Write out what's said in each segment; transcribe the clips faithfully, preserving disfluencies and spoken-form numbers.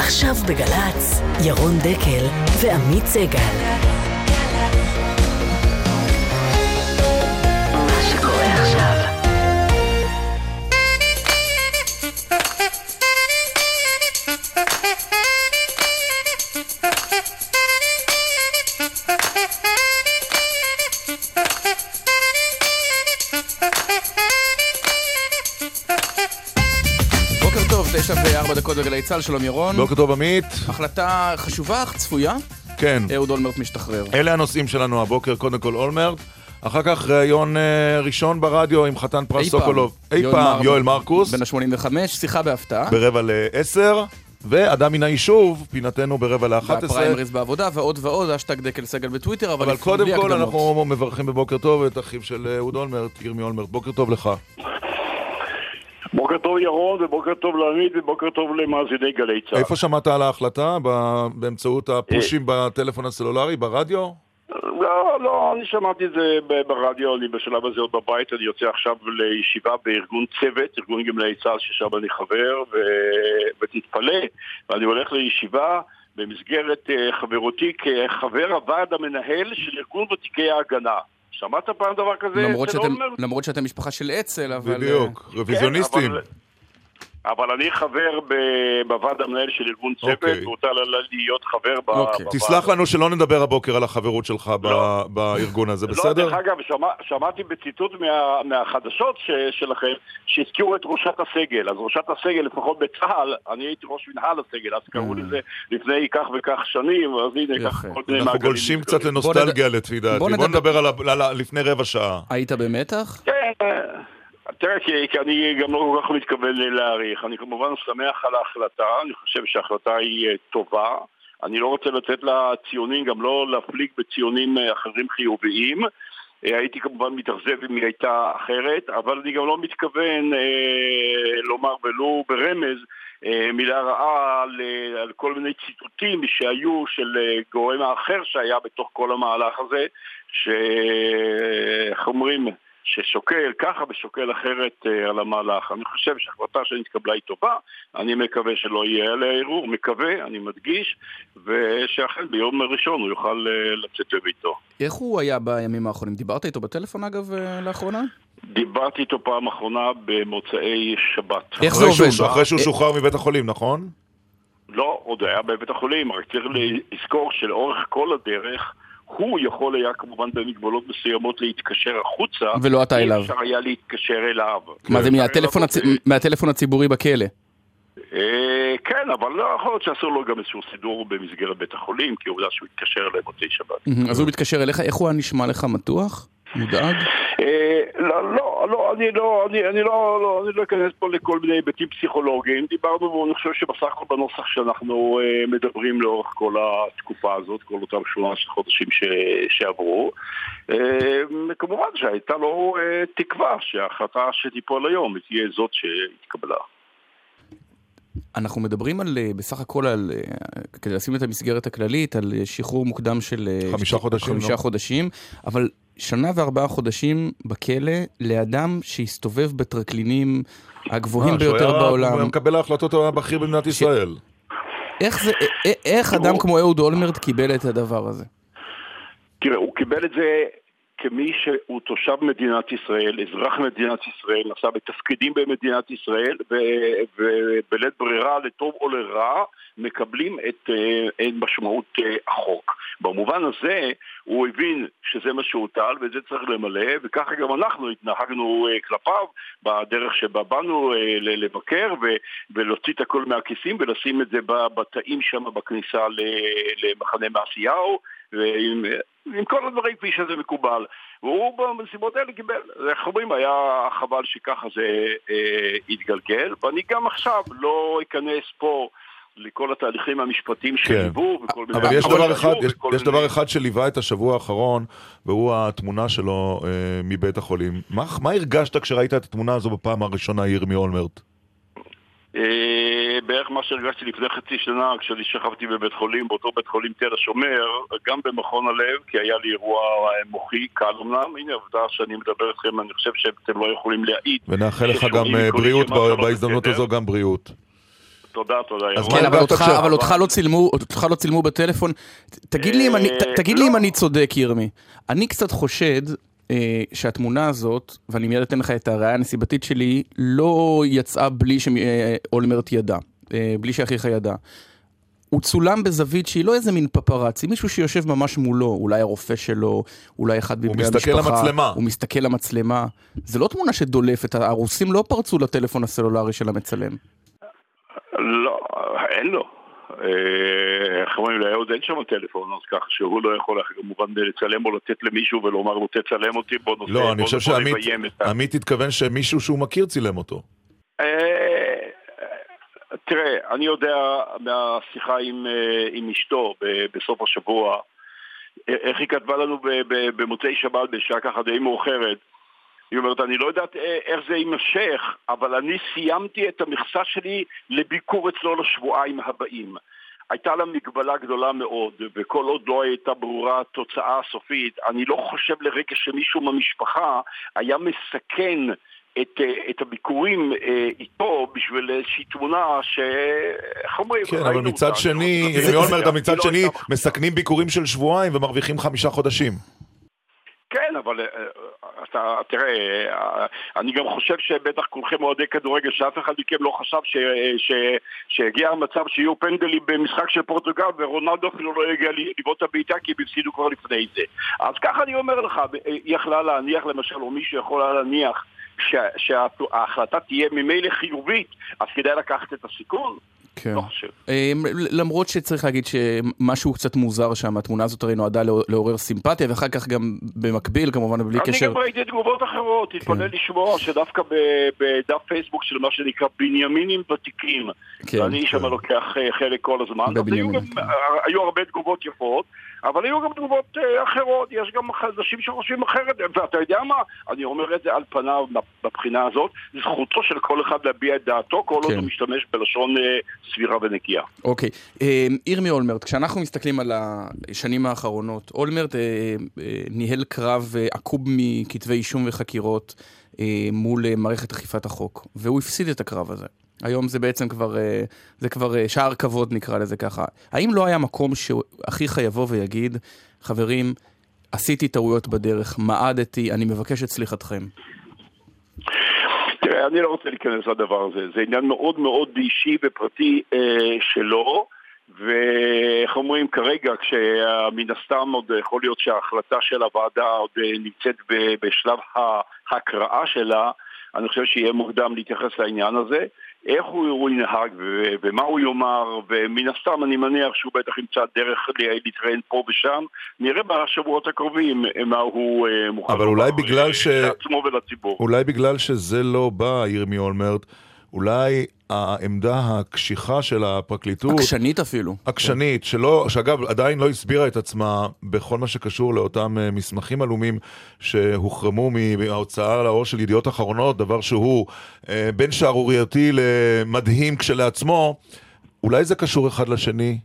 עכשיו בגלץ, ירון דקל ועמית סגל. מה שקורה עכשיו. תשע וארבע דקות בגלי צה"ל, שלום ירון. בוקר טוב עמית. החלטה חשובה אך צפויה. כן. אהוד אולמרט משתחרר. אלה הנושאים שלנו הבוקר, קודם כל אולמרט. אחר כך ראיון ראשון ברדיו עם חתן פרס סוקולוב. אי פעם, יואל מרקוס. בן ה-שמונים וחמש, שיחה בהפתעה. ברבע לעשר. ואדם מן היישוב, פינתנו ברבע לאחת עשרה. והפריימריז בעבודה ועוד ועוד, אשטג דקל סגל בטוויטר, אבל, אבל קודם כל אנחנו מברכים בבוקר טוב את אחיו של אהוד אולמרט, ירמי אולמרט. בוקר טוב לך. בוקר טוב ירון, ובוקר טוב לעמית, ובוקר טוב למאזיני גלי צה"ל. איפה שמעת על ההחלטה? באמצעות הפושים בטלפון הסלולרי, ברדיו? לא, לא, אני שמעתי את זה ברדיו, אני בשלב הזה עוד בבית, אני יוצא עכשיו לישיבה בארגון צוות, ארגון גמלאי צה"ל ששם אני חבר, ותתפלא, ואני הולך לישיבה במסגרת חברותי כחבר הוועד המנהל של ארגון ותיקי ההגנה. שמעת פעם דבר כזה? למרות שאתם, למרות שאתם משפחה של אצל, אבל... בדיוק, רוויזיוניסטים. כן, אבל, אבל אני חבר בוועד המנהל של ארגון צוות, okay. והותר להיות חבר okay. בוועד. תסלח לנו שלא נדבר הבוקר על החברות שלך לא. בארגון הזה, בסדר? לא, דרך אגב, שמע, שמעתי בציטוט מה, מהחדשות ש, שלכם, שהזכירו את ראשת הסגל. אז ראשת הסגל, לפחות בצה"ל, אני הייתי ראש מנהל הסגל, אז קראו mm. לזה לפני כך וכך שנים, אז הנה כך כל מיני אנחנו גולשים קצת לנוסטלגיה לפי דעתי. בוא נדבר על לפני רבע שעה. היית במתח? כן. תראה, כי, כי אני גם לא כל כך מתכוון להעריך. אני כמובן שמח על ההחלטה, אני חושב שההחלטה היא טובה. אני לא רוצה לתת לה ציונים, גם לא להפליג בציונים אחרים חיוביים. הייתי כמובן מתאכזב אם היא הייתה אחרת, אבל אני גם לא מתכוון אה, לומר ולו ברמז אה, מילה רעה על, על כל מיני ציטוטים שהיו של גורם האחר שהיה בתוך כל המהלך הזה, שאיך אומרים... ששוקל ככה ושוקל אחרת uh, על המהלך. אני חושב שהחלטה שנתקבלה היא טובה, אני מקווה שלא יהיה עליה ערעור, מקווה, אני מדגיש, ושאכן ביום ראשון הוא יוכל uh, לצאת לביתו. איך הוא היה בימים האחרונים? דיברת איתו בטלפון אגב uh, לאחרונה? דיברתי איתו פעם אחרונה במוצאי שבת. איך זה עובד? אחרי שהוא שוחרר מבית החולים, נכון? לא, עוד היה בבית החולים, רק צריך לזכור שלאורך כל הדרך, הוא יכול היה כמובן במגבלות מסוימות להתקשר החוצה. ולא אתה אליו. אפשר היה להתקשר אליו. מה זה, מהטלפון הציבורי בכלא? כן, אבל לא יכול להיות שעשו לו גם איזשהו סידור במסגרת בית החולים, כי עובדה שהוא התקשר אליהם מוצאי שבת. אז הוא מתקשר אליך, איך הוא נשמע לך מתוח? מודאג? לא, לא, לא, אני לא, אני, אני לא, לא, אני לא אכנס פה לכל מיני היבטים פסיכולוגיים. דיברנו, ואני חושב שבסך הכל בנוסח שאנחנו uh, מדברים לאורך כל התקופה הזאת, כל אותם שמונה עשרה חודשים ש, שעברו. Uh, כמובן שהייתה לו uh, תקווה שההחלטה שתיפול היום תהיה זאת שהתקבלה. אנחנו מדברים על, בסך הכל, על, כדי לשים את המסגרת הכללית, על שחרור מוקדם של חמישה חודשים, חמישה לא? חודשים, אבל שנה וארבעה חודשים בכלא לאדם שהסתובב בטרקלינים הגבוהים ביותר בעולם. הוא מקבל ההחלטות הבכיר במדינת ישראל. איך זה, איך אדם כמו אהוד אולמרט קיבל את הדבר הזה? תראה, הוא קיבל את זה כמי שהוא תושב מדינת ישראל, אזרח מדינת ישראל, נסע בתפקידים במדינת ישראל, ובלית ברירה, לטוב או לרע, מקבלים את, את משמעות החוק. במובן הזה, הוא הבין שזה מה שהוטל, וזה צריך למלא, וככה גם אנחנו התנהגנו כלפיו, בדרך שבה באנו לבקר, ולהוציא את הכל מהכיסים, ולשים את זה בתאים שם בכניסה למחנה מעשיהו, ועם עם כל הדברים כפי שזה מקובל. והוא במסיבות האלה קיבל. איך אומרים, היה חבל שככה זה אה, התגלגל, ואני גם עכשיו לא אכנס פה לכל התהליכים המשפטיים שליוו, כן. אבל יש דבר אחד, יש, יש דבר אחד שליווה את השבוע האחרון, והוא התמונה שלו אה, מבית החולים. מה, מה הרגשת כשראית את התמונה הזו בפעם הראשונה, ירמי אולמרט? בערך מה שהרגשתי לפני חצי שנה כשאני שכבתי בבית חולים, באותו בית חולים תל השומר, גם במכון הלב, כי היה לי אירוע מוחי קל אמנם. הנה עובדה שאני מדבר אתכם, אני חושב שאתם לא יכולים להעיד. ונאחל לך גם בריאות בהזדמנות הזו, גם בריאות. תודה, תודה. כן, אבל אותך לא צילמו בטלפון. תגיד לי אם אני צודק, ירמי. אני קצת חושד שהתמונה הזאת, ואני מיד אתן לך את הראיה הנסיבתית שלי, לא יצאה בלי שאולמרט ידע, בלי שאחיך ידע. הוא צולם בזווית שהיא לא איזה מין פפרצי, מישהו שיושב ממש מולו, אולי הרופא שלו, אולי אחד מבני המשפחה. הוא מסתכל למצלמה. הוא מסתכל למצלמה. זה לא תמונה שדולפת, הרוסים לא פרצו לטלפון הסלולרי של המצלם. לא, אין לו. איך אומרים, להיוד אין שם טלפון, אז ככה שהוא לא יכול כמובן לצלם או לתת למישהו ולומר לו תצלם אותי, בוא נושא. לא, אני חושב שעמית התכוון שמישהו שהוא מכיר צילם אותו. תראה, אני יודע מהשיחה עם, עם אשתו בסוף השבוע, איך היא כתבה לנו במוצאי שבת בשעה ככה די מאוחרת. היא אומרת, אני לא יודעת איך זה יימשך, אבל אני סיימתי את המכסה שלי לביקור אצלו לשבועיים הבאים. הייתה לה מגבלה גדולה מאוד, וכל עוד לא הייתה ברורה התוצאה הסופית, אני לא חושב לרגע שמישהו מהמשפחה היה מסכן את, את הביקורים איתו בשביל איזושהי תמונה ש... איך אומרים? כן, אבל מצד שני, ירמי אולמרט, מצד שני, מסכנים ביקורים של שבועיים ומרוויחים חמישה חודשים. כן, אבל אתה, תראה, אני גם חושב שבטח כולכם אוהדי כדורגל, שאף אחד מכם לא חשב ש, ש, שהגיע המצב שיהיו פנדלים במשחק של פורטוגל, ורונלדו אפילו לא יגיע לבעוט הבעיטה, כי הם הפסידו כבר לפני זה. אז ככה אני אומר לך, יכלה להניח למשל, או מישהו יכול להניח, שההחלטה תהיה ממילא חיובית, אז כדאי לקחת את הסיכון. כן. למרות שצריך להגיד שמשהו קצת מוזר שם, התמונה הזאת הרי נועדה לעורר סימפתיה, ואחר כך גם במקביל, כמובן, בלי קשר. אני גם ראיתי תגובות אחרות, התפלל לשמוע שדווקא בדף פייסבוק של מה שנקרא בנימינים ותיקים, ואני שם לוקח חלק כל הזמן, היו הרבה תגובות יפות, אבל היו גם תגובות אחרות, יש גם אנשים שחושבים אחרת, ואתה יודע מה? אני אומר את זה על פניו בבחינה הזאת, זכותו של כל אחד להביע את דעתו, כל עוד הוא משתמש בלשון סבירה ונקייה. אוקיי. ירמי אולמרט, כשאנחנו מסתכלים על השנים האחרונות, אולמרט ניהל קרב עקוב מכתבי אישום וחקירות מול מערכת אכיפת החוק, והוא הפסיד את הקרב הזה. היום זה בעצם כבר, זה כבר שער כבוד נקרא לזה ככה. האם לא היה מקום שאחיך יבוא ויגיד, חברים, עשיתי טעויות בדרך, מעדתי, אני מבקש את סליחתכם? תראה, אני לא רוצה להיכנס לדבר הזה. זה עניין מאוד מאוד אישי ופרטי אה, שלו, ואיך אומרים כרגע, כשמן הסתם עוד יכול להיות שההחלטה של הוועדה עוד נמצאת בשלב ההקראה שלה, אני חושב שיהיה מוקדם להתייחס לעניין הזה. איך הוא, הוא ינהג ומה הוא יאמר, ומן הסתם אני מניח שהוא בטח ימצא דרך להתראיין פה ושם. נראה בשבועות הקרובים מה הוא מוכן אבל אולי בגלל ש... לעצמו ולציבור. אולי בגלל שזה לא בא, ירמי אולמרט, אולי העמדה הקשיחה של הפרקליטות... עקשנית אפילו. עקשנית, שלא, שאגב עדיין לא הסבירה את עצמה בכל מה שקשור לאותם מסמכים עלומים שהוחרמו מההוצאה לאור של ידיעות אחרונות, דבר שהוא בין שערורייתי למדהים כשלעצמו. אולי זה קשור אחד לשני?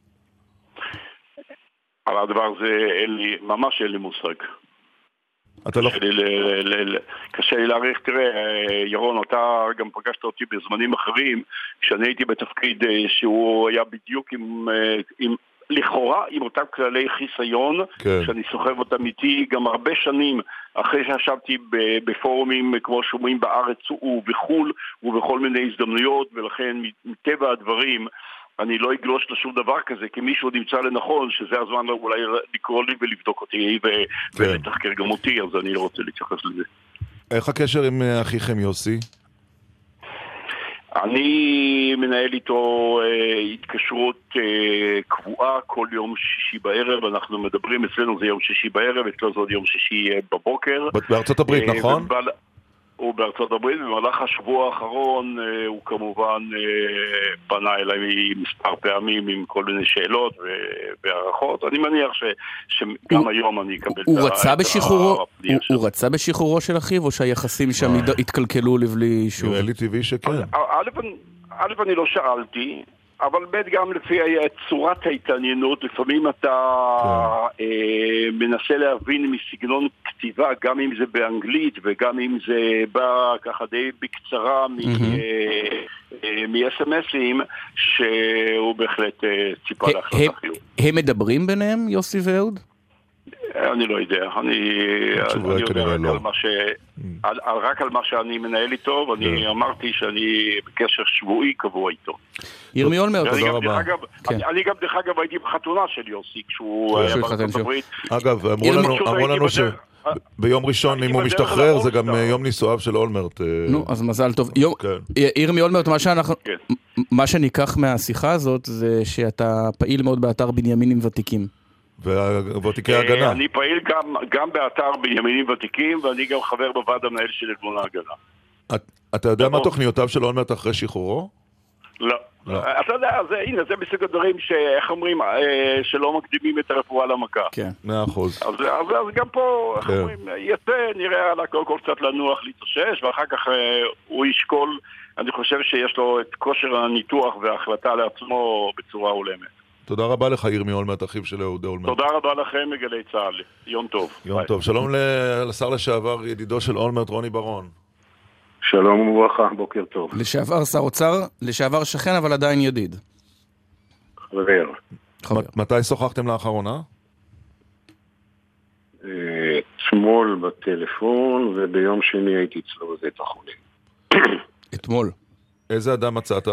על הדבר הזה אין לי, ממש אין לי מושג. לא... קשה, לי ל, ל, ל, קשה לי להעריך. תראה, ירון, אתה גם פגשת אותי בזמנים אחרים, כשאני הייתי בתפקיד שהוא היה בדיוק עם, עם לכאורה עם אותם כללי חיסיון, כן. שאני סוחב אותם איתי גם הרבה שנים אחרי שישבתי בפורומים כמו שומעים בארץ ובחול ובכל מיני הזדמנויות, ולכן מטבע הדברים אני לא אגלוש לשום דבר כזה, כי מישהו נמצא לנכון שזה הזמן אולי לקרוא לי ולבדוק אותי ו... כן. ולתחקר גם אותי, אז אני לא רוצה להתייחס לזה. איך הקשר עם אחיכם יוסי? אני מנהל איתו אה, התקשרות אה, קבועה כל יום שישי בערב. אנחנו מדברים, אצלנו זה יום שישי בערב, אצלנו זה עוד יום שישי אה, בבוקר. בארצות הברית, אה, נכון? ובעל... הוא בארצות הברית, במהלך השבוע האחרון אה, הוא כמובן אה, פנה אליי מספר פעמים עם כל מיני שאלות והערכות. אני מניח ש, שגם הוא, היום אני אקבל הוא, את הוא רצה בשחרורו, הוא, הוא רצה בשחרורו של אחיו, או שהיחסים שם התקלקלו לבלי אישור? נראה לי טבעי שכן. א', א', אני לא שאלתי, אבל באמת גם לפי צורת ההתעניינות, לפעמים אתה כן. אה, מנסה להבין מסגנון כתיבה, גם אם זה באנגלית וגם אם זה בא ככה די בקצרה מ-אס אם אסים, שהוא בהחלט אה, ציפה להחלטה חיוב. הם מדברים ביניהם, יוסי ואהוד? אני לא יודע, אני, אני יודע רק, לא. על מה ש... על, על, רק על מה שאני מנהל איתו, ואני yeah. אמרתי שאני בקשר שבועי קבוע איתו. ירמי אולמרט, תודה רבה. אגב, כן. אני, אני גם דרך אגב הייתי בחתונה של יוסי, כשהוא היה בארצות הברית. אגב, אמרו לנו, אמרו לנו שביום ראשון, אם הוא משתחרר, זה גם יום נישואיו של אולמרט. נו, אז מזל טוב. ירמי אולמרט, מה שאנחנו... מה שניקח מהשיחה הזאת, זה שאתה פעיל מאוד באתר בנימינים ותיקים. וותיקי ההגנה. אני פעיל גם, גם באתר בנימינים ותיקים, ואני גם חבר בוועד המנהל של ארגון ההגנה. אתה יודע מה תוכניותיו של אולמרט אחרי שחרורו? לא. אתה יודע, הנה, זה מסוג הדברים שאיך אומרים, שלא מקדימים את הרפואה למכה. כן, מאה אחוז. אז גם פה, איך אומרים, יצא, נראה על הכל כל קצת לנוח, להתאושש, ואחר כך הוא ישקול, אני חושב שיש לו את כושר הניתוח וההחלטה לעצמו בצורה הולמת. תודה רבה לך, ירמי אולמרט, אחיו של אהוד אולמרט. תודה רבה לכם, מגלי צה"ל. יום טוב. יום טוב. שלום לשר לשעבר, ידידו של אולמרט, רוני ברון. שלום וברכה, בוקר טוב. לשעבר שר אוצר, לשעבר שכן, אבל עדיין ידיד. חבר. מתי שוחחתם לאחרונה? אתמול בטלפון, וביום שני הייתי אצלו בבית החולים. אתמול. איזה אדם מצאת?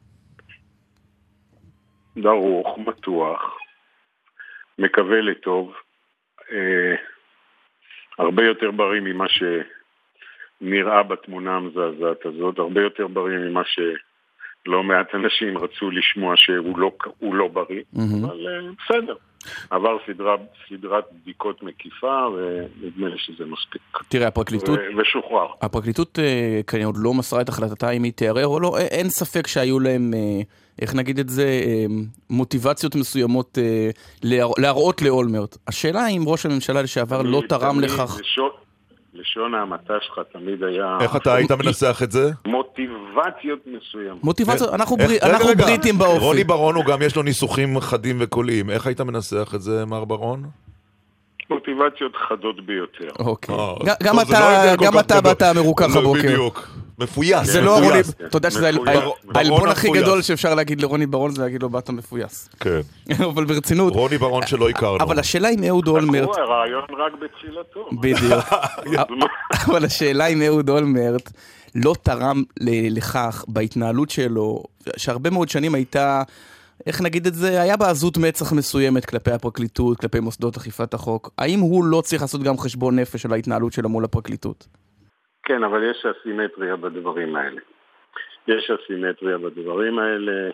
דרוך, מתוח, מקווה לטוב, אה, הרבה יותר בריא ממה שנראה בתמונה המזעזעת הזאת, הרבה יותר בריא ממה שלא מעט אנשים רצו לשמוע שהוא לא, הוא לא בריא, mm-hmm. אבל אה, בסדר. עבר סדרה, סדרת בדיקות מקיפה, ונדמה לי שזה מספיק. תראה, הפרקליטות... ו- ושוחרר. הפרקליטות כנראה עוד לא מסרה את החלטתה אם היא תיערר או לא, אין ספק שהיו להם, איך נגיד את זה, מוטיבציות מסוימות להראות לאולמרט. השאלה אם ראש הממשלה לשעבר לא תרם לכך... לשון המטה שלך תמיד היה... איך אתה היית מנסח את זה? מוטיבציות מסוימות. מוטיבציות, אנחנו בריטים באופי. רוני ברון הוא גם יש לו ניסוחים חדים וקוליים. איך היית מנסח את זה, מר ברון? מוטיבציות חדות ביותר. אוקיי. גם אתה באת מרוכך הבוקר. בדיוק. מפויס. זה לא רוני... אתה יודע שזה העלבון הכי גדול שאפשר להגיד לרוני ברון, זה להגיד לו באת מפויס. כן. אבל ברצינות. רוני ברון שלא הכרנו. אבל השאלה אם אהוד אולמרט... הרעיון רק בתחילתו. בדיוק. אבל השאלה אם אהוד אולמרט לא תרם לכך בהתנהלות שלו, שהרבה מאוד שנים הייתה... איך נגיד את זה, היה בעזות מצח מסוימת כלפי הפרקליטות, כלפי מוסדות אכיפת החוק. האם הוא לא צריך לעשות גם חשבון נפש על ההתנהלות שלו מול הפרקליטות? כן, אבל יש אסימטריה בדברים האלה. יש אסימטריה בדברים האלה.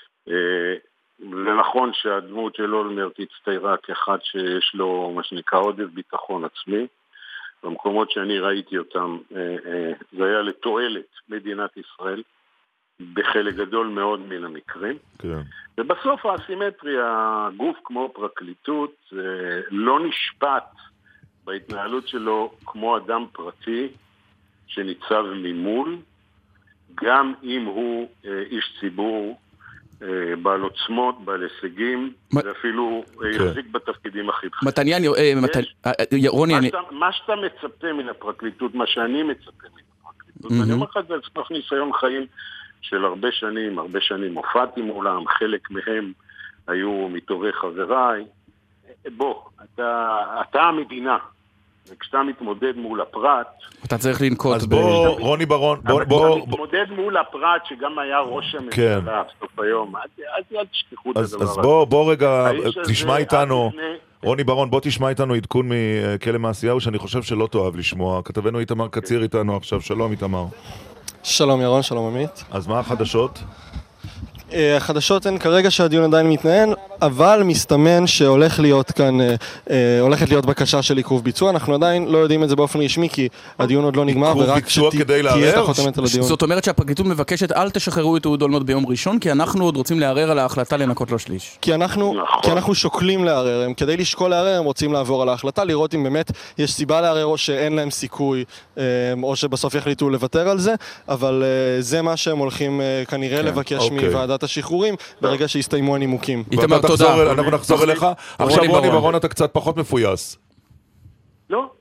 זה נכון שהדמות של אולמרט הצטיירה כאחד שיש לו מה שנקרא עודף ביטחון עצמי. במקומות שאני ראיתי אותם, זה היה לתועלת מדינת ישראל. בחלק גדול מאוד מן המקרים. כן. ובסוף האסימטריה, גוף כמו פרקליטות, לא נשפט בהתנהלות שלו כמו אדם פרטי שניצב ממול, גם אם הוא איש ציבור בעל עוצמות, בעל הישגים, ואפילו יחזיק בתפקידים הכי בכירים. מתניאן, רוני... מה שאתה מצפה מן הפרקליטות, מה שאני מצפה מן הפרקליטות, ואני אומר לך את זה על סמך ניסיון חיים, של הרבה שנים, הרבה שנים הופעתי מולם, חלק מהם היו מטובי חבריי. בוא, אתה, אתה המדינה, וכשאתה מתמודד מול הפרט... אתה צריך לנקוט. אז בוא, ב... רוני ברון, בוא... בוא אתה מתמודד בוא... מול הפרט, שגם היה ראש הממשלה, כן. סוף היום, אז אל תשכחו את הדבר הזה. אז בוא, בוא רגע, תשמע איתנו... לפני... רוני ברון, בוא תשמע איתנו עדכון מכלא מעשיהו, שאני חושב שלא תאהב לשמוע. כתבנו איתמר קציר איתנו עכשיו, שלום איתמר. שלום ירון, שלום עמית. אז מה החדשות? החדשות הן כרגע שהדיון עדיין מתנהל, אבל מסתמן שהולך להיות כאן, הולכת להיות בקשה של עיכוב ביצוע. אנחנו עדיין לא יודעים את זה באופן רשמי, כי הדיון עוד לא נגמר, ורק שתהיה את החותמת על הדיון. זאת אומרת שהפרקליטות מבקשת, אל תשחררו את אהוד אולמרט ביום ראשון, כי אנחנו עוד רוצים לערער על ההחלטה לנקות לו שליש. כי אנחנו, כי אנחנו שוקלים לערער. הם, כדי לשקול לערער, הם רוצים לעבור על ההחלטה, לראות אם באמת יש סיבה לערער, או שאין להם סיכוי, או שבסוף יחליטו לוותר על זה, אבל זה מה שהם הולכים כנראה לבקש מוועדת השחרורים, ברגע שיסתיימו הנימוקים. איתמר, תודה. אנחנו נחזור אליך. עכשיו רוני ברון, אתה קצת פחות מפויס. לא.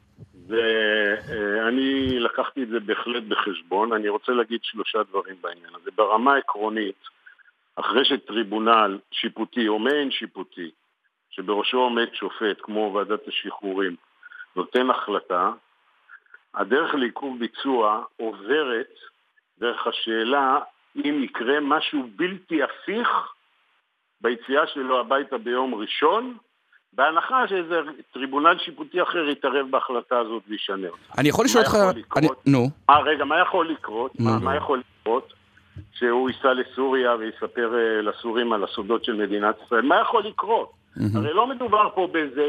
ואני לקחתי את זה בהחלט בחשבון. אני רוצה להגיד שלושה דברים בעניין הזה. ברמה העקרונית, אחרי שטריבונל שיפוטי או מעין שיפוטי, שבראשו עומד שופט כמו ועדת השחרורים, נותן החלטה, הדרך לעיכוב ביצוע עוברת דרך השאלה אם יקרה משהו בלתי הפיך ביציאה שלו הביתה ביום ראשון, בהנחה שאיזה טריבונל שיפוטי אחר יתערב בהחלטה הזאת וישנה אותה. אני יכול לשאול אותך... נו. אה, רגע, מה יכול לקרות? מה יכול לקרות? שהוא ייסע לסוריה ויספר לסורים על הסודות של מדינת ישראל. מה יכול לקרות? הרי לא מדובר פה באיזה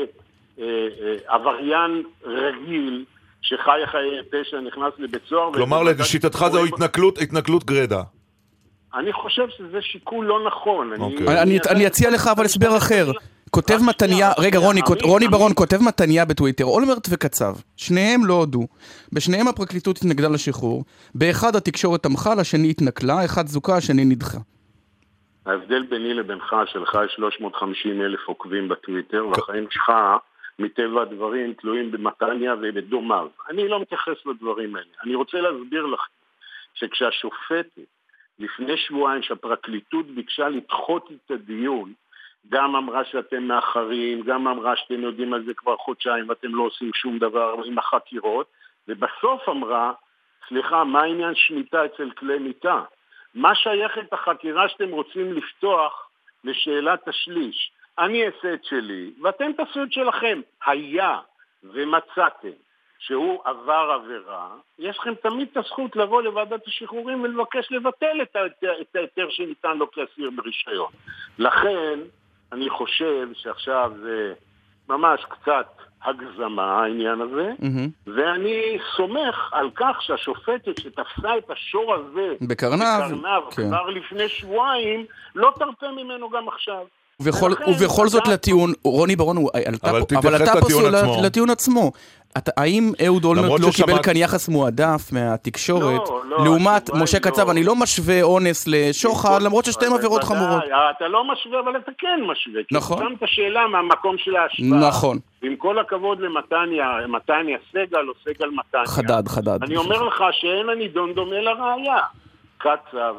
עבריין רגיל שחי חיי פשע נכנס לבית סוהר. כלומר, לשיטתך זו התנכלות, התנכלות גרדה. אני חושב שזה שיקול לא נכון. אני אציע לך אבל הסבר אחר. כותב מתניה, רגע רוני, רוני ברון כותב מתניה בטוויטר, אולמרט וקצב, שניהם לא הודו, בשניהם הפרקליטות התנגדה לשחרור, באחד התקשורת תמכה, לשני התנקלה, אחד זוכה, השני נדחה. ההבדל ביני לבינך, שלך יש שלוש מאות וחמישים אלף עוקבים בטוויטר, והחיים שלך מטבע הדברים תלויים במתניה ובדומיו. אני לא מתייחס לדברים האלה. אני רוצה להסביר לך שכשהשופטת לפני שבועיים שהפרקליטות ביקשה לדחות את הדיון, גם אמרה שאתם מאחרים, גם אמרה שאתם יודעים על זה כבר חודשיים ואתם לא עושים שום דבר עם החקירות, ובסוף אמרה, סליחה, מה העניין שמיטה אצל כלי מיטה? מה שייכת החקירה שאתם רוצים לפתוח לשאלת השליש? אני אעשה את שלי, ואתם תעשו את שלכם. היה ומצאתם שהוא עבר עבירה, יש לכם תמיד את הזכות לבוא לוועדת השחרורים ולבקש לבטל את ההיתר שניתן לו כאסיר ברישיון. לכן, אני חושב שעכשיו זה ממש קצת הגזמה העניין הזה, mm-hmm. ואני סומך על כך שהשופטת שתפסה את השור הזה בקרנב, בקרנב כן. כבר לפני שבועיים, לא תרפה ממנו גם עכשיו. ובכל, ובכל זאת לטיעון, רוני ברון, אבל, פה, אבל אתה פוסל לטיעון עצמו. אתה, האם אהוד אולמרט לא קיבל כאן יחס מועדף מהתקשורת, לא, לא, לעומת משה קצב, לא. אני לא משווה אונס לשוחד, למרות ששתיהן עבירות חמורות. אתה לא משווה, אבל אתה כן משווה. נכון. כי שמת השאלה מהמקום של ההשוואה. נכון. עם כל הכבוד למתניה, מתניה סגל או סגל מתניה. חדד, חדד. אני אומר לך שאין הנידון דומה לראיה. קצב,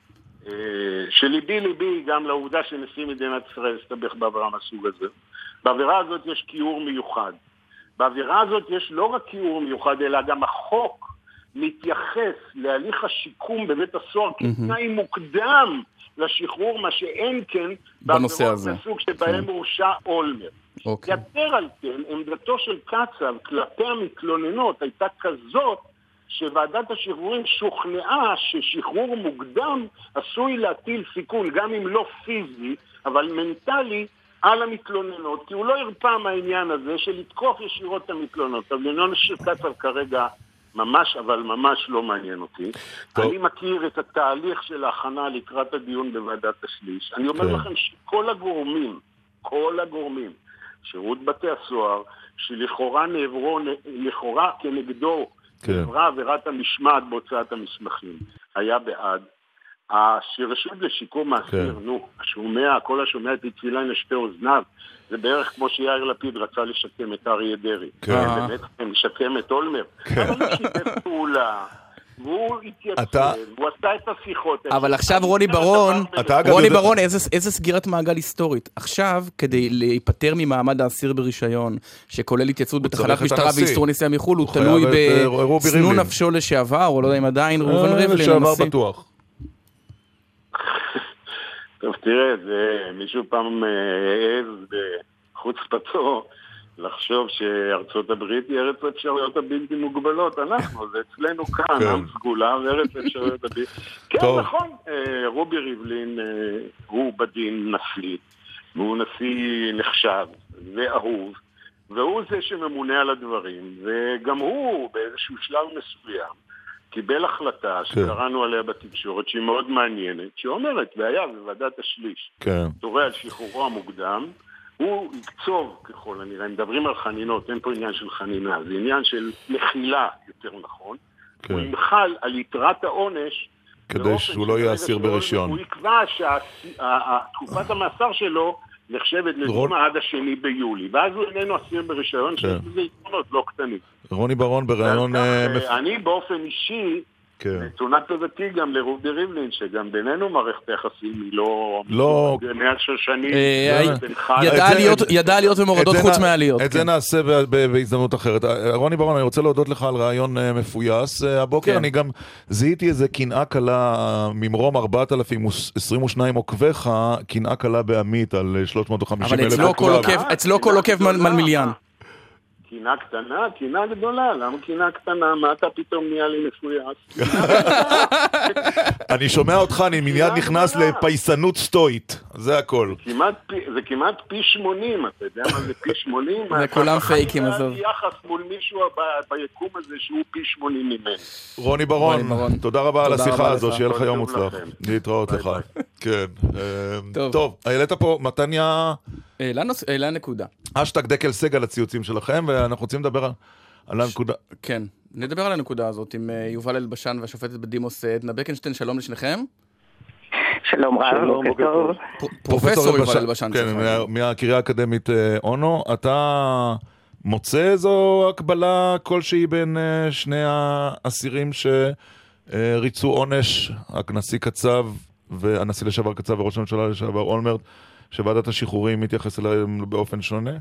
שליבי ליבי גם לעובדה שנשיא מדינת ישראל הסתבך בעבירה מהסוג הזה. בעבירה הזאת יש כיעור מיוחד. בעבירה הזאת יש לא רק כיעור מיוחד, אלא גם החוק מתייחס להליך השיקום בבית הסוהר כתנאי מוקדם לשחרור, מה שאין כן בעבירות מהסוג שבהם הורשע אולמרט. יתר על כן, עמדתו של קצב כלפי המתלוננות הייתה כזאת שוועדת השחרורים שוכנעה ששחרור מוקדם עשוי להטיל סיכון, גם אם לא פיזי, אבל מנטלי, על המתלוננות, כי הוא לא הרפא מהעניין הזה של לתקוף ישירות את המתלוננות. המתלוננות של קצב כרגע ממש, אבל ממש לא מעניין אותי. טוב. אני מכיר את התהליך של ההכנה לקראת הדיון בוועדת השליש. אני אומר כן. לכם שכל הגורמים, כל הגורמים, שירות בתי הסוהר, שלכאורה נעברו, לכאורה כנגדו, כן. נעברה עבירת המשמעת בהוצאת המסמכים, היה בעד. השרשות לשיקום האסיר, כן. נו, השומע, כל השומע את תפילה לשתי אוזניו, זה בערך כמו שיאיר לפיד רצה לשקם את אריה דרעי. כן. באמת, לשקם את אולמרט. כן. אבל הוא שיתף פעולה, והוא התייצב, אתה... הוא עשה את השיחות. אבל עכשיו רוני ברון, רוני ברון, איזה, איזה סגירת מעגל היסטורית. עכשיו, כדי להיפטר ממעמד האסיר ברישיון, שכולל התייצבות בתחנת משטרה ואיסור נסיעה מחו"ל, הוא תלוי בסנון נפשו לשעבר, או לא יודע אם עדיין, ראובן ריבלין. לשעבר בטוח. טוב, תראה, זה מישהו פעם העז בחוצפתו לחשוב שארצות הברית היא ארץ האפשרויות הבלתי מוגבלות. אנחנו, זה אצלנו כאן, עם סגולה וארץ האפשרויות הבלתי... כן, נכון, רובי ריבלין הוא בדין נפלי. והוא נשיא נחשב ואהוב, והוא זה שממונה על הדברים, וגם הוא באיזשהו שלב מסוים קיבל החלטה שקראנו עליה בתקשורת שהיא מאוד מעניינת, שאומרת, והיה בוועדת השליש, כן. תורה על שחרורו המוקדם, הוא יקצוב ככל הנראה, הם מדברים על חנינות, אין פה עניין של חנינה, זה עניין של מחילה יותר נכון, כן. הוא ימחל על יתרת העונש, כדי שהוא לא יהיה אסיר ברישיון. הוא יקבע שתקופת המאסר שלו נחשבת לדוגמה עד השני ביולי, ואז הוא איננו אסיר ברישיון, שיש בזה יתרונות לא קטנים. רוני ברון ברעיון... אני באופן אישי, תונת תודתי גם לרובי ריבלין, שגם בינינו מערכת היחסים היא לא... לא... מעל שש שנים... ידעה להיות ומורדות חוץ מהעליות. את זה נעשה בהזדמנות אחרת. רוני ברון, אני רוצה להודות לך על רעיון מפויס. הבוקר אני גם זיהיתי איזה קנאה קלה ממרום ארבעת אלפים ועשרים ושניים עוקביך, קנאה קלה בעמית על שלוש מאות וחמישים אלף. אבל אצלו כל עוקב מלמיליאן. קינה קטנה, קינה גדולה, למה קינה קטנה? מה אתה פתאום נהיה לי מפויס? אני שומע אותך, אני מיד נכנס לפייסנות סטואית, זה הכל. זה כמעט פי שמונים, אתה יודע מה זה פי שמונים? זה כולם פייקים, עזוב. זה יחס מול מישהו ביקום הזה שהוא פי שמונים ממנו. רוני ברון, תודה רבה על השיחה הזו, שיהיה לך יום מוצלח. להתראות לך. כן. טוב, העלית פה, מתניה... העלה נקודה. אשטג דקל סגל לציוצים שלכם, ואנחנו רוצים לדבר על הנקודה. כן, נדבר על הנקודה הזאת עם יובל אלבשן והשופטת בדימוס עדנה בקנשטיין. שלום לשניכם. שלום רב, בוקר טוב. פרופסור יובל אלבשן. כן, מהקריה האקדמית אונו. אתה מוצא איזו הקבלה כלשהי בין שני האסירים שריצו עונש, הנשיא קצב והנשיא לשעבר קצב וראש הממשלה לשעבר אולמרט, שוועדת השחרורים מתייחס אליהם באופן שונה?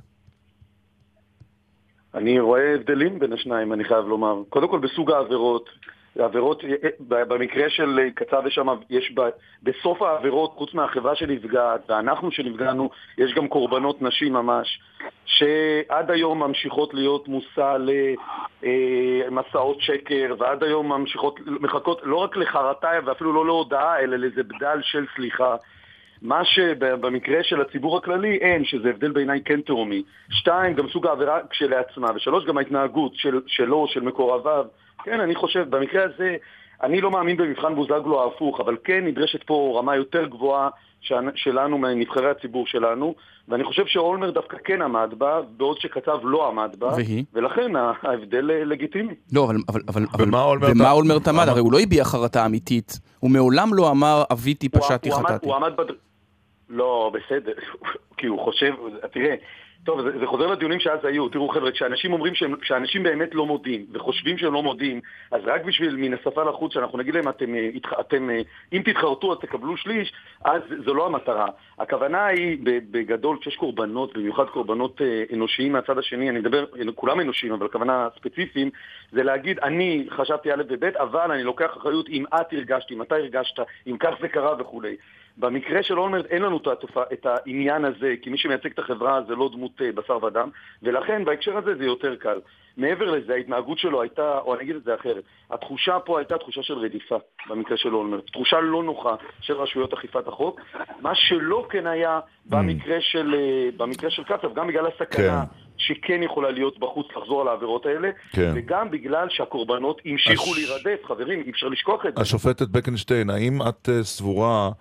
אני רואה הבדלים בין השניים, אני חייב לומר. קודם כל בסוג העבירות, העבירות, במקרה של קצב ושם, יש בסוף העבירות, חוץ מהחברה שנפגעת, ואנחנו שנפגענו, יש גם קורבנות נשים ממש, שעד היום ממשיכות להיות מושא למסעות שקר, ועד היום ממשיכות, מחכות לא רק לחרטה ואפילו לא להודעה, אלא לזה בדל של סליחה. מה שבמקרה של הציבור הכללי אין, שזה הבדל בעיניי כן תאומי. שתיים, גם סוג העבירה כשלעצמה, ושלוש, גם ההתנהגות של, שלו, של מקורביו. כן, אני חושב, במקרה הזה, אני לא מאמין במבחן בוזגלו ההפוך, אבל כן נדרשת פה רמה יותר גבוהה שלנו, מנבחרי הציבור שלנו, ואני חושב שאולמר דווקא כן עמד בה, בעוד שכתב לא עמד בה, והיא? ולכן ההבדל לגיטימי. לא, אבל, אבל, אבל, ומה ומה אולמר תמד? הרי הוא לא הביע חרטה אמיתית, הוא מעולם לא אמר, אביתי פשעתי חטאתי. הוא עמד בד... לא, בסדר, כי הוא חושב, תראה, טוב, זה, זה חוזר לדיונים שאז היו, תראו חבר'ה, כשאנשים אומרים שהם, כשאנשים באמת לא מודים, וחושבים שהם לא מודים, אז רק בשביל מן השפה לחוץ, שאנחנו נגיד להם, אתם, אתם, אם תתחרטו, אז תקבלו שליש, אז זו לא המטרה. הכוונה היא, בגדול, כשיש קורבנות, במיוחד קורבנות אנושיים מהצד השני, אני מדבר, כולם אנושיים, אבל הכוונה ספציפיים, זה להגיד, אני חשבתי א' וב', אבל אני לוקח אחריות אם את הרגשתי, אם אתה הרגשת, אם כך זה קרה וכו'. במקרה של אולמרט אין לנו את העניין הזה, כי מי שמייצג את החברה זה לא דמות בשר ודם, ולכן בהקשר הזה זה יותר קל. מעבר לזה, ההתנהגות שלו הייתה, או אני אגיד את זה אחרת, התחושה פה הייתה תחושה של רדיפה במקרה של אולמרט, תחושה לא נוחה של רשויות אכיפת החוק, מה שלא כן היה במקרה של, במקרה של קצב, גם בגלל הסכנה שכן יכולה להיות בחוץ לחזור על העבירות האלה, וגם בגלל שהקורבנות המשיכו להירדף, חברים, אי אפשר לשכוח את זה. השופטת בקנשטיין, האם את סבורה...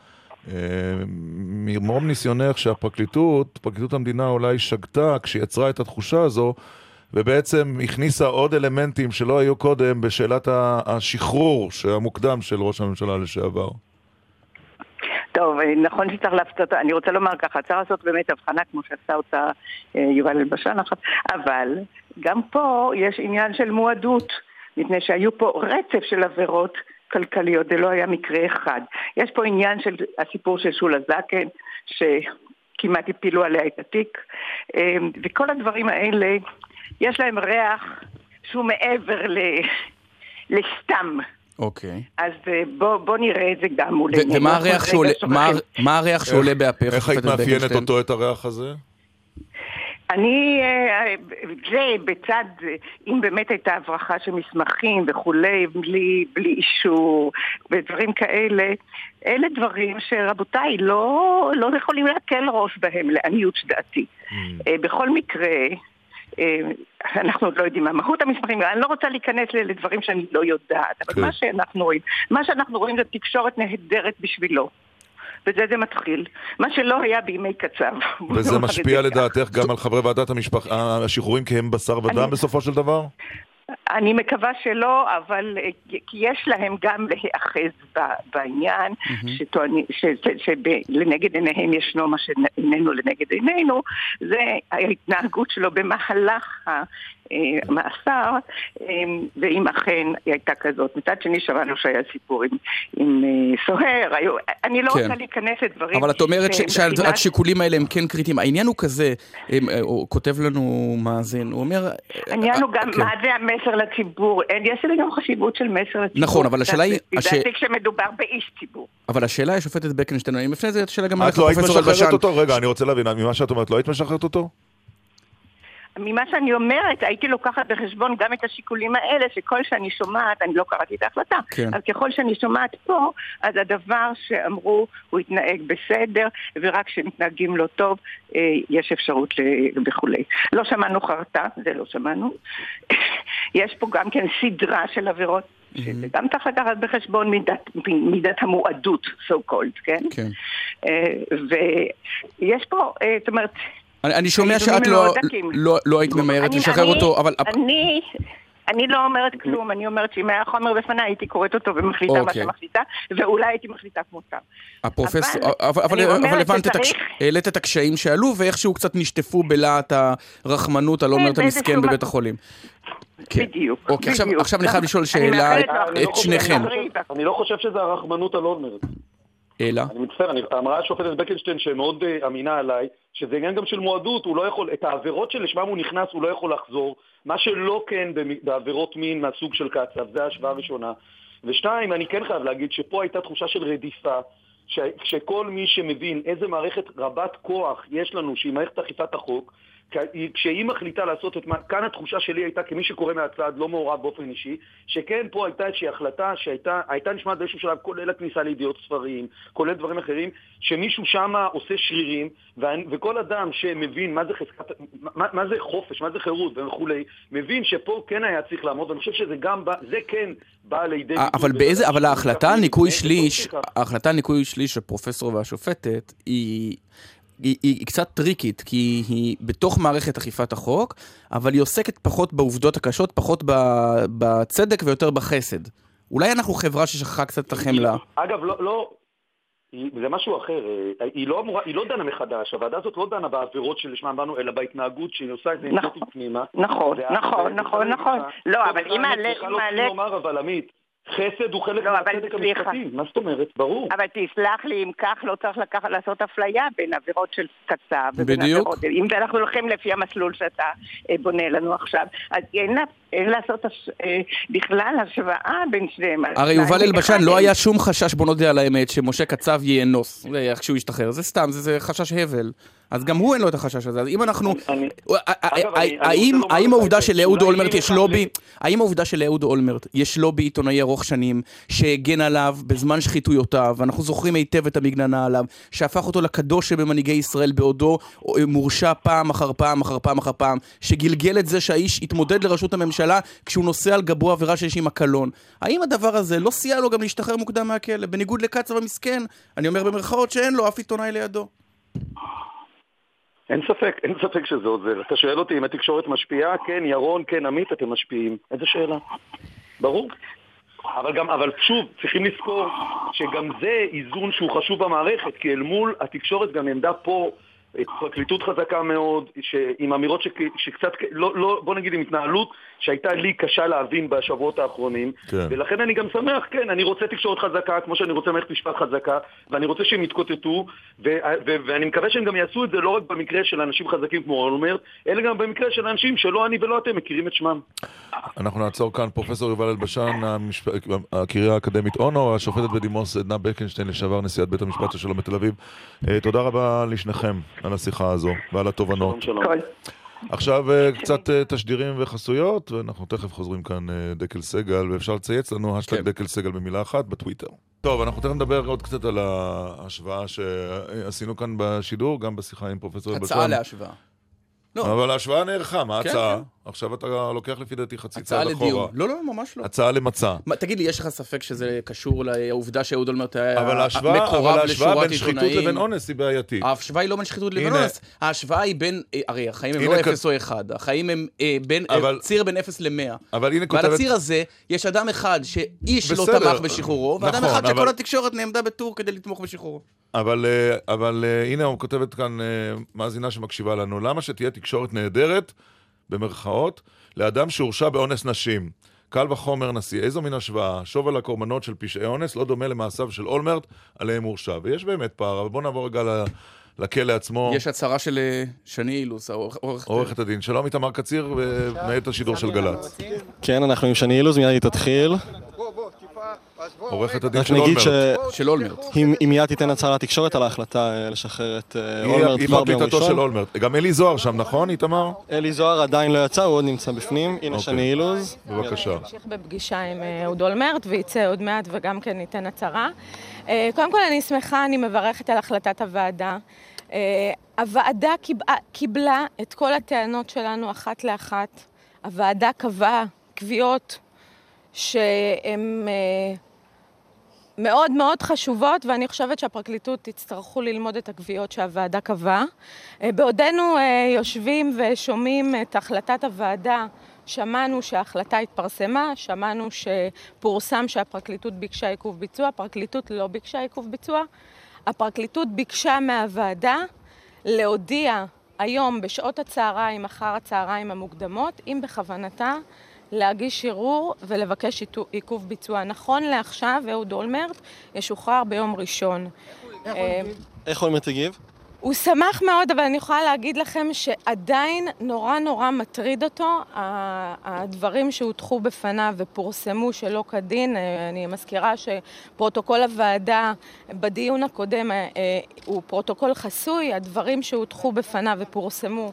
מרום ניסיונך שהפרקליטות, פרקליטות המדינה אולי שגתה כשיצרה את התחושה הזו ובעצם הכניסה עוד אלמנטים שלא היו קודם בשאלת השחרור המוקדם של ראש הממשלה לשעבר? טוב, נכון שצריך להפתות, אני רוצה לומר ככה, צריך לעשות באמת הבחנה כמו שעשה אותה יובל אלבשן, אבל גם פה יש עניין של מועדות, מפני שהיו פה רצף של עבירות כלכליות, זה לא היה מקרה אחד. יש פה עניין של הסיפור של שולה זקן, שכמעט הפילו עליה את התיק, וכל הדברים האלה, יש להם ריח שהוא מעבר ל... לסתם. אוקיי. אז בוא, בוא נראה את זה גם מול... ומה הריח שעולה, מה, מה הריח שעולה בהפך? איך היית מאפיינת אותו, את הריח הזה? אני, זה בצד, אם באמת הייתה הברחה של מסמכים וכולי, בלי, בלי אישור ודברים כאלה, אלה דברים שרבותיי לא, לא יכולים להקל ראש בהם, לעניות דעתי. Mm. בכל מקרה, אנחנו עוד לא יודעים מה מהות המסמכים, אני לא רוצה להיכנס לדברים שאני לא יודעת, אבל okay. מה שאנחנו רואים, מה שאנחנו רואים זה תקשורת נהדרת בשבילו. וזה זה מתחיל. מה שלא היה בימי קצב. וזה משפיע לדעתך גם על חברי ועדת השחרורים כי הם בשר ודם בסופו של דבר? אני מקווה שלא, אבל כי יש להם גם להיאחז בעניין, שלנגד עיניהם ישנו מה שאיננו לנגד עינינו, זה ההתנהגות שלו במהלך המאסר, ואם אכן היא הייתה כזאת. מצד שני שרנו שהיה סיפור עם סוהר, אני לא רוצה להיכנס לדברים. אבל את אומרת שהשיקולים האלה הם כן קריטיים. העניין הוא כזה, הוא כותב לנו מאזין, הוא אומר... העניין הוא גם מה זה המסר לציבור, יש לי גם חשיבות של מסר לציבור. נכון, אבל השאלה היא... לדעתי כשמדובר באיש ציבור. אבל השאלה היא שופטת בקנשטיין, אני מפנה את זה השאלה גם... את לא היית משחררת אותו? רגע, אני רוצה להבין, ממה שאת אומרת, לא היית משחררת אותו? ממה שאני אומרת, הייתי לוקחת בחשבון גם את השיקולים האלה, שכל שאני שומעת, אני לא קראתי את ההחלטה, כן. אז ככל שאני שומעת פה, אז הדבר שאמרו, הוא התנהג בסדר, ורק כשמתנהגים לא טוב, יש אפשרות וכולי. לא שמענו חרטה, זה לא שמענו. יש פה גם כן סדרה של עבירות, mm-hmm. שזה גם צריך לקחת בחשבון מידת, מידת המועדות, so called, כן? כן. ויש פה, זאת אומרת, אני שומע שאת לא היית ממהרת לשחרר אותו, אבל... אני לא אומרת כלום, אני אומרת שאם היה חומר בפני, הייתי קוראת אותו ומחליטה מה שמחליטה, ואולי הייתי מחליטה כמותם. אבל העלית את הקשיים שעלו, ואיכשהו קצת נשטפו בלהט הרחמנות, הלא אומרת המסכן בבית החולים. בדיוק. עכשיו אני חייב לשאול שאלה את שניכם. אני לא חושב שזה הרחמנות הלא אומרת. אלא? אני מצטער, אמרה השופטת בקנשטיין שמאוד אמינה עליי, שזה עניין גם של מועדות, הוא לא יכול, את העבירות שלשמם הוא נכנס, הוא לא יכול לחזור, מה שלא כן בעבירות מין מהסוג של קצב, זה ההשוואה הראשונה. ושתיים, אני כן חייב להגיד שפה הייתה תחושה של רדיפה, ש, שכל מי שמבין איזה מערכת רבת כוח יש לנו, שהיא מערכת אכיפת החוק, כשהיא מחליטה לעשות את מה, כאן התחושה שלי הייתה כמי שקורא מהצד, לא מעורב באופן אישי, שכן פה הייתה איזושהי החלטה שהייתה, הייתה נשמעת באיזשהו שלב, כולל הכניסה לידיעות ספרים, כולל דברים אחרים, שמישהו שם עושה שרירים, וכל אדם שמבין מה זה חזקת, מה, מה זה חופש, מה זה חירות וכולי, מבין שפה כן היה צריך לעמוד, ואני חושב שזה גם בא, זה כן בא לידי... אבל באיזה, אבל ההחלטה ניקוי שליש, ההחלטה ניקוי שליש של פרופסור והשופטת, היא... היא, היא קצת טריקית, כי היא בתוך מערכת אכיפת החוק, אבל היא עוסקת פחות בעובדות הקשות, פחות בצדק ויותר בחסד. אולי אנחנו חברה ששכחה קצת את החמלה. אגב, לא, לא, זה משהו אחר. היא לא אמורה, היא לא דנה מחדש. הוועדה הזאת לא דנה בעבירות שלשמן באנו, אלא בהתנהגות שהיא עושה את זה עם פנימה. נכון, נכון, נכון, נכון. לא, אבל אם מעלה... אבל עמית, חסד הוא חלק מהצדק המשפטי, מה זאת אומרת? ברור. אבל תסלח לי, אם כך לא צריך לקחת לעשות אפליה בין עבירות של קצב ובין עבירות... אם אנחנו הולכים לפי המסלול שאתה בונה לנו עכשיו, אז אין לעשות בכלל השוואה בין שניהם. הרי יובל אלבשן לא היה שום חשש, בוא נודה על האמת, שמשה קצב יאנוס, איך שהוא ישתחרר, זה סתם, זה חשש הבל. אז גם הוא אין לו את החשש הזה. אז אם אנחנו... האם העובדה של אהוד אולמרט יש לובי... האם העובדה של אהוד אולמרט יש לובי עיתונאי ארוך שנים, שהגן עליו בזמן שחיתויותיו, ואנחנו זוכרים היטב את המגננה עליו, שהפך אותו לקדוש שבמנהיגי ישראל בעודו מורשע פעם אחר פעם אחר פעם אחר פעם, שגלגל את זה שהאיש התמודד לראשות הממשלה כשהוא נוסע על גבו עבירה שיש עם הקלון. האם הדבר הזה לא סייע לו גם להשתחרר מוקדם מהכלא? בניגוד לקצב המסכן, אני אומר במרכאות שאין לו אף עיתונאי לידו. אין ספק, אין ספק שזה עוזר. אתה שואל אותי אם התקשורת משפיעה? כן, ירון, כן, עמית, אתם משפיעים. איזה שאלה? ברור. אבל גם, אבל שוב, צריכים לזכור שגם זה איזון שהוא חשוב במערכת, כי אל מול התקשורת גם עמדה פה פרקליטות חזקה מאוד, עם אמירות שקצת, לא, לא, בוא נגיד עם התנהלות שהייתה לי קשה להבין בשבועות האחרונים, כן. ולכן אני גם שמח, כן, אני רוצה תקשורת חזקה, כמו שאני רוצה מערכת משפט חזקה, ואני רוצה שהם יתקוטטו, ו- ו- ואני מקווה שהם גם יעשו את זה לא רק במקרה של אנשים חזקים כמו אולמרט, אלא גם במקרה של אנשים שלא אני ולא אתם מכירים את שמם. אנחנו נעצור כאן, פרופסור יובל אלבשן, המשפ... הקריה האקדמית אונו, השופטת בדימוס עדנה בקנשטיין, לשעבר נשיאת בית המשפט השלום בתל אביב. תודה רבה לשניכם על השיחה הזו ועל התובנות. שלום, שלום. עכשיו קצת תשדירים וחסויות, ואנחנו תכף חוזרים כאן דקל סגל, ואפשר לצייץ לנו השטג דקל סגל במילה אחת בטוויטר. טוב, אנחנו תכף נדבר עוד קצת על ההשוואה שעשינו כאן בשידור, גם בשיחה עם פרופסור אלבשן. הצעה להשוואה. אבל ההשוואה נערכה, מה ההצעה? עכשיו אתה לוקח לפי דעתי חצי צעד אחורה. הצעה לדיון. לא, לא, ממש לא. הצעה למצע. תגיד לי, יש לך ספק שזה קשור לעובדה שאהוד אולמרט היה מקורב לשורת עיתונאים? אבל ההשוואה בין שחיתות לבין אונס היא בעייתית. ההשוואה היא לא בין שחיתות לבין אונס. ההשוואה היא בין, הרי החיים הם לא אפס או אחד. החיים הם ציר בין אפס למאה. ועל הציר הזה יש אדם אחד שאיש לא תמך בשחרורו, ואדם אחד שכל התקשורת נעמדה בטור כדי לתמוך בשחרורו. אבל, אבל הנה הוא כותבת כאן מאזינה שמקשיבה לנו, למה שתהיה תקשורת נהדרת, במרכאות, לאדם שהורשע באונס נשים? קל וחומר נשיא, איזו מין השוואה? שוב על הקורבנות של פשעי אונס לא דומה למעשיו של אולמרט, עליהם הורשע. ויש באמת פער, אבל בואו נעבור רגע לכלא עצמו. יש הצהרה של שני אילוז, עורכת הדין. שלום, איתמר קציר, מנהלת השידור של גל"צ. כן, אנחנו עם שני אילוז, מיד היא תתחיל. עורכת הדין של אולמרט. של אולמרט. היא מיד תיתן הצהרה לתקשורת על ההחלטה לשחרר את אולמרט כבר ביום ראשון. של אולמרט. גם אלי זוהר שם, נכון, איתמר? אלי זוהר עדיין לא יצא, הוא עוד נמצא בפנים. הנה שני אילוז. בבקשה. נמשיך בפגישה עם אהוד אולמרט, וייצא עוד מעט וגם כן ניתן הצהרה. קודם כל אני שמחה, אני מברכת על החלטת הוועדה. הוועדה קיבלה את כל הטענות שלנו אחת לאחת. הוועדה קבעה קביעות שהן מאוד מאוד חשובות, ואני חושבת שהפרקליטות תצטרכו ללמוד את הקביעות שהוועדה קבעה. בעודנו יושבים ושומעים את החלטת הוועדה, שמענו שההחלטה התפרסמה, שמענו שפורסם שהפרקליטות ביקשה עיכוב ביצוע, הפרקליטות לא ביקשה עיכוב ביצוע. הפרקליטות ביקשה מהוועדה להודיע היום בשעות הצהריים, אחר הצהריים המוקדמות, אם בכוונתה להגיש ערעור ולבקש עיכוב ביצוע. נכון לעכשיו, אהוד אולמרט ישוחרר ביום ראשון. איך אולמרט הגיב? הוא שמח מאוד, אבל אני יכולה להגיד לכם שעדיין נורא נורא מטריד אותו הדברים שהוטחו בפניו ופורסמו שלא כדין. אני מזכירה שפרוטוקול הוועדה בדיון הקודם הוא פרוטוקול חסוי, הדברים שהוטחו בפניו ופורסמו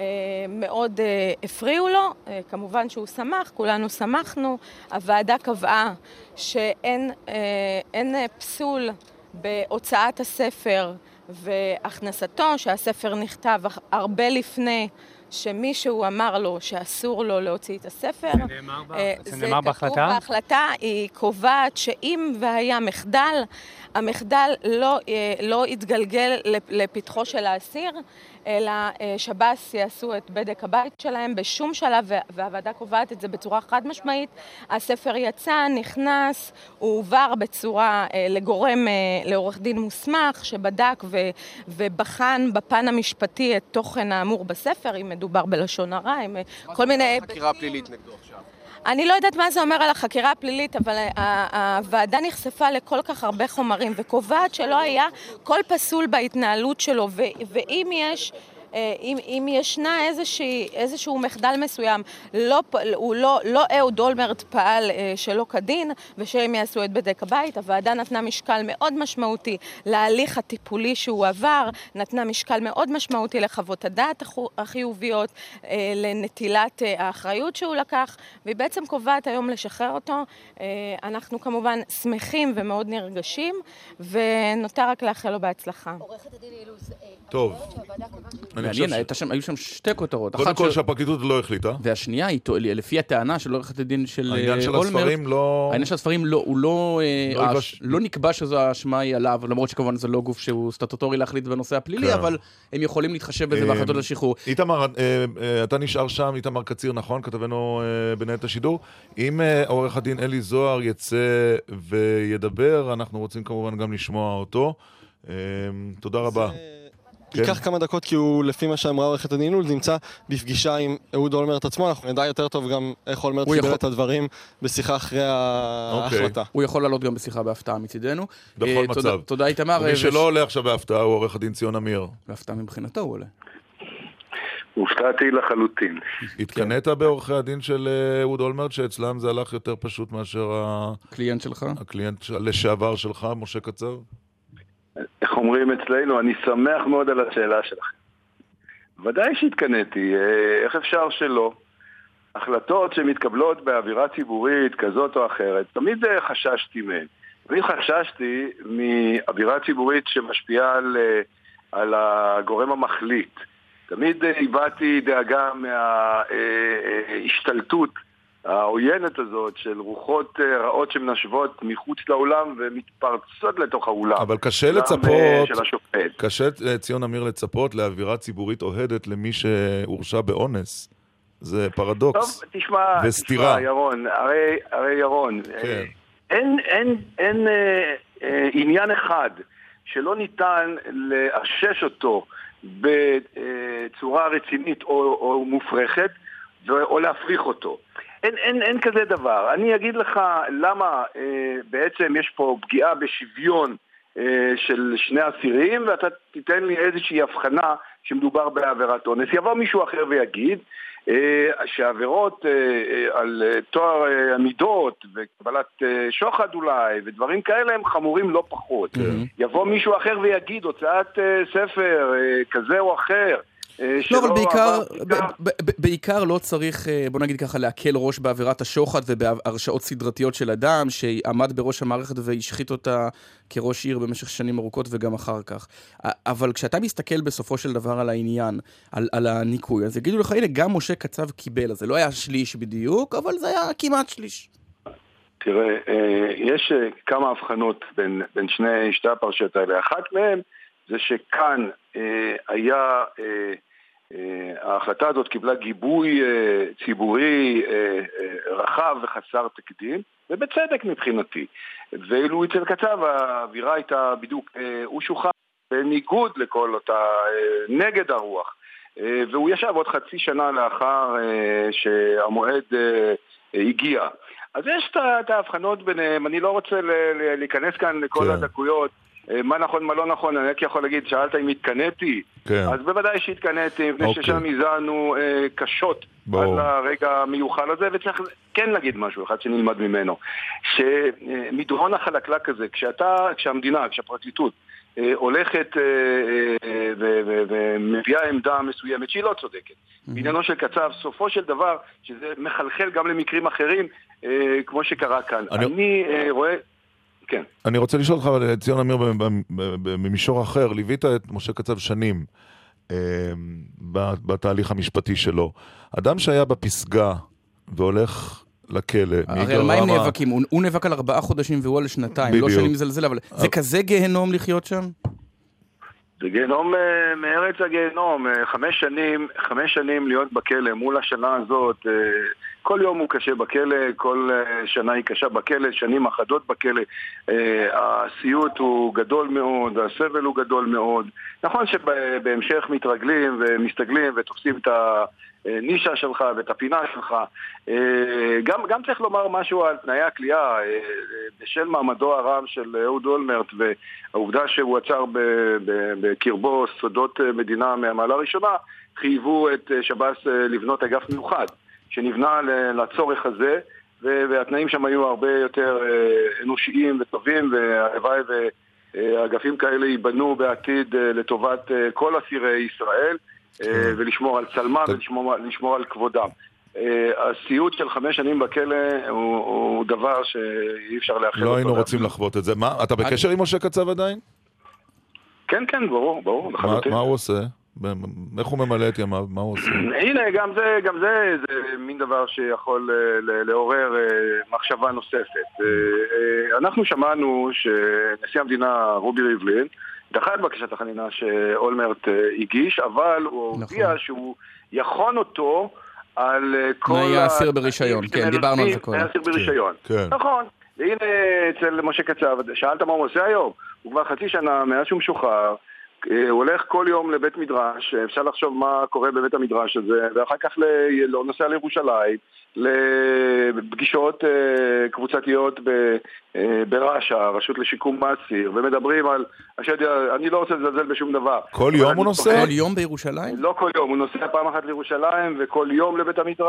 מאוד הפריעו לו, כמובן שהוא שמח, כולנו שמחנו. הוועדה קבעה שאין אין פסול בהוצאת הספר והכנסתו, שהספר נכתב הרבה לפני שמישהו אמר לו שאסור לו להוציא את הספר. זה נאמר, זה זה נאמר בהחלטה? בהחלטה היא קובעת שאם והיה מחדל, המחדל לא, לא יתגלגל לפתחו של האסיר, אלא שב"ס יעשו את בדק הבית שלהם בשום שלב, והוועדה קובעת את זה בצורה חד משמעית. הספר יצא, נכנס, הוא עובר בצורה לגורם, לעורך דין מוסמך, שבדק ו, ובחן בפן המשפטי את תוכן האמור בספר, אם מדובר בלשון הרע, עם כל מיני... מה חקירה פלילית נגדו עכשיו? אני לא יודעת מה זה אומר על החקירה הפלילית, אבל הוועדה נחשפה לכל כך הרבה חומרים וקובעת שלא היה כל פסול בהתנהלות שלו, ואם יש... אם, אם ישנה איזושהי, איזשהו מחדל מסוים, לא, הוא לא, לא אהוד אולמרט פעל שלא כדין, ושהם יעשו את בדק הבית. הוועדה נתנה משקל מאוד משמעותי להליך הטיפולי שהוא עבר, נתנה משקל מאוד משמעותי לחוות הדעת החיוביות, לנטילת האחריות שהוא לקח, והיא בעצם קובעת היום לשחרר אותו. אנחנו כמובן שמחים ומאוד נרגשים, ונותר רק לאחל לו בהצלחה. עורכת הדין אילוז, טוב. מעניין, היו שם שתי כותרות. קודם כל שהפרקליטות לא החליטה. והשנייה, לפי הטענה של עורכת הדין של אולמרט, העניין של הספרים לא... העניין של הספרים הוא לא נקבע שזו האשמה היא עליו, למרות שכמובן זה לא גוף שהוא סטטוטורי להחליט בנושא הפלילי, אבל הם יכולים להתחשב בזה בהחלטות לשחרור. איתמר, אתה נשאר שם, איתמר קציר, נכון? כתבנו בנהלת השידור. אם עורך הדין אלי זוהר יצא וידבר, אנחנו רוצים כמובן גם לשמוע אותו. תודה רבה. ייקח כמה דקות, כי הוא, לפי מה שאמרה עורכת הדין אילוז, נמצא בפגישה עם אהוד אולמרט עצמו. אנחנו נדע יותר טוב גם איך אולמרט קיבל את הדברים בשיחה אחרי ההחלטה. הוא יכול לעלות גם בשיחה בהפתעה מצידנו. בכל מצב. תודה איתמר. מי שלא עולה עכשיו בהפתעה הוא עורך הדין ציון אמיר. בהפתעה מבחינתו הוא עולה. הופתעתי לחלוטין. התקנית בעורכי הדין של אהוד אולמרט, שאצלם זה הלך יותר פשוט מאשר הקליינט שלך? הקליינט לשעבר שלך, משה קצב? איך אומרים אצלנו, אני שמח מאוד על השאלה שלך. ודאי שהתקנאתי, איך אפשר שלא? החלטות שמתקבלות באווירה ציבורית כזאת או אחרת, תמיד חששתי מהן. תמיד חששתי מאווירה ציבורית שמשפיעה על, על הגורם המחליט. תמיד הבאתי דאגה מההשתלטות העוינת הזאת של רוחות רעות שמנשבות מחוץ לאולם ומתפרצות לתוך האולם. אבל קשה לצפות, קשה ציון אמיר לצפות לאווירה ציבורית אוהדת למי שהורשע באונס. זה פרדוקס. טוב, תשמע, וסתירה. תשמע, ירון, הרי, הרי ירון, כן. אין, אין, אין אה, אה, עניין אחד שלא ניתן לאשש אותו בצורה רצינית או, או מופרכת, או להפריך אותו. אין, אין, אין כזה דבר. אני אגיד לך למה אה, בעצם יש פה פגיעה בשוויון אה, של שני אסירים, ואתה תיתן לי איזושהי הבחנה שמדובר בעבירת אונס. יבוא מישהו אחר ויגיד אה, שהעבירות אה, אה, על אה, תואר אה, המידות וקבלת אה, שוחד אולי ודברים כאלה הם חמורים לא פחות. Mm-hmm. יבוא מישהו אחר ויגיד הוצאת אה, ספר אה, כזה או אחר, לא, אבל בעיקר, בעיקר לא צריך, בוא נגיד ככה, להקל ראש בעבירת השוחד ובהרשעות סדרתיות של אדם שעמד בראש המערכת והשחית אותה כראש עיר במשך שנים ארוכות וגם אחר כך. אבל כשאתה מסתכל בסופו של דבר על העניין, על, על הניקוי, אז יגידו לך, הנה, גם משה קצב קיבל, אז זה לא היה שליש בדיוק, אבל זה היה כמעט שליש. תראה, יש כמה הבחנות בין, בין שני, שתי הפרשיות האלה. אחת מהן זה שכאן היה... ההחלטה הזאת קיבלה גיבוי ציבורי רחב וחסר תקדים, ובצדק מבחינתי. ואילו אצל קצב האווירה הייתה בדיוק, הוא שוחרר בניגוד לכל אותה, נגד הרוח. והוא ישב עוד חצי שנה לאחר שהמועד הגיע. אז יש את ההבחנות ביניהם, אני לא רוצה להיכנס כאן לכל הדקויות, מה נכון, מה לא נכון, אני רק יכול להגיד, שאלת אם התקנאתי, כן. אז בוודאי שהתקנאתי, מפני אוקיי. ששם הזענו אה, קשות עד לרגע המיוחל הזה, וצריך כן להגיד משהו אחד שנלמד ממנו, שמדרון החלקלק הזה, כשאתה, כשהמדינה, כשהפרקליטות, אה, הולכת אה, אה, ומביאה עמדה מסוימת שהיא לא צודקת, mm-hmm. בעניינו של קצב, סופו של דבר, שזה מחלחל גם למקרים אחרים, אה, כמו שקרה כאן. אני, אני אה, רואה... כן. אני רוצה לשאול אותך, ציון אמיר, במישור אחר, ליווית את משה קצב שנים בתהליך המשפטי שלו. אדם שהיה בפסגה והולך לכלא... הרי על מה הם נאבקים? הוא נאבק על ארבעה חודשים והוא על שנתיים, לא שנים זלזל, אבל זה כזה גהנום לחיות שם? זה גיהנום מארץ הגיהנום, חמש שנים, חמש שנים להיות בכלא מול השנה הזאת, כל יום הוא קשה בכלא, כל שנה היא קשה בכלא, שנים אחדות בכלא, הסיוט הוא גדול מאוד, הסבל הוא גדול מאוד. נכון שבהמשך מתרגלים ומסתגלים ותופסים את הנישה שלך ואת הפינה שלך. גם, גם צריך לומר משהו על תנאי הכליאה, בשל מעמדו הרם של אהוד אולמרט והעובדה שהוא עצר בקרבו סודות מדינה מהמעלה הראשונה, חייבו את שב"ס לבנות אגף מיוחד שנבנה לצורך הזה, והתנאים שם היו הרבה יותר אנושיים וטובים, והלוואי והאגפים כאלה ייבנו בעתיד לטובת כל אסירי ישראל, ולשמור על צלמם ולשמור על כבודם. הסיוט של חמש שנים בכלא הוא, הוא דבר שאי אפשר לאחר. לא היינו רוצים לחוות את זה. מה, אתה בקשר עם משה קצב עדיין? כן, כן, ברור, ברור. מה, מה הוא עושה? איך הוא ממלא את ימיו? מה הוא עושה? הנה, גם זה, גם זה, זה מין דבר שיכול לעורר מחשבה נוספת. אנחנו שמענו שנשיא המדינה רובי ריבלין דחה את בקשת החנינה שאולמרט הגיש, אבל הוא הודיע שהוא יכון אותו על כל... תנאי האסיר ברישיון, כן, דיברנו על זה קודם. תנאי האסיר ברישיון, נכון. והנה אצל משה קצב, שאלת מה הוא עושה היום? הוא כבר חצי שנה מאז שהוא משוחרר, הוא הולך כל יום לבית מדרש, אפשר לחשוב מה קורה בבית המדרש הזה, ואחר כך לא נוסע לירושלים, לפגישות קבוצתיות ברש"א, הרשות לשיקום האסיר, ומדברים על, אני לא רוצה לזלזל בשום דבר. כל יום הוא נוסע? כל יום בירושלים? לא כל יום, הוא נוסע פעם אחת לירושלים, וכל יום לבית המדרש,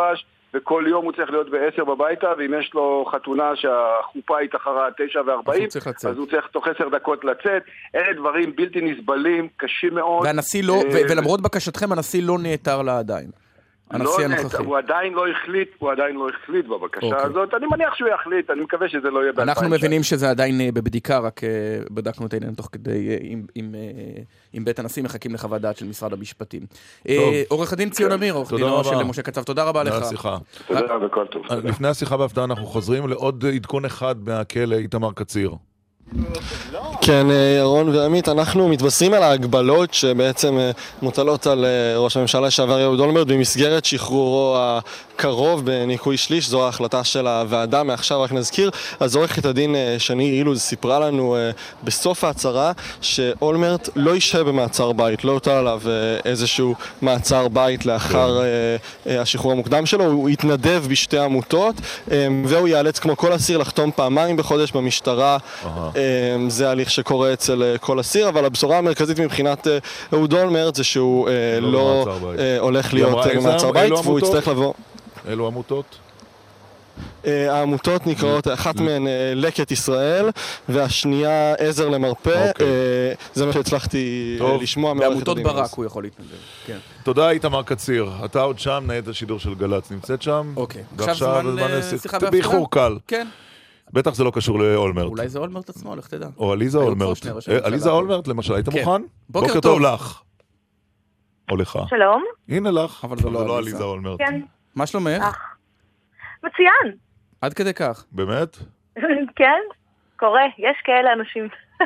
וכל יום הוא צריך להיות בעשר בביתה, ואם יש לו חתונה שהחופה היא אחרה תשע וארבעים, אז הוא צריך תוך עשר דקות לצאת. אלה דברים בלתי נסבלים, קשים מאוד. והנשיא לא, ולמרות בקשתכם, הנשיא לא נעתר לה עדיין. הנשיא הנוכחי. הוא עדיין לא החליט, הוא עדיין לא החליט בבקשה הזאת. אני מניח שהוא יחליט, אני מקווה שזה לא יהיה ב-אלפיים. אנחנו מבינים שזה עדיין בבדיקה, רק בדקנו את העניין תוך כדי, עם בית הנשיא, מחכים לחוות דעת של משרד המשפטים. עורך הדין ציון אמיר, עורך דינו של משה קצב, תודה רבה לך. תודה רבה, כל טוב. לפני השיחה בהפתעה אנחנו חוזרים לעוד עדכון אחד מהכלא, איתמר קציר. כן, ירון ועמית, אנחנו מתבשרים על ההגבלות שבעצם מוטלות על ראש הממשלה לשעבר אהוד אולמרט במסגרת שחרורו הקרוב בניקוי שליש. זו ההחלטה של הוועדה. מעכשיו רק נזכיר, אז עורכת הדין שני אילוז סיפרה לנו בסוף ההצהרה שאולמרט לא ישהה במעצר בית, לא הוטל עליו איזשהו מעצר בית לאחר השחרור המוקדם שלו. הוא התנדב בשתי עמותות והוא ייאלץ כמו כל אסיר לחתום פעמיים בחודש במשטרה. זה הליך שקורה אצל כל אסיר, אבל הבשורה המרכזית מבחינת אהוד אולמרט זה שהוא לא הולך להיות במעצר בית והוא יצטרך לבוא. אלו עמותות? העמותות נקראות, אחת מהן לקט ישראל והשנייה עזר למרפא. זה מה שהצלחתי לשמוע. בעמותות ברק הוא יכול להתנדב. תודה איתמר קציר. אתה עוד שם, ניידת השידור של גל"צ נמצאת שם? אוקיי. עכשיו זמן שיחה בהפתעה? באיחור קל. כן. בטח זה לא קשור לאולמרט. אולי זה אולמרט עצמו, לך תדע. או עליזה אולמרט. עליזה אולמרט למשל, היית מוכן? בוקר טוב לך. או לך. שלום. הנה לך. אבל זה לא עליזה אולמרט. כן. מה שלומך? מצוין. עד כדי כך. באמת? כן, קורה. יש כאלה אנשים.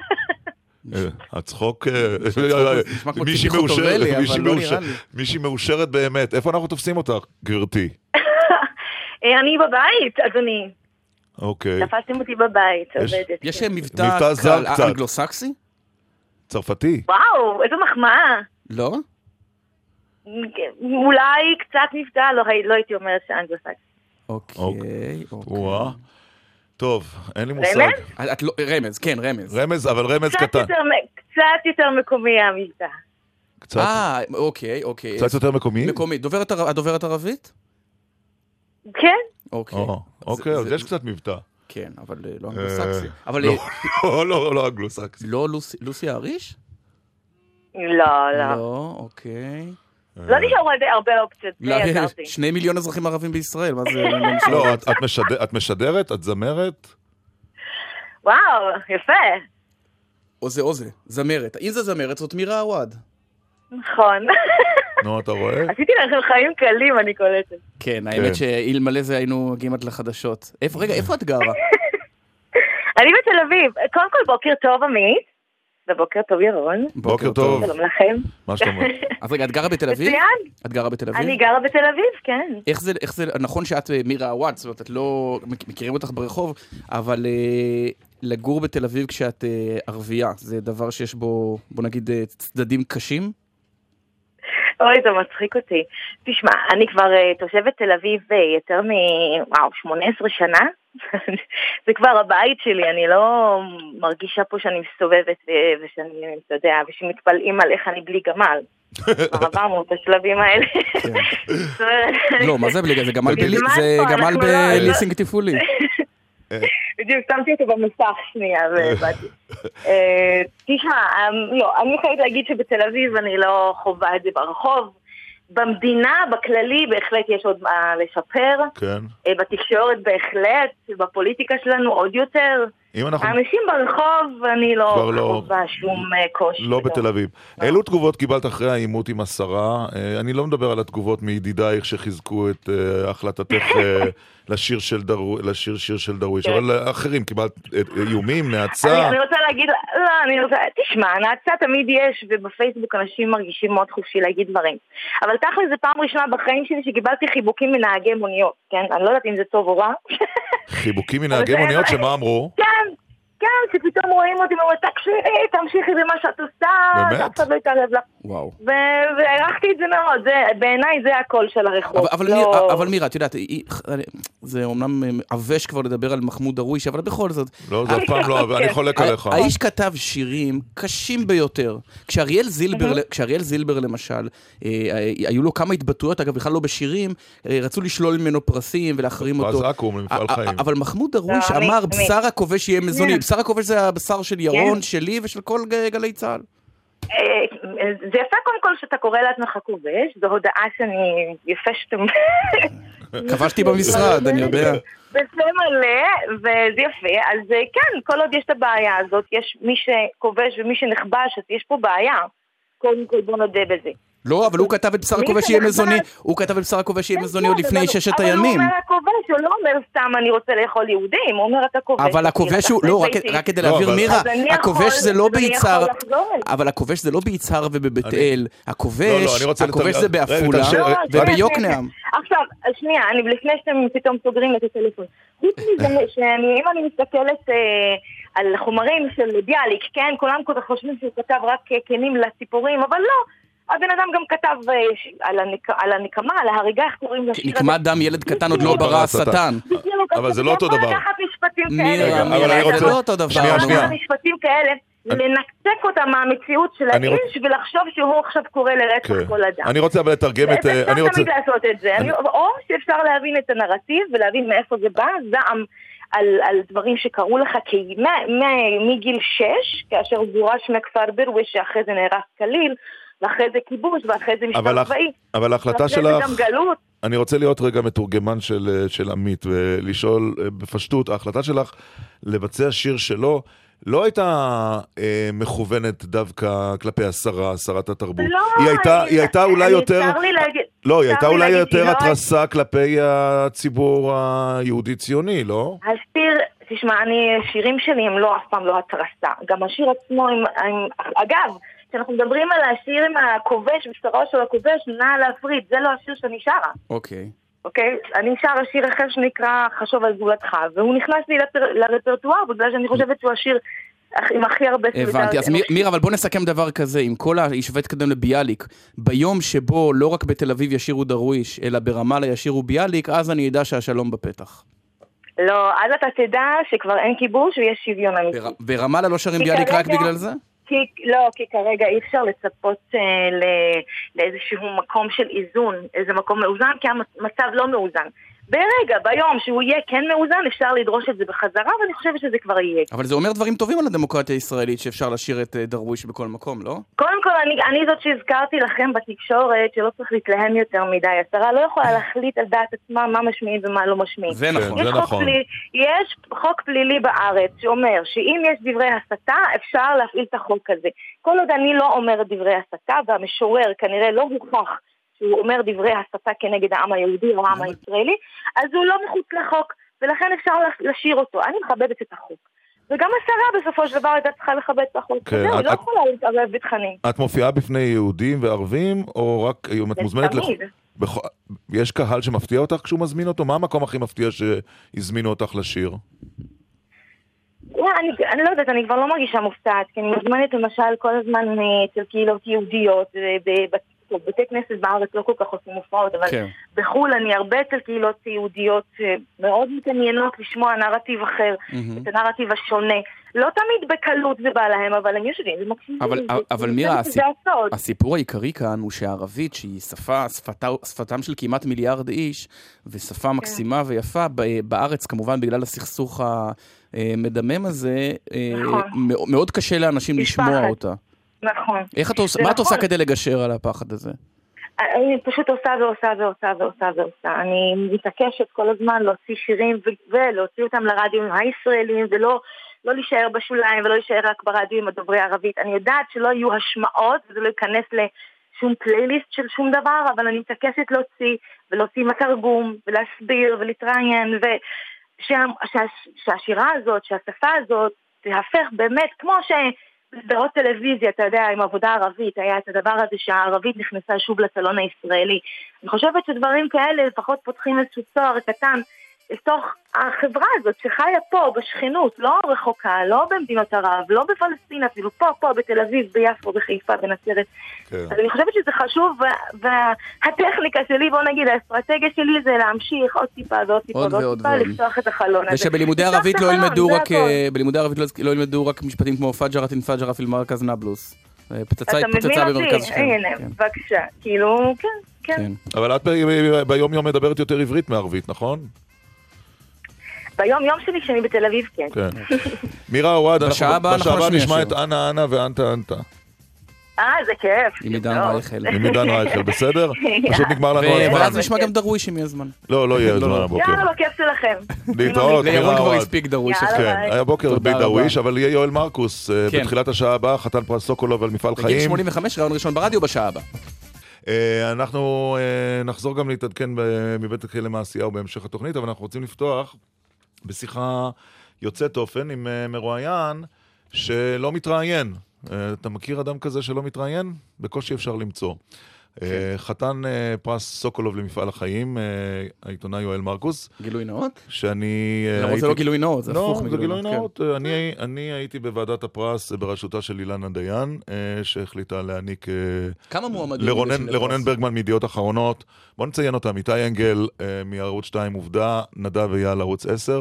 הצחוק, מישהי מאושרת באמת. איפה אנחנו תופסים אותך, גברתי? אני בבית, אדוני. אוקיי. תפסתם אותי בבית, עובדת. יש מבטא אנגלו-סקסי? צרפתי. וואו, איזו מחמאה. לא? אולי קצת מבטא, לא הייתי אומרת שאנגלו-סקסי. אוקיי, אוקיי. טוב, אין לי מושג. רמז? רמז, כן, רמז. רמז, אבל רמז קטן. קצת יותר מקומי המבטא. אה, אוקיי, אוקיי. קצת יותר מקומי? מקומי. דוברת ערבית? כן. אוקיי. אוקיי, אז יש קצת מבטא. כן, אבל לא אנגלו-סקסי. לא, לא אנגלו-סקסי. לא לוסי אריש? לא, לא. לא, אוקיי. לא נשארו הרבה אופציות. שני מיליון אזרחים ערבים בישראל, מה זה? לא, את משדרת? את זמרת? וואו, יפה. או זה או זה, זמרת. אם זה זמרת, זאת מירה עווד. נכון. נו, אתה רואה? עשיתי לכם חיים קלים, אני קולטת. כן, האמת שאילמלא זה היינו מגיעים עד לחדשות. רגע, איפה את גרה? אני בתל אביב. קודם כל, בוקר טוב, עמית. ובוקר טוב, ירון. בוקר טוב. שלום לכם. מה שאתה אומר? אז רגע, את גרה בתל אביב? מצוין. את גרה בתל אביב? אני גרה בתל אביב, כן. איך זה, איך זה, נכון שאת מירה עווד, זאת אומרת, את לא מכירים אותך ברחוב, אבל לגור בתל אביב כשאת ערבייה, זה דבר שיש בו, בוא נגיד, צדדים קשים? אוי, זה מצחיק אותי. תשמע, אני כבר תושבת תל אביב יותר מ... וואו, שמונה עשרה שנה. זה כבר הבית שלי, אני לא מרגישה פה שאני מסתובבת ושאני, אתה יודע, ושמתפלאים על איך אני בלי גמל. כבר עברנו את השלבים האלה. לא, מה זה בלי גמל? זה גמל בליסינג טיפולי. בדיוק, שמתי אותו במסך שנייה ובאתי. תשמע, לא, אני חייבת להגיד שבתל אביב אני לא חובה את זה ברחוב. במדינה, בכללי, בהחלט יש עוד מה לשפר. כן. בתקשורת בהחלט, בפוליטיקה שלנו עוד יותר. אנחנו... האנשים ברחוב, אני לא חובה שום קושי. לא בתל אביב. אילו תגובות קיבלת אחרי העימות עם השרה? אני לא מדבר על התגובות מידידייך שחיזקו את החלטתך לשיר של דרוויש, לשיר שיר של דרוויש, אבל אחרים קיבלת איומים, נעצה. אני רוצה להגיד, לא, אני רוצה, תשמע, נעצה תמיד יש, ובפייסבוק אנשים מרגישים מאוד חופשי להגיד דברים. אבל תכל'ס זה פעם ראשונה בחיים שלי שקיבלתי חיבוקים מנהגי מוניות, כן? אני לא יודעת אם זה טוב או רע. חיבוקים מנהגי מוניות, שמה אמרו? כן, כן, כן, שפתאום רואים אותי ואומרים, תקשיבי, תמשיכי במה שאת עושה, אף אחד לא יתערב לך. וואו. והערכתי את זה מאוד, בעיניי זה הקול של הרחוב. אבל מירה, את יודעת, זה אומנם עבש כבר לדבר על מחמוד דרוויש, אבל בכל זאת... לא, זה אף פעם לא, אני חולק עליך. האיש כתב שירים קשים ביותר. כשאריאל זילבר למשל, היו לו כמה התבטאויות, אגב, בכלל לא בשירים, רצו לשלול ממנו פרסים ולהחרים אותו. פזקום, למפעל חיים. אבל מחמוד דרוויש אמר, בשר הכובש יהיה מזוני. בשר הכובש זה הבשר של ירון, שלי ושל כל גלי צה"ל. זה יפה קודם כל שאתה קורא לעצמך כובש, זו הודעה שאני יפה שאתם... כבשתי במשרד, אני יודע. וזה מלא, וזה יפה, אז כן, כל עוד יש את הבעיה הזאת, יש מי שכובש ומי שנכבש, אז יש פה בעיה. קודם כל בוא נודה בזה. לא, אבל הוא כתב את בשר הכובש שיהיה מזוני, הוא כתב את בשר הכובש שיהיה מזוני עוד לפני ששת הימים. אבל הוא אומר הכובש, הוא לא אומר סתם אני רוצה לאכול יהודים, הוא אומר אתה כובש. אבל הכובש הוא, לא, רק כדי להעביר מירה, הכובש זה לא ביצהר, אבל הכובש זה לא ביצהר ובבית אל, הכובש זה בעפולה וביוקנעם. עכשיו, שנייה, לפני שאתם פתאום סוגרים את הטלפון, חוץ מזה שאם אני מסתכלת על חומרים של ביאליק, כן, כולם חושבים שהוא כתב רק כנים לסיפורים, אבל לא. הבן אדם גם כתב על, הנק... על הנקמה, על ההריגה, איך קוראים לשיר הזה. נקמת דם ילד קטן עוד לא ברא השטן. אבל זה לא אותו דבר. לקחת משפטים כאלה. מירה, מירה, זה לא אותו דבר. שנייה, שנייה. משפטים כאלה, לנקצק אותם מהמציאות של האיש, ולחשוב שהוא עכשיו קורא לרצח כל אדם. אני רוצה אבל לתרגם את... אפשר תמיד לעשות את זה. או שאפשר להבין את הנרטיב, ולהבין מאיפה זה בא, זעם על, על דברים שקראו לך, כי מגיל שש, כאשר הוא גורש מכפר בירוש, שאחרי זה נערך כליל, ואחרי זה כיבוש, ואחרי זה משטר צבאי. אבל ההחלטה שלך, אני רוצה להיות רגע מתורגמן של, של עמית, ולשאול בפשטות, ההחלטה שלך לבצע שיר שלו, לא הייתה אה, מכוונת דווקא כלפי השרה, שרת התרבות. לא, היא הייתה, אני, היא הייתה אולי יותר... להגיד, לא, היא הייתה אולי יותר לא התרסה לא... כלפי הציבור היהודי-ציוני, לא? השיר, תשמע, אני, שירים שלי הם לא, אף פעם לא התרסה. גם השיר עצמו, הם, הם, אגב, כשאנחנו מדברים על השיר עם הכובש, בשרו של הכובש, נע להפריד, זה לא השיר שאני שרה. אוקיי. אוקיי? אני שרה שיר אחר שנקרא חשוב על זולתך, והוא נכנס לי לרפרטואר, בגלל שאני חושבת שהוא השיר עם הכי הרבה סולידריות. הבנתי, אז מירה, אבל בוא נסכם דבר כזה, עם כל הישווית קדם לביאליק, ביום שבו לא רק בתל אביב ישירו דרוויש, אלא ברמאללה ישירו ביאליק, אז אני אדע שהשלום בפתח. לא, אז אתה תדע שכבר אין כיבוש ויש שוויון אמיתי. ברמאללה לא שרים ביאליק רק בגלל זה? כי, לא, כי כרגע אי אפשר לצפות אה, לא, לאיזשהו מקום של איזון, איזה מקום מאוזן, כי המצב לא מאוזן. ברגע, ביום שהוא יהיה כן מאוזן, אפשר לדרוש את זה בחזרה, ואני חושבת שזה כבר יהיה. אבל זה אומר דברים טובים על הדמוקרטיה הישראלית, שאפשר לשיר את דרוויש בכל מקום, לא? קודם כל, אני, אני זאת שהזכרתי לכם בתקשורת, שלא צריך להתלהם יותר מדי. השרה לא יכולה להחליט על דעת עצמה מה משמיעים ומה לא משמיעים. זה נכון, זה נכון. פלילי, יש חוק פלילי בארץ שאומר שאם יש דברי הסתה, אפשר להפעיל את החוק הזה. כל עוד אני לא אומרת דברי הסתה, והמשורר כנראה לא הוכח שהוא אומר דברי הסתה כנגד העם היהודי או העם הישראלי, אז הוא לא מחוץ לחוק, ולכן אפשר לשיר אותו. אני מכבדת את החוק. וגם השרה בסופו של דבר הייתה צריכה לכבד את החוק. כן, זהו, את, לא את, יכולה להתערב בתכנים. את מופיעה בפני יהודים וערבים, או רק היום את מוזמנת... תמיד. לח... יש קהל שמפתיע אותך כשהוא מזמין אותו? מה המקום הכי מפתיע שהזמינו אותך לשיר? אני, אני לא יודעת, אני כבר לא מרגישה מופתעת, כי אני מזמנת למשל כל הזמן אצל קהילות יהודיות, בבתי כנסת בארץ לא כל כך עושים מופעות, אבל כן. בחול אני הרבה אצל קהילות יהודיות מאוד מתעניינות לשמוע נרטיב אחר, mm-hmm. את הנרטיב השונה. לא תמיד בקלות זה בא להם, אבל הם יושבים, זה מקשיבים. אבל, זה, אבל זה, מירה, זה הסיפ... זה הסיפור העיקרי כאן הוא שהערבית, שהיא שפה, שפתה, שפתם של כמעט מיליארד איש, ושפה כן. מקסימה ויפה, בארץ כמובן בגלל הסכסוך המדמם הזה, נכון. מאוד קשה לאנשים לשמוע פחד. אותה. נכון. איך את עושה, מה את עושה כדי לגשר על הפחד הזה? אני פשוט עושה ועושה ועושה ועושה ועושה. אני מתעקשת כל הזמן להוציא שירים ולהוציא אותם לרדיו הישראלים, ולא לא להישאר בשוליים ולא להישאר רק ברדיו עם הדוברי הערבית. אני יודעת שלא יהיו השמעות וזה לא ייכנס לשום פלייליסט של שום דבר, אבל אני מתעקשת להוציא ולהוציא מתרגום ולהסביר ולהתראיין, ושהשירה הזאת, שהשפה הזאת תהפך באמת כמו ש... בסדרות טלוויזיה, אתה יודע, עם עבודה ערבית, היה את הדבר הזה שהערבית נכנסה שוב לסלון הישראלי. אני חושבת שדברים כאלה לפחות פותחים איזשהו צוהר קטן, לתוך החברה הזאת שחיה פה בשכנות, לא רחוקה, לא במדינות ערב, לא בפלסטין אפילו, פה, פה, בתל אביב, ביפו, בחיפה, בנצרת. כן. אז אני חושבת שזה חשוב, והטכניקה שלי, בוא נגיד, האסטרטגיה שלי זה להמשיך עוד טיפה ועוד טיפה ועוד, ועוד טיפה, לפתוח את החלון הזה. ושבלימודי ערבית לא ילמדו רק, בלימודי ערבית לא ילמדו רק משפטים כמו פג'רת אין פג'רה פיל מרכז נבלוס. פצצה התפוצצה במרכז שכם. הנה, בבקשה, כאילו, כן, כן. אבל את ביום יום מדברת יותר עברית מערבית, נכון? ביום יום שלי שאני בתל אביב, כן. מירה עווד, בשעה הבאה נשמע את אנה אנה ואנטה אנטה. אה, זה כיף. עם עידן רייכל. עם עידן רייכל, בסדר? פשוט נגמר לנו הזמן. ואז נשמע גם דרוויש אם יהיה זמן. לא, לא יהיה זמן הבוקר. יאללה, בכיף שלכם. להתראות, מירה לירון כבר עווד. הספיק דרוויש. כן, היה בוקר בלי דרוויש, אבל יהיה יואל מרקוס בתחילת השעה הבאה, חתן פרס סוקולוב על מפעל חיים. בגיל שמונים וחמש, ראיון ראשון ברדיו בשעה הבאה. אנחנו נחזור גם להתעדכן מבית הכלא מעשיהו בהמשך התוכנית, אבל אנחנו רוצים לפתוח בשיחה יוצאת אופן עם מרואיין שלא מתראיין. אתה מכיר אדם כזה שלא מתראיין? בקושי אפשר למצוא. חתן פרס סוקולוב למפעל החיים, העיתונאי יואל מרקוס. גילוי נאות? שאני... למרות זה לא גילוי נאות, זה הפוך מגילוי נאות. לא, זה גילוי נאות. אני הייתי בוועדת הפרס בראשותה של אילנה דיין, שהחליטה להעניק... כמה מועמדים? לרונן ברגמן מידיעות אחרונות. בוא נציין אותם, איתי אנגל מערוץ שתיים עובדה, נדב אייל ערוץ עשר.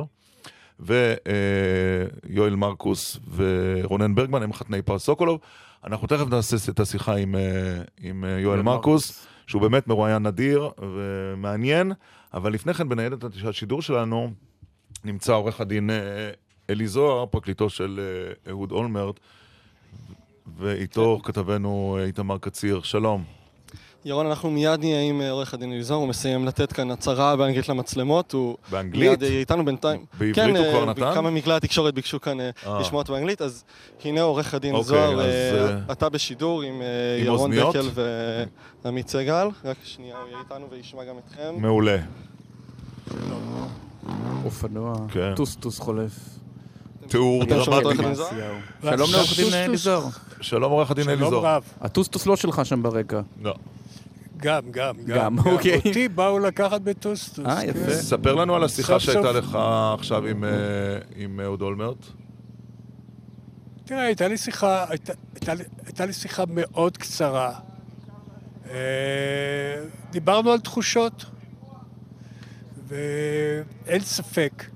ויואל מרקוס ורונן ברגמן הם חתני פרס סוקולוב. אנחנו תכף נעשה את השיחה עם, עם יואל מרקוס, שהוא באמת מרואיין נדיר ומעניין, אבל לפני כן בניידת השידור שלנו נמצא עורך הדין אלי זוהר, פרקליטו של אהוד אולמרט, ואיתו כתבנו איתמר קציר. שלום. ירון, אנחנו מיד נהיה עם עורך הדין אליזור, הוא מסיים לתת כאן הצהרה באנגלית למצלמות, הוא באנגלית? מיד איתנו בינתיים. בעברית כן, הוא כבר נתן? כמה מכלי התקשורת ביקשו כאן לשמוע אותו באנגלית, אז הנה עורך הדין זוהר, אז... אתה בשידור עם, עם ירון דקל ועמית סגל, רק שנייה הוא יהיה איתנו וישמע גם אתכם. מעולה. אופנוע, כן. טוס טוס חולף. תיאור דרמטי. שלום לעורך הדין אליזור. שלום עורך הדין אליזור. שלום רב. הטוס טוס לא שלך שם ברקע. לא. גם, גם, גם. גם. אוקיי. אותי באו לקחת בטוסטוס. אה, יפה. ספר לנו על השיחה שהייתה לך עכשיו עם אהוד אולמרט. תראה, הייתה לי שיחה, הייתה לי שיחה מאוד קצרה. דיברנו על תחושות, ואין ספק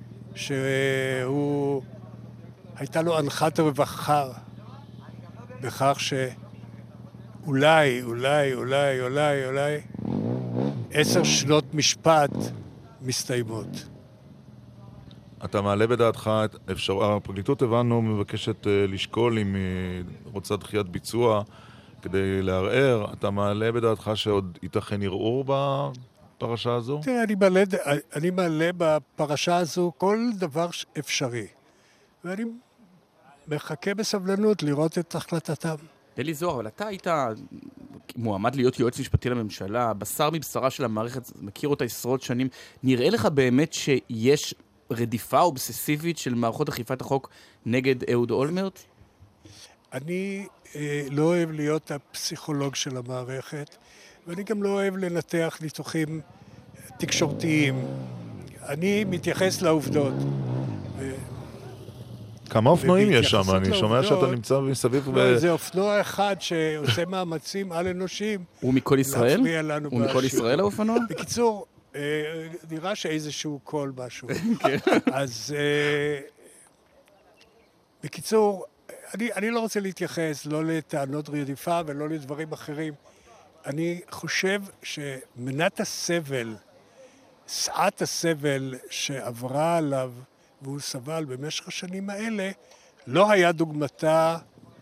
שהוא, הייתה לו הנחת הרווחה בכך שאולי, אולי, אולי, אולי, אולי, עשר שנות משפט מסתיימות. אתה מעלה בדעתך את אפשר... הפרקליטות הבנו מבקשת לשקול אם היא רוצה דחיית ביצוע כדי לערער. אתה מעלה בדעתך שעוד ייתכן ערעור בפרשה הזו? תראה, אני מעלה, אני מעלה בפרשה הזו כל דבר אפשרי. ואני מחכה בסבלנות לראות את החלטתם. אלי זוהר, אבל אתה היית מועמד להיות יועץ משפטי לממשלה, בשר מבשרה של המערכת, מכיר אותה עשרות שנים. נראה לך באמת שיש רדיפה אובססיבית של מערכות אכיפת החוק נגד אהוד אולמרט? אני אה, לא אוהב להיות הפסיכולוג של המערכת, ואני גם לא אוהב לנתח ניתוחים תקשורתיים. אני מתייחס לעובדות. ו... כמה אופנועים יש שם? אני שומע שאתה נמצא מסביב... לא, זה אופנוע אחד שעושה מאמצים על אנושים. הוא מכל ישראל? הוא מכל ישראל האופנוע? בקיצור, נראה שאיזשהו קול משהו. אז בקיצור, אני לא רוצה להתייחס לא לטענות רדיפה ולא לדברים אחרים. אני חושב שמנת הסבל, שעת הסבל שעברה עליו והוא סבל במשך השנים האלה, לא היה דוגמתה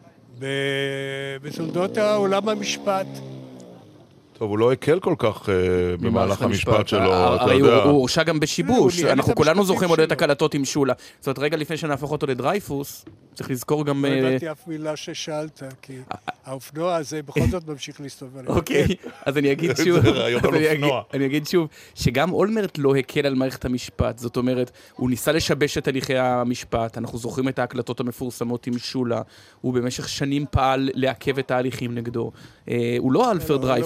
בתולדות העולם המשפט. טוב, הוא לא הקל כל כך במהלך המשפט שלו, אתה הרי יודע. הוא הורשע גם בשיבוש, אנחנו כולנו זוכרים עוד את הקלטות עם שולה. זאת אומרת, רגע לפני שנהפוך אותו לדרייפוס, צריך לזכור גם... לא הבנתי אף מילה ששאלת, כי האופנוע הזה בכל זאת ממשיך להסתובב. אוקיי, אז אני אגיד שוב, אני אגיד שוב, שגם אולמרט לא הקל על מערכת המשפט, זאת אומרת, הוא ניסה לשבש את הליכי המשפט, אנחנו זוכרים את ההקלטות המפורסמות עם שולה, הוא במשך שנים פעל לעכב את ההליכים נגדו, הוא לא אלפר דרייפוס.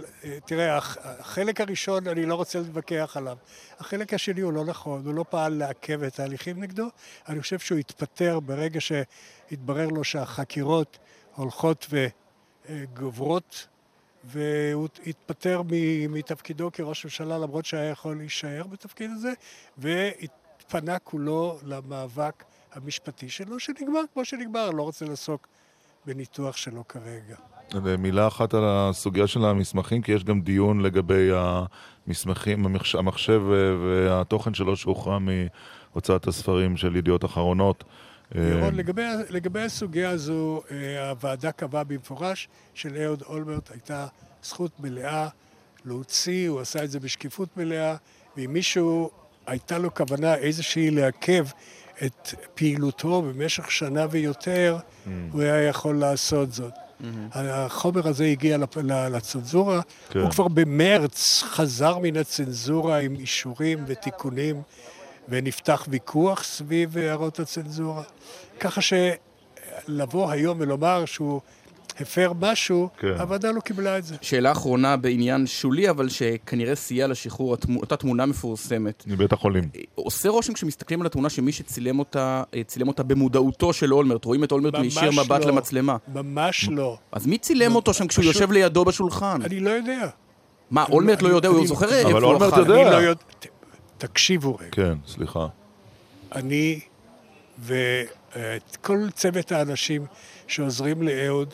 תראה, החלק הראשון אני לא רוצה להתווכח עליו. החלק השני הוא לא נכון, הוא לא פעל לעכב את ההליכים נגדו. אני חושב שהוא התפטר ברגע שהתברר לו שהחקירות הולכות וגוברות, והוא התפטר מתפקידו כראש ממשלה, למרות שהיה יכול להישאר בתפקיד הזה, והתפנה כולו למאבק המשפטי שלו, שנגמר כמו שנגמר, לא רוצה לעסוק בניתוח שלו כרגע. מילה אחת על הסוגיה של המסמכים, כי יש גם דיון לגבי המסמכים, המחשב והתוכן שלו שהוכרע מהוצאת הספרים של ידיעות אחרונות. ירון, לגבי, לגבי הסוגיה הזו, הוועדה קבעה במפורש שלאהוד אולמרט הייתה זכות מלאה להוציא, הוא עשה את זה בשקיפות מלאה, ואם מישהו הייתה לו כוונה איזושהי לעכב את פעילותו במשך שנה ויותר, mm. הוא היה יכול לעשות זאת. Mm-hmm. החומר הזה הגיע לצנזורה, כן. הוא כבר במרץ חזר מן הצנזורה עם אישורים ותיקונים, ונפתח ויכוח סביב הערות הצנזורה. ככה שלבוא היום ולומר שהוא הפר משהו, כן. הוועדה לא קיבלה את זה. שאלה אחרונה בעניין שולי, אבל שכנראה סייע לשחרור, אותה תמונה מפורסמת. מבית החולים. עושה רושם כשמסתכלים על התמונה שמי שצילם אותה, צילם אותה במודעותו של אולמרט. רואים את אולמרט מישיר מבט לא, למצלמה. ממש לא. אז מי צילם אותו שם כשהוא יושב לידו בשולחן? אני לא יודע. מה, אולמרט לא יודע, הוא זוכר איפה הוא אבל אולמרט יודע. תקשיבו רגע. כן, סליחה. אני ואת כל צוות האנשים שעוזרים לאהוד,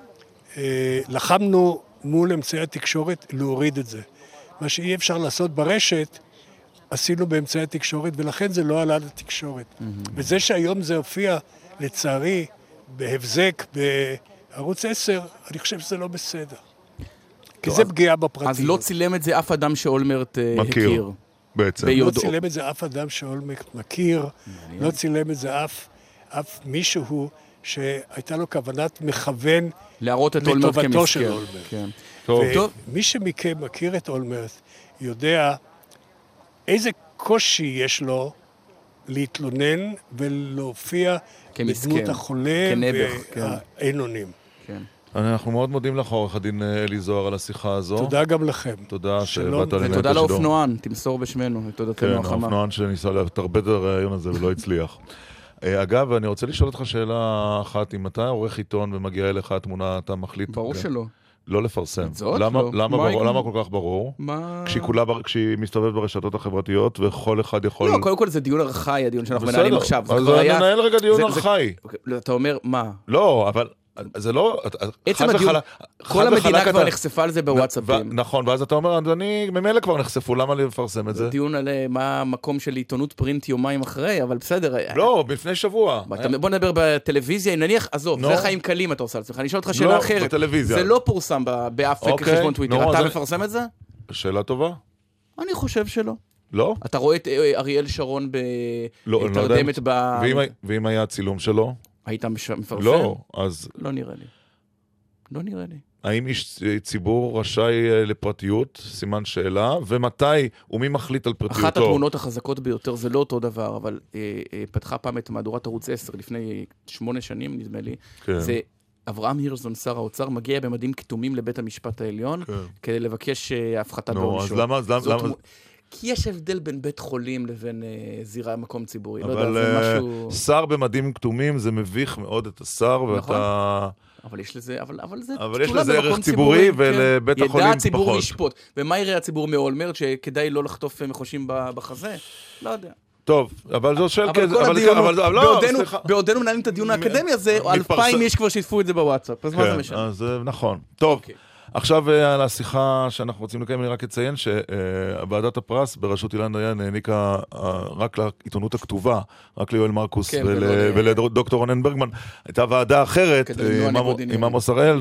לחמנו מול אמצעי התקשורת להוריד את זה. מה שאי אפשר לעשות ברשת, עשינו באמצעי התקשורת, ולכן זה לא עלה לתקשורת. Mm-hmm. וזה שהיום זה הופיע, לצערי, בהבזק, בערוץ עשר, אני חושב שזה לא בסדר. כי זה פגיעה בפרטיות. אז לא צילם את זה אף אדם שאולמרט הכיר. בעצם. לא צילם את זה אף אדם שאולמרט מכיר, לא צילם את זה אף, אף מישהו שהייתה לו כוונת מכוון להראות את אולמרט כמסכן. כן. טוב. ומי שמכם מכיר את אולמרט יודע איזה קושי יש לו להתלונן ולהופיע בדמות החולה והאנונים. כן. אנחנו מאוד מודים לך, עורך הדין אלי זוהר, על השיחה הזו. תודה גם לכם. תודה שבאת לנהל את ותודה לאופנוען, תמסור בשמנו, תודתנו החמה. החמה. כן, האופנוען שניסה לתרבד את הרעיון הזה ולא הצליח. אגב, אני רוצה לשאול אותך שאלה אחת, אם אתה עורך עיתון ומגיעה אליך התמונה, אתה מחליט... ברור שלא. לא לפרסם. זאת למה, לא. למה, ברור, למה כל כך ברור? מה... כשהיא, כולה, כשהיא מסתובבת ברשתות החברתיות וכל אחד יכול... לא, קודם כל זה דיון ארכאי, הדיון שאנחנו מנהלים עכשיו. אז היה... ננהל רגע דיון ארכאי. זה... אתה אומר, מה? לא, אבל... זה לא... עצם הדיון, כל המדינה כבר נחשפה על זה בוואטסאפים. נכון, ואז אתה אומר, אני ממילא כבר נחשפו, למה לי לפרסם את זה? זה דיון על מה המקום של עיתונות פרינט יומיים אחרי, אבל בסדר. לא, בפני שבוע. בוא נדבר בטלוויזיה, נניח, עזוב, זה חיים קלים אתה עושה על עצמך. אני אשאל אותך שאלה אחרת. לא, בטלוויזיה. זה לא פורסם באף חשבון טוויטר. אתה מפרסם את זה? שאלה טובה. אני חושב שלא. לא? אתה רואה את אריאל שרון בתרדמת ב... ואם היה הצילום שלו? היית מפרסם? לא, אז... לא נראה לי. לא נראה לי. האם איש ציבור רשאי לפרטיות? סימן שאלה. ומתי ומי מחליט על פרטיותו? אחת התמונות החזקות ביותר, זה לא אותו דבר, אבל אה, אה, פתחה פעם את מהדורת ערוץ עשר לפני שמונה שנים, נדמה לי. כן. זה אברהם הירשזון, שר האוצר, מגיע במדים כתומים לבית המשפט העליון, כן. כדי לבקש אה, הפחתת בעונשו. אז למה... אז למה... כי יש הבדל בין בית חולים לבין אה, זירה מקום ציבורי. אבל לא יודע, זה משהו... שר במדים כתומים זה מביך מאוד את השר, ואתה... נכון. אבל יש לזה, אבל, אבל זה... אבל יש לזה ערך ציבורי, ולבית החולים פחות. ידע הציבור לשפוט. ומה יראה הציבור מאולמרט, שכדאי לא לחטוף מחושים בחזה? לא יודע. טוב, אבל זו שאלה... אבל כל הדיון, בעודנו מנהלים את הדיון האקדמי הזה, אלפיים איש כבר שיתפו את זה בוואטסאפ. אז מה זה משנה? אז נכון. טוב. עכשיו על השיחה שאנחנו רוצים לקיים, אני רק אציין שוועדת הפרס בראשות אילן דיין העניקה רק לעיתונות הכתובה, רק ליואל מרקוס ולדוקטור רונן ברגמן. הייתה ועדה אחרת עם עמוס הראל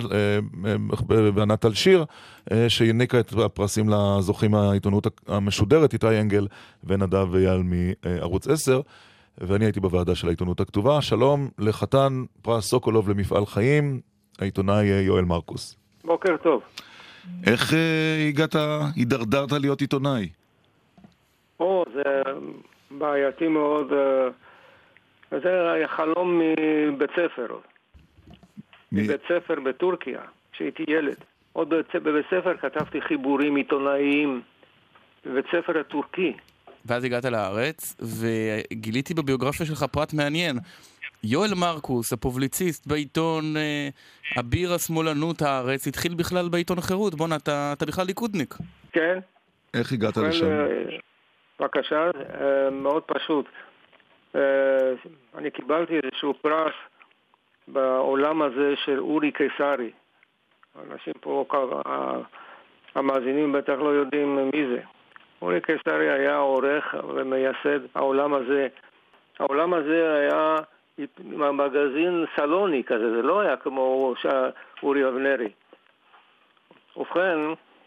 ונטל שיר, שהעניקה את הפרסים לזוכים העיתונות המשודרת, איתי אנגל ונדב ויעל מערוץ עשר, ואני הייתי בוועדה של העיתונות הכתובה. שלום לחתן פרס סוקולוב למפעל חיים, העיתונאי יואל מרקוס. בוקר טוב. איך uh, הגעת, הידרדרת להיות עיתונאי? או, זה בעייתי מאוד. Uh, זה היה חלום מבית ספר. מ... מבית ספר בטורקיה, כשהייתי ילד. עוד בבית ספר כתבתי חיבורים עיתונאיים בבית ספר הטורקי. ואז הגעת לארץ, וגיליתי בביוגרפיה שלך פרט מעניין. יואל מרקוס, הפובליציסט בעיתון אביר השמאלנות הארץ, התחיל בכלל בעיתון החירות. בוא, אתה, אתה בכלל ליכודניק. כן. איך הגעת לשם? בבקשה, מאוד פשוט. אני קיבלתי איזשהו פרס בעולם הזה של אורי קיסרי. אנשים פה, המאזינים בטח לא יודעים מי זה. אורי קיסרי היה עורך ומייסד העולם הזה. העולם הזה היה מגזין סלוני כזה, זה לא היה כמו אורי אבנרי. ובכן,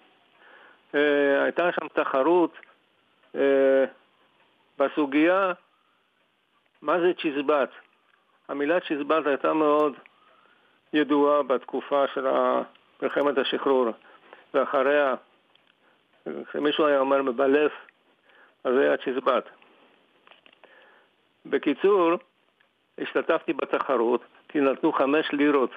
הייתה שם תחרות בסוגיה מה זה צ'יזבט. המילה צ'יזבט הייתה מאוד ידועה בתקופה של מלחמת השחרור, ואחריה כשמישהו היה אומר מבלף, אז זה היה צ'יזבט. בקיצור, השתתפתי בתחרות, כי נתנו חמש לירות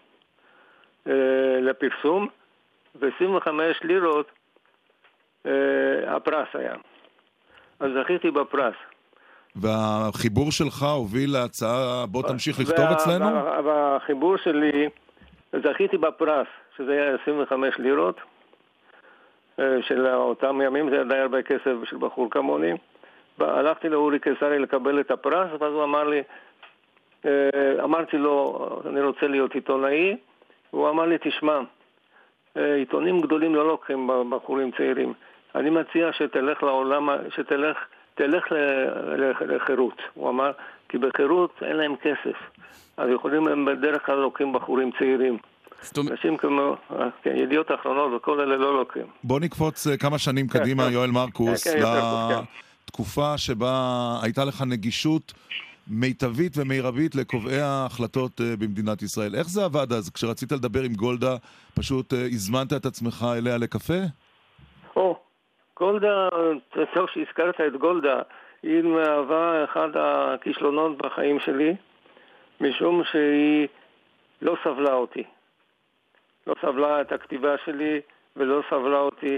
אה, לפרסום, ו-עשרים וחמש לירות אה, הפרס היה. אז זכיתי בפרס. והחיבור שלך הוביל להצעה, בוא תמשיך לכתוב וה, אצלנו? וה, והחיבור שלי, זכיתי בפרס, שזה היה עשרים וחמש לירות, של אותם ימים, זה די הרבה כסף של בחור כמוני. הלכתי לאורי קיסרי לקבל את הפרס, ואז הוא אמר לי, אמרתי לו, אני רוצה להיות עיתונאי, והוא אמר לי, תשמע, עיתונים גדולים לא לוקחים בחורים צעירים. אני מציע שתלך לעולם, שתלך תלך לחירות. הוא אמר, כי בחירות אין להם כסף. אז יכולים, הם בדרך כלל לוקחים בחורים צעירים. אנשים כמו, כן, ידיעות אחרונות וכל אלה לא לוקחים. בוא נקפוץ כמה שנים קדימה, יואל מרקוס, לתקופה שבה הייתה לך נגישות מיטבית ומירבית לקובעי ההחלטות במדינת ישראל. איך זה עבד אז? כשרצית לדבר עם גולדה, פשוט הזמנת את עצמך אליה לקפה? או, גולדה, טוב שהזכרת את גולדה, היא מהווה אחד הכישלונות בחיים שלי, משום שהיא לא סבלה אותי. לא סבלה את הכתיבה שלי ולא סבלה אותי,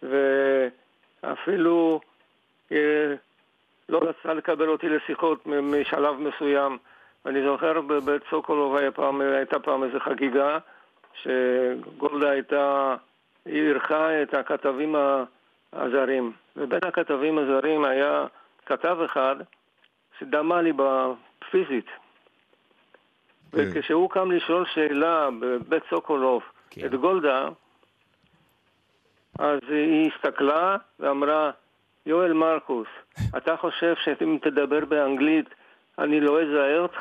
ואפילו אה, לא רצה לקבל אותי לשיחות משלב מסוים. אני זוכר בבית סוקולוב פעם, הייתה פעם איזו חגיגה שגולדה הייתה, היא ערכה את הכתבים הזרים, ובין הכתבים הזרים היה כתב אחד שדמה לי בפיזית. וכשהוא קם לשאול שאלה בבית סוקולוב את גולדה, אז היא הסתכלה ואמרה, יואל מרקוס, אתה חושב שאם תדבר באנגלית אני לא אזהה אותך?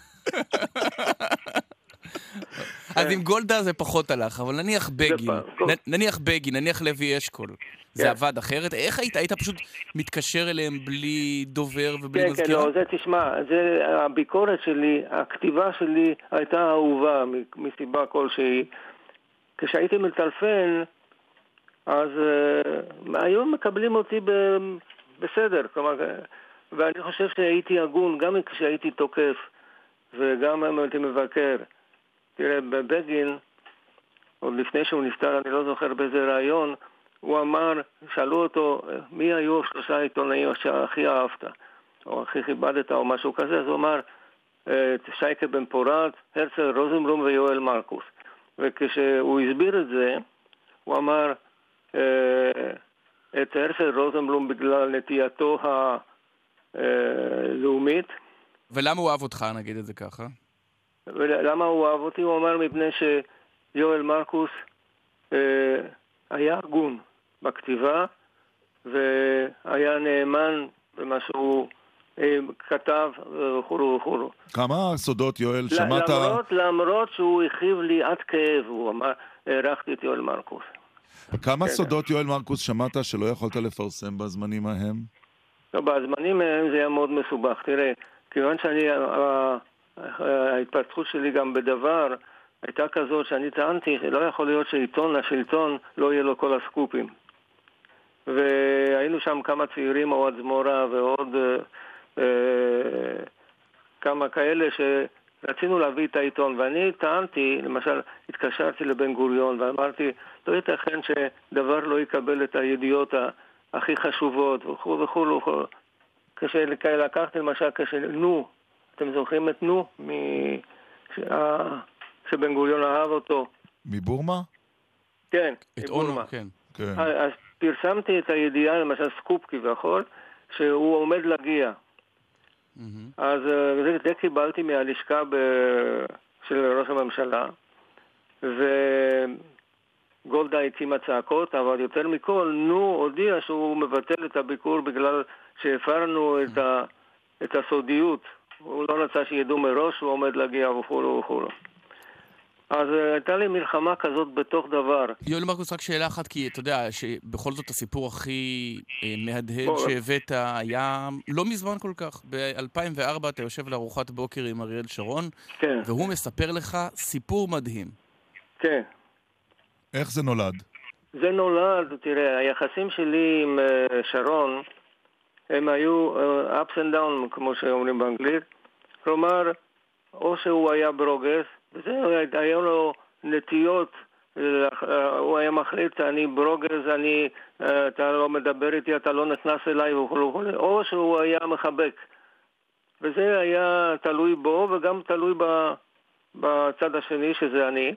אז עם גולדה זה פחות הלך, אבל נניח בגין, נניח בגין, נניח לוי אשכול, זה עבד אחרת? איך היית? היית פשוט מתקשר אליהם בלי דובר ובלי מזכירה? כן, כן, לא, זה תשמע, הביקורת שלי, הכתיבה שלי הייתה אהובה מסיבה כלשהי. כשהייתי מטלפן, אז היום מקבלים אותי בסדר, כלומר, ואני חושב שהייתי הגון, גם כשהייתי תוקף, וגם אם הייתי מבקר. תראה, בבגין, עוד לפני שהוא נפטר, אני לא זוכר באיזה רעיון, הוא אמר, שאלו אותו, מי היו שלושה עיתונאים שהכי אהבת, או הכי כיבדת, או משהו כזה, אז הוא אמר, שייקה בן פורת, הרצל רוזנבלום ויואל מרקוס. וכשהוא הסביר את זה, הוא אמר, את הרצל רוזנבלום בגלל נטייתו הלאומית. ולמה הוא אהב אותך, נגיד את זה ככה? ולמה הוא אהב אותי? הוא אמר מפני שיואל מרקוס אה, היה הגון בכתיבה, והיה נאמן במה שהוא אה, כתב וכו' וכו'. כמה סודות, יואל, שמעת? למרות, למרות שהוא הכאיב לי עד כאב, הוא אמר, הערכתי את יואל מרקוס. כמה סודות, יואל מרקוס, שמעת שלא יכולת לפרסם בזמנים ההם? לא, בזמנים ההם זה היה מאוד מסובך. תראה, כיוון שאני, ההתפתחות שלי גם בדבר הייתה כזאת שאני טענתי שלא יכול להיות שעיתון לשלטון לא יהיה לו כל הסקופים. והיינו שם כמה צעירים, אוהד זמורה ועוד אה, כמה כאלה רצינו להביא את העיתון, ואני טענתי, למשל, התקשרתי לבן גוריון ואמרתי, לא ייתכן שדבר לא יקבל את הידיעות הכי חשובות וכו' וכו' וכו'. כשלקחתי למשל, כשנו, אתם זוכרים את נו? שבן גוריון אהב אותו. מבורמה? כן, את אונו, כן. אז פרסמתי את הידיעה, למשל סקופ כביכול, שהוא עומד להגיע. אז זה קיבלתי מהלשכה של ראש הממשלה, וגולדה הקימה צעקות, אבל יותר מכל, נו הודיע שהוא מבטל את הביקור בגלל שהפרנו את הסודיות. הוא לא רצה שידעו מראש, הוא עומד להגיע וכו' וכו'. אז הייתה לי מלחמה כזאת בתוך דבר. יואל מרקוס, רק שאלה אחת, כי אתה יודע שבכל זאת הסיפור הכי מהדהד שהבאת היה לא מזמן כל כך. ב-אלפיים וארבע אתה יושב לארוחת בוקר עם אריאל שרון, כן. והוא מספר לך סיפור מדהים. כן. איך זה נולד? זה נולד, תראה, היחסים שלי עם שרון, הם היו ups and down, כמו שאומרים באנגלית. כלומר, או שהוא היה ברוגז, וזה היה לו נטיות, הוא היה מחליט, אני ברוגז, אני, אתה לא מדבר איתי, אתה לא נכנס אליי וכו', או שהוא היה מחבק. וזה היה תלוי בו וגם תלוי בצד השני, שזה אני.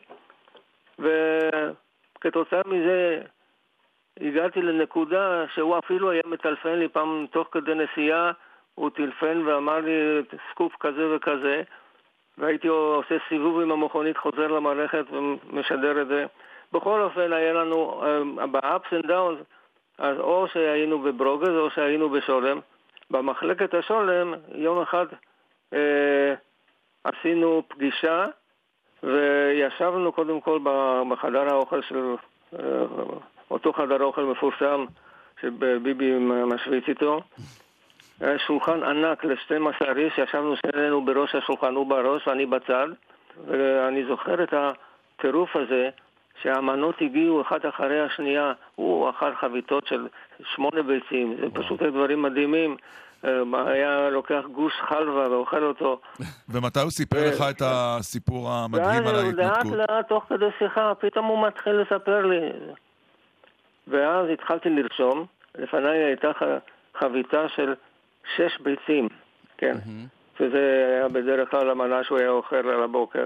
וכתוצאה מזה הגעתי לנקודה שהוא אפילו היה מטלפן לי פעם תוך כדי נסיעה, הוא טלפן ואמר לי סקופ כזה וכזה, והייתי עושה סיבוב עם המכונית, חוזר למערכת ומשדר את זה. בכל אופן היה לנו ב-ups and downs, אז או שהיינו בברוגז או שהיינו בשולם. במחלקת השולם יום אחד אה, עשינו פגישה וישבנו קודם כל בחדר האוכל של אה, אותו חדר אוכל מפורסם שביבי משוויץ איתו. היה שולחן ענק ל-שנים עשר איש, ישבנו שנינו בראש השולחן, הוא בראש ואני בצד, ואני זוכר את הטירוף הזה שהמנות הגיעו אחת אחרי השנייה, הוא אכל חביתות של שמונה ביצים, זה פשוט דברים מדהימים, היה לוקח גוש חלבה ואוכל אותו. ומתי הוא סיפר לך את הסיפור המדהים על ההתנתקות? לאט לאט תוך כדי שיחה, פתאום הוא מתחיל לספר לי. ואז התחלתי לרשום, לפניי הייתה חביתה של שש ביצים, כן, mm-hmm. שזה היה בדרך כלל המנה שהוא היה אוכל על הבוקר,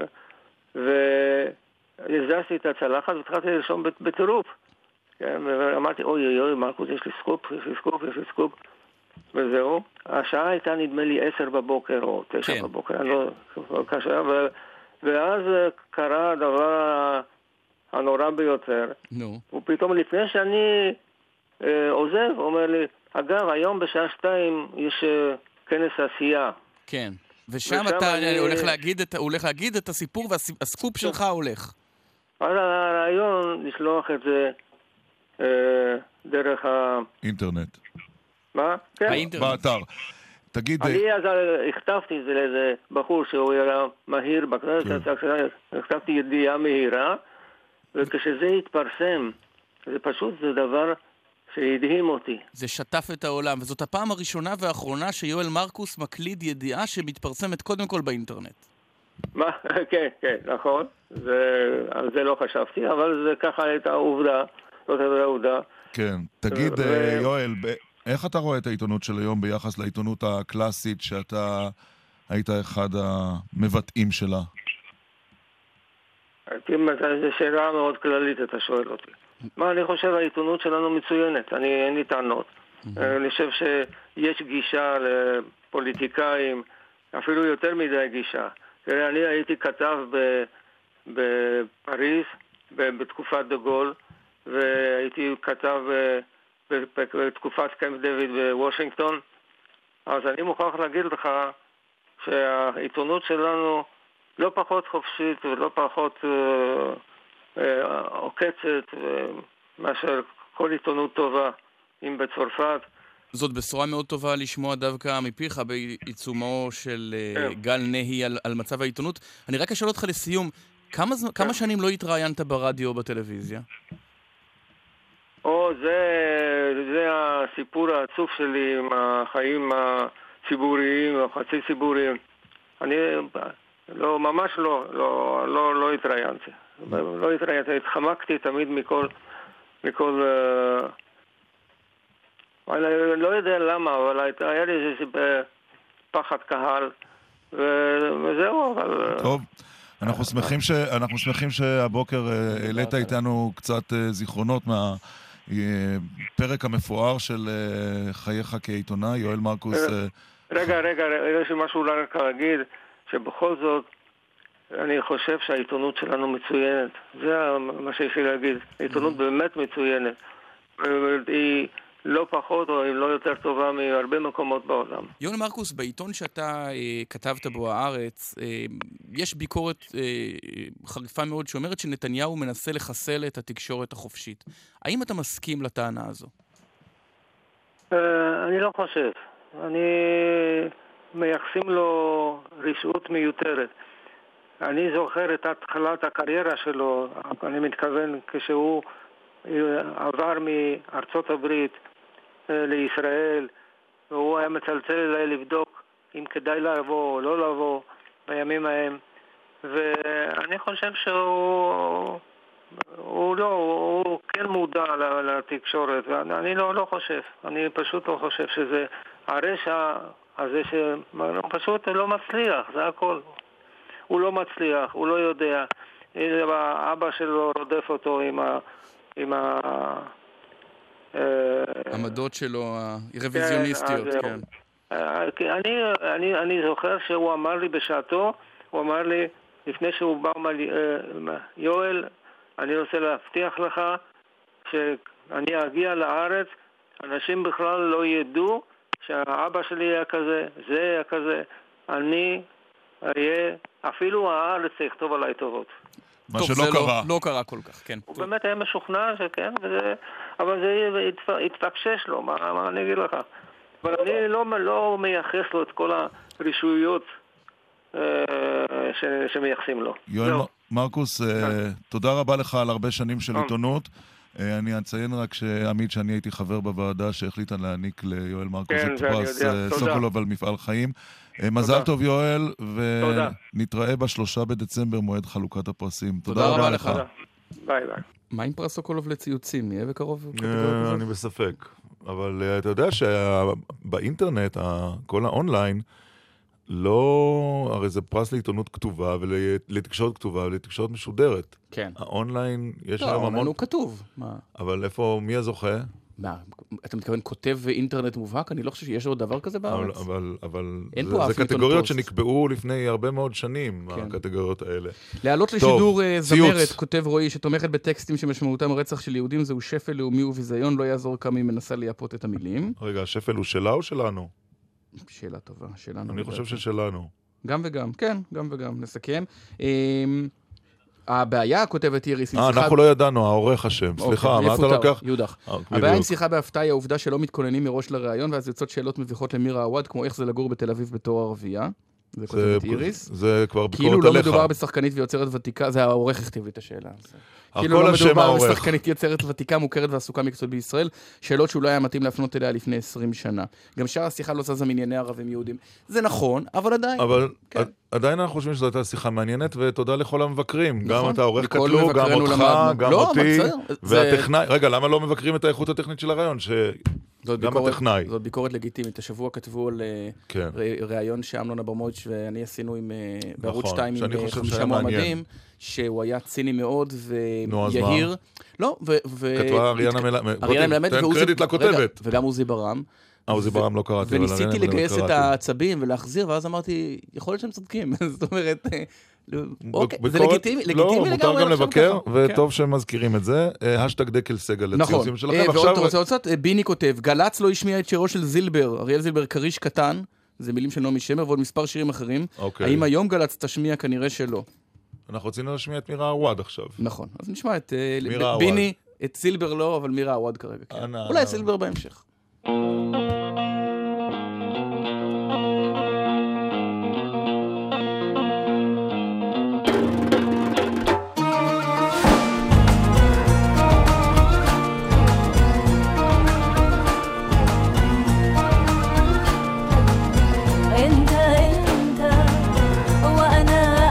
והזזתי את הצלחת והתחלתי לרשום בטירוף, כן, ואמרתי, אוי אוי אוי, מרקוס, יש לי סקופ, יש לי סקופ, יש לי סקופ, וזהו. השעה הייתה נדמה לי עשר בבוקר או תשע כן. בבוקר, אני לא קשה, ו... ואז קרה הדבר הנורא ביותר, נו. ופתאום לפני שאני אה, עוזב, הוא אומר לי, אגב, היום בשעה שתיים יש כנס עשייה. כן, ושם אתה אני... הולך, להגיד את, הולך להגיד את הסיפור והסקופ שלך הולך. על הרעיון לשלוח את זה אה, דרך ה... אינטרנט. מה? כן. האינטרנט. באתר. תגיד... אני אז הכתבתי את זה לאיזה בחור שהוא היה מהיר בכנסת, הכתבתי ידיעה מהירה, וכשזה התפרסם, זה פשוט זה דבר... שהדהים אותי. זה שטף את העולם, וזאת הפעם הראשונה והאחרונה שיואל מרקוס מקליד ידיעה שמתפרסמת קודם כל באינטרנט. מה? כן, כן, נכון. זה, על זה לא חשבתי, אבל זה ככה הייתה העובדה. זאת הייתה העובדה. כן. תגיד, ו... יואל, איך אתה רואה את העיתונות של היום ביחס לעיתונות הקלאסית שאתה היית אחד המבטאים שלה? זו שאלה מאוד כללית, אתה שואל אותי. מה אני חושב, העיתונות שלנו מצוינת, אני אין לי טענות. אני חושב שיש גישה לפוליטיקאים, אפילו יותר מדי גישה. תראה, אני הייתי כתב בפריז, בתקופת דה גול, והייתי כתב בתקופת קמפ דיוויד בוושינגטון, אז אני מוכרח להגיד לך שהעיתונות שלנו לא פחות חופשית ולא פחות... עוקצת מאשר כל עיתונות טובה, אם בצרפת. זאת בשורה מאוד טובה לשמוע דווקא מפיך בעיצומו של גל נהי על, על מצב העיתונות. אני רק אשאל אותך לסיום, כמה, כמה שנים לא התראיינת ברדיו או בטלוויזיה? או, זה, זה הסיפור העצוב שלי עם החיים הציבוריים, החצי ציבוריים. אני לא, ממש לא, לא, לא, לא התראיינתי. לא התראיינתי, התחמקתי תמיד מכל, מכל, אני לא יודע למה, אבל היה לי איזה פחד קהל, וזהו, אבל... טוב. אנחנו שמחים ש... אנחנו שמחים שהבוקר העלית איתנו קצת זיכרונות מהפרק המפואר של חייך כעיתונאי, יואל מרקוס. רגע, רגע, יש לי משהו רק להגיד, שבכל זאת אני חושב שהעיתונות שלנו מצוינת. זה מה שיש לי להגיד. העיתונות באמת מצוינת. היא לא פחות או היא לא יותר טובה מהרבה מקומות בעולם. יואל מרקוס, בעיתון שאתה אה, כתבת בו הארץ, אה, יש ביקורת אה, חריפה מאוד שאומרת שנתניהו מנסה לחסל את התקשורת החופשית. האם אתה מסכים לטענה הזו? אה, אני לא חושב. אני מייחסים לו רשעות מיותרת. אני זוכר את התחלת הקריירה שלו, אני מתכוון כשהוא עבר מארצות הברית לישראל, והוא היה מצלצל אליי לבדוק אם כדאי לבוא או לא לבוא בימים ההם, ואני חושב שהוא הוא לא, הוא כן מודע לתקשורת, ואני לא, לא חושב, אני פשוט לא חושב שזה הרשע הזה שפשוט לא מצליח, זה הכל. הוא לא מצליח, הוא לא יודע, אבא שלו רודף אותו עם ה... עם ה... עמדות שלו, הרוויזיוניסטיות, כן. אני, אני, אני זוכר שהוא אמר לי בשעתו, הוא אמר לי, לפני שהוא בא, יואל, אני רוצה להבטיח לך שאני אגיע לארץ, אנשים בכלל לא ידעו שהאבא שלי היה כזה, זה היה כזה, אני אהיה, אפילו הארץ יכתוב עליי טובות. מה שלא קרה. לא קרה כל כך, כן. הוא באמת היה משוכנע שכן, אבל זה התפקשש לו, מה אני אגיד לך. אבל אני לא מייחס לו את כל הרישויות שמייחסים לו. יואל מרקוס, תודה רבה לך על הרבה שנים של עיתונות. אני אציין רק שעמית שאני הייתי חבר בוועדה שהחליטה להעניק ליואל מרקוס את פרס סוקולוב על מפעל חיים. מזל טוב יואל, ונתראה בשלושה בדצמבר מועד חלוקת הפרסים. תודה רבה לך. ביי ביי. מה עם פרס סוקולוב לציוצים? יהיה בקרוב? אני בספק. אבל אתה יודע שבאינטרנט, כל האונליין, לא, הרי זה פרס לעיתונות כתובה ולתקשורת כתובה ולתקשורת משודרת. כן. האונליין יש להם המון... לא, האונליין הוא כתוב. אבל איפה, מי הזוכה? מה, אתה מתכוון כותב אינטרנט מובהק? אני לא חושב שיש עוד דבר כזה בארץ. אבל, אבל זה, זה קטגוריות שנקבעו לפני הרבה מאוד שנים, כן. הקטגוריות האלה. להעלות לשידור זמרת, כותב רועי, שתומכת בטקסטים שמשמעותם רצח של יהודים, זהו שפל לאומי וביזיון, לא יעזור כמה היא מנסה לייפות את המילים. רגע, השפל הוא שלה או שלנו? שאלה טובה, שלנו. אני חושב ששלנו. גם וגם, כן, גם וגם, נסכם. הבעיה, כותבת איריס, אה, אנחנו לא ידענו, העורך השם. סליחה, מה אתה לוקח? יודח. הבעיה עם שיחה בהפתעה היא העובדה שלא מתכוננים מראש לראיון, ואז יוצאות שאלות מביכות למירה עווד, כמו איך זה לגור בתל אביב בתור ערבייה. זה כותבת איריס. זה כבר ביקורת כאילו לא עליך. מדובר בשחקנית ויוצרת ותיקה, זה העורך הכתיב את השאלה. כאילו לא מדובר בשחקנית יוצרת ותיקה, מוכרת ועסוקה מקצועית בישראל, שאלות שהוא לא היה מתאים להפנות אליה לפני עשרים שנה. גם שאר השיחה לא זזה מענייני ערבים יהודים. זה נכון, אבל עדיין. אבל עדיין אנחנו חושבים שזו הייתה שיחה מעניינת, ותודה לכל המבקרים. גם את העורך קטלו, גם אותך, גם אותי, והטכנאי. רגע, למה לא מבקרים את האיכות הטכנית של הרעיון? גם הטכנאי. זאת ביקורת לגיטימית. השבוע כתבו על ראיון שאמנון אברמוביץ' ואני עשינו בערוץ שתיים עם חמישה מועמדים, שהוא היה ציני מאוד ויהיר. לא, ו... כתבה אריאנה מלמד. תן קרדיט לכותבת. וגם עוזי ברם. עוזי ברם לא קראתי. וניסיתי לגייס את העצבים ולהחזיר, ואז אמרתי, יכול להיות שהם צודקים. זאת אומרת, זה לגיטימי לגמרי. לא, מותר גם לבקר, וטוב שהם מזכירים את זה. השטג דקל סגל לציוצים שלכם. ועוד רוצה לצאת, ביני כותב, גלץ לא השמיע את שירו של זילבר, אריאל זילבר קריש קטן, זה מילים של נעמי שמר, ועוד מספר שירים אחרים. האם היום גלץ תשמיע? כנראה שלא. אנחנו רצינו להשמיע את מירה עווד עכשיו. נכון, אז נשמע את ביני, את זילבר לא, אבל מירה עווד כרגע. אולי זילבר בהמשך. انت انت وانا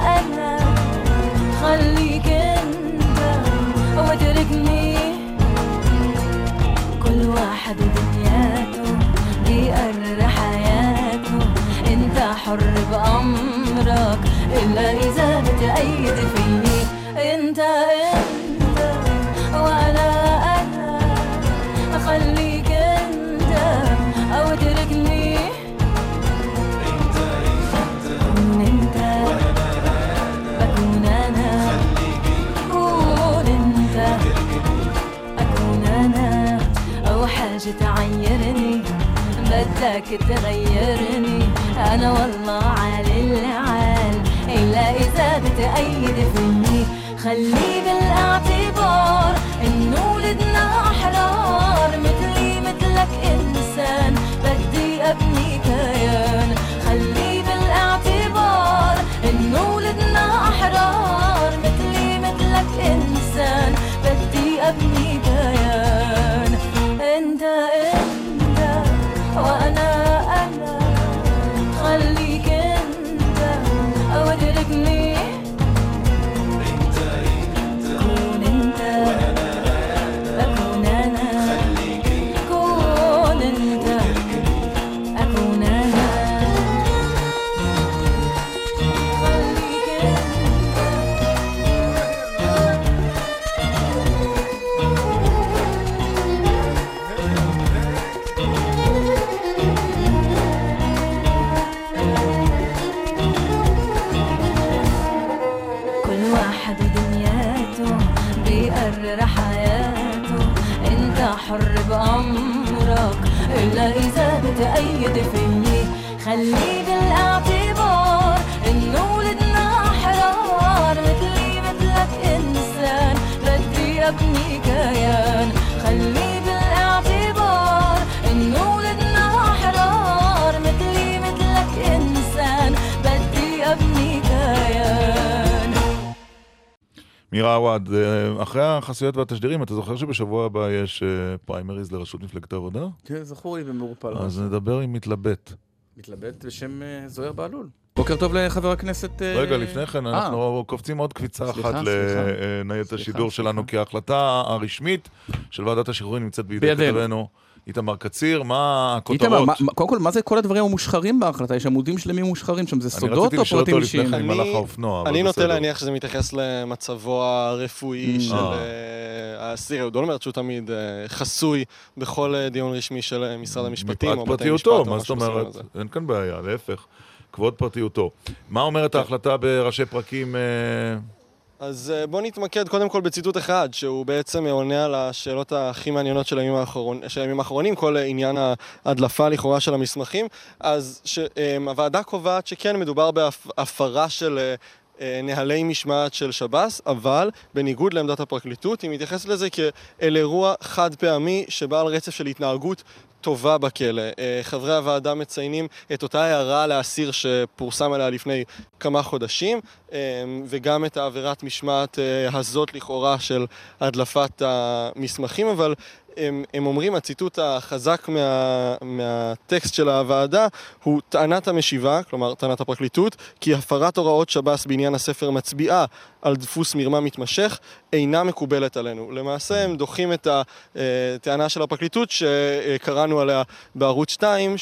إلا إذا بتأيد فيني. انت انت وأنا أنا، خليك انت أو اتركني. انت انت كون انت بكون أنا، كون انت أكون أنا. أو حاجة تعيرني بدك تغيرني، أنا والله عالي العال إلا إذا بتأيد فيني. خلي بالاعتبار إنه ولدنا أحرار، مثلي مثلك إنسان بدي أبني كيان. خلي بالاعتبار إنه ولدنا أحرار، مثلي مثلك إنسان بدي أبني كيان. انت انت وأنا أنا، خليك انت أو اتركني. انت انت كون انت أكون أنا، كون انت أكون أنا. خليك كل واحد ودنياته بيقرر حياته، انت حر بأمرك إلا إذا بتأيد فيني. خلي بالاعتبار إنه ولدنا أحرار، مثلي مثلك إنسان بدي أبني كيان. خلي بالاعتبار إنه ولدنا أحرار، مثلي مثلك إنسان بدي أبني كيان. מירה עווד, אחרי החסויות והתשדירים, אתה זוכר שבשבוע הבא יש פריימריז לראשות מפלגת העבודה? כן, זכור לי ומעורפל. אז נדבר עם מתלבט. מתלבט בשם זוהר בעלול. בוקר טוב לחבר הכנסת... רגע, לפני כן, אנחנו קופצים עוד קפיצה אחת לניידת השידור שלנו, כי ההחלטה הרשמית של ועדת השחרורים נמצאת בידי כתבנו. איתמר קציר, מה הכותרות? איתמר, קודם כל, מה זה כל הדברים המושחרים בהחלטה? יש עמודים שלמים מושחרים שם, זה סודות או פרטים אישיים? אני נוטה להניח שזה מתייחס למצבו הרפואי של האסיר אהוד אולמרט, שהוא תמיד חסוי בכל דיון רשמי של משרד המשפטים או בתי משפט. פרטיותו, מה זאת אומרת? אין כאן בעיה, להפך. כבוד פרטיותו. מה אומרת ההחלטה בראשי פרקים? אז בוא נתמקד קודם כל בציטוט אחד, שהוא בעצם עונה על השאלות הכי מעניינות של הימים האחרונים, של הימים האחרונים, כל עניין ההדלפה לכאורה של המסמכים. אז הוועדה קובעת שכן מדובר בהפרה של נהלי משמעת של שב"ס, אבל בניגוד לעמדת הפרקליטות, היא מתייחסת לזה כאל אירוע חד פעמי שבעל רצף של התנהגות טובה בכלא. חברי הוועדה מציינים את אותה הערה לאסיר שפורסם עליה לפני כמה חודשים, וגם את העבירת משמעת הזאת לכאורה של הדלפת המסמכים, אבל הם, הם אומרים, הציטוט החזק מה, מהטקסט של הוועדה הוא טענת המשיבה, כלומר טענת הפרקליטות, כי הפרת הוראות שב"ס בעניין הספר מצביעה על דפוס מרמה מתמשך, אינה מקובלת עלינו. למעשה הם דוחים את הטענה של הפרקליטות שקראנו עליה בערוץ שתיים,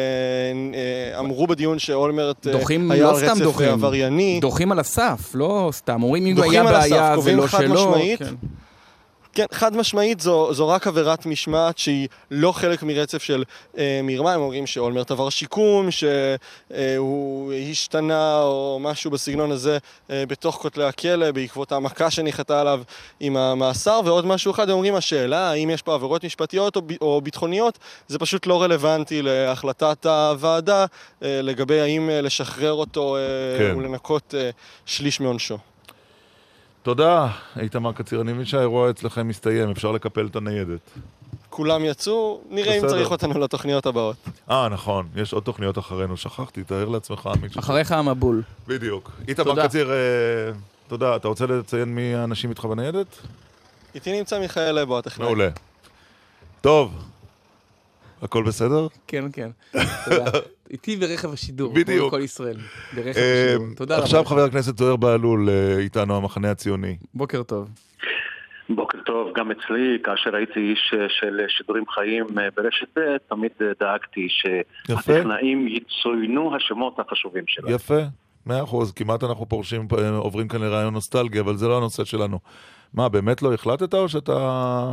שאמרו בדיון שאולמרט היה על רצף עברייני. דוחים על הסף, לא סתם. אומרים אם היה בעיה זה לא שלו. כן, חד משמעית זו, זו רק עבירת משמעת שהיא לא חלק מרצף של אה, מרמה. הם אומרים שאולמרט עבר שיקום, שהוא אה, השתנה או משהו בסגנון הזה אה, בתוך כותלי הכלא, בעקבות המכה שניחתה עליו עם המאסר. ועוד משהו אחד, הם אומרים, השאלה האם יש פה עבירות משפטיות או, או ביטחוניות, זה פשוט לא רלוונטי להחלטת הוועדה אה, לגבי האם אה, לשחרר אותו אה, כן. ולנקות אה, שליש מעונשו. תודה, איתמר קציר. אני מבין שהאירוע אצלכם מסתיים, אפשר לקפל את הניידת. כולם יצאו, נראה אם צריך אותנו לתוכניות הבאות. אה, נכון, יש עוד תוכניות אחרינו, שכחתי, תאר לעצמך. אחריך המבול. בדיוק. איתמר קציר, תודה. אתה רוצה לציין מי האנשים איתך בניידת? איתי נמצא מיכאל לבו, הטכנאי. מעולה. טוב, הכל בסדר? כן, כן. תודה. איתי ברכב השידור. בדיוק. כל ישראל. ברכב השידור. תודה רבה. עכשיו חבר הכנסת זוהר בעלול, איתנו המחנה הציוני. בוקר טוב. בוקר טוב, גם אצלי, כאשר הייתי איש של שידורים חיים ברשת ב', תמיד דאגתי שהטכנאים יצוינו השמות החשובים שלהם. יפה. מאה אחוז, כמעט אנחנו פורשים, עוברים כאן לרעיון נוסטלגיה, אבל זה לא הנושא שלנו. מה, באמת לא החלטת או שאתה...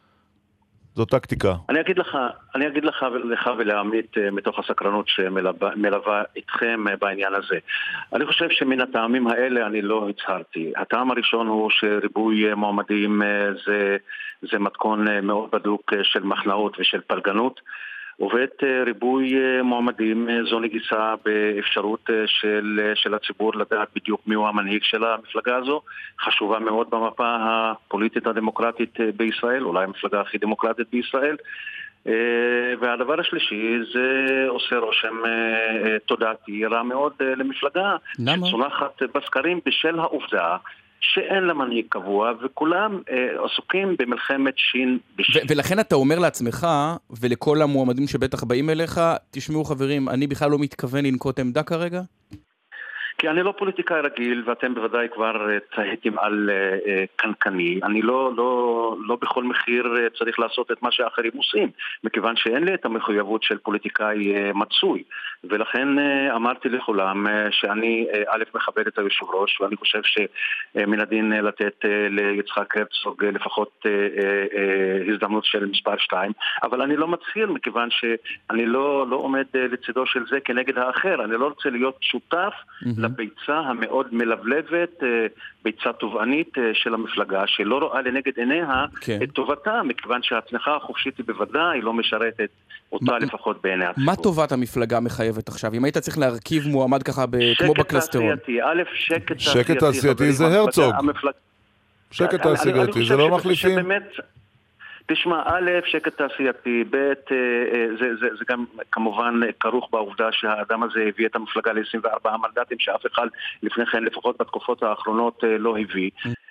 זו טקטיקה? אני אגיד לך, אני אגיד לך, לך ולעמית מתוך הסקרנות שמלווה איתכם בעניין הזה. אני חושב שמן הטעמים האלה אני לא הצהרתי. הטעם הראשון הוא שריבוי מועמדים זה, זה מתכון מאוד בדוק של מחנאות ושל פלגנות. ובית ריבוי מועמדים זו נגיסה באפשרות של, של הציבור לדעת בדיוק מיהו המנהיג של המפלגה הזו, חשובה מאוד במפה הפוליטית הדמוקרטית בישראל, אולי המפלגה הכי דמוקרטית בישראל. והדבר השלישי זה עושה רושם תודעתי רע מאוד למפלגה שצונחת בסקרים בשל העובדה שאין לה מנהיג קבוע, וכולם אה, עסוקים במלחמת שין בשין. ו- ולכן אתה אומר לעצמך, ולכל המועמדים שבטח באים אליך, תשמעו חברים, אני בכלל לא מתכוון לנקוט עמדה כרגע? כי אני לא פוליטיקאי רגיל, ואתם בוודאי כבר תהיתם על קנקני. אני לא, לא, לא בכל מחיר צריך לעשות את מה שאחרים עושים, מכיוון שאין לי את המחויבות של פוליטיקאי מצוי. ולכן אמרתי לכולם שאני א' מכבד את היושב ראש, ואני חושב שמן הדין לתת ליצחק הרצוג לפחות הזדמנות של מספר שתיים, אבל אני לא מצהיר, מכיוון שאני לא, לא עומד לצידו של זה כנגד האחר. אני לא רוצה להיות שותף לביצה המאוד מלבלבת, ביצה תובענית של המפלגה, שלא רואה לנגד עיניה את טובתה, מכיוון שהצנחה החופשית היא בוודאי לא משרתת אותה לפחות בעיני הציבור. מה טובת המפלגה מחייבת עכשיו? אם היית צריך להרכיב מועמד ככה כמו בקלסטרון. א', שקט תעשייתי. שקט תעשייתי זה הרצוג. שקט תעשייתי, זה לא מחליפים. תשמע, א', שקט תעשייתי, ב', זה, זה, זה גם כמובן כרוך בעובדה שהאדם הזה הביא את המפלגה ל-עשרים וארבעה מנדטים שאף אחד לפני כן, לפחות בתקופות האחרונות, לא הביא.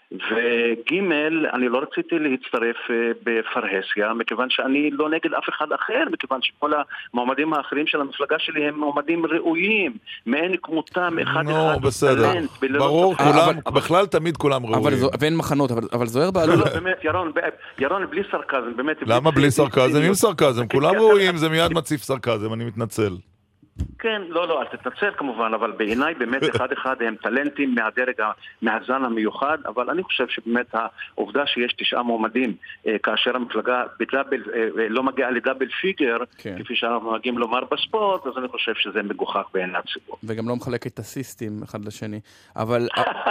וג' אני לא רציתי להצטרף בפרהסיה, מכיוון שאני לא נגד אף אחד אחר, מכיוון שכל המועמדים האחרים של המפלגה שלי הם מועמדים ראויים, מעין כמותם אחד אחד. נו, בסדר. ברור, כולם, בכלל תמיד כולם ראויים. ואין מחנות, אבל זוהר בעלול... לא, באמת, ירון, ירון, בלי סרקזם, באמת... למה בלי סרקזם? עם סרקזם, כולם ראויים, זה מיד מציף סרקזם, אני מתנצל. כן, לא, לא, אל תתנצל כמובן, אבל בעיניי באמת אחד אחד הם טלנטים מהדרג, מהזן המיוחד, אבל אני חושב שבאמת העובדה שיש תשעה מועמדים, אה, כאשר המפלגה בדאבל, אה, לא מגיעה לדאבל פיגר, כן. כפי שאנחנו מגיעים לומר בספורט, אז אני חושב שזה מגוחך בעיני הציבור. וגם לא מחלק את הסיסטים אחד לשני. אבל,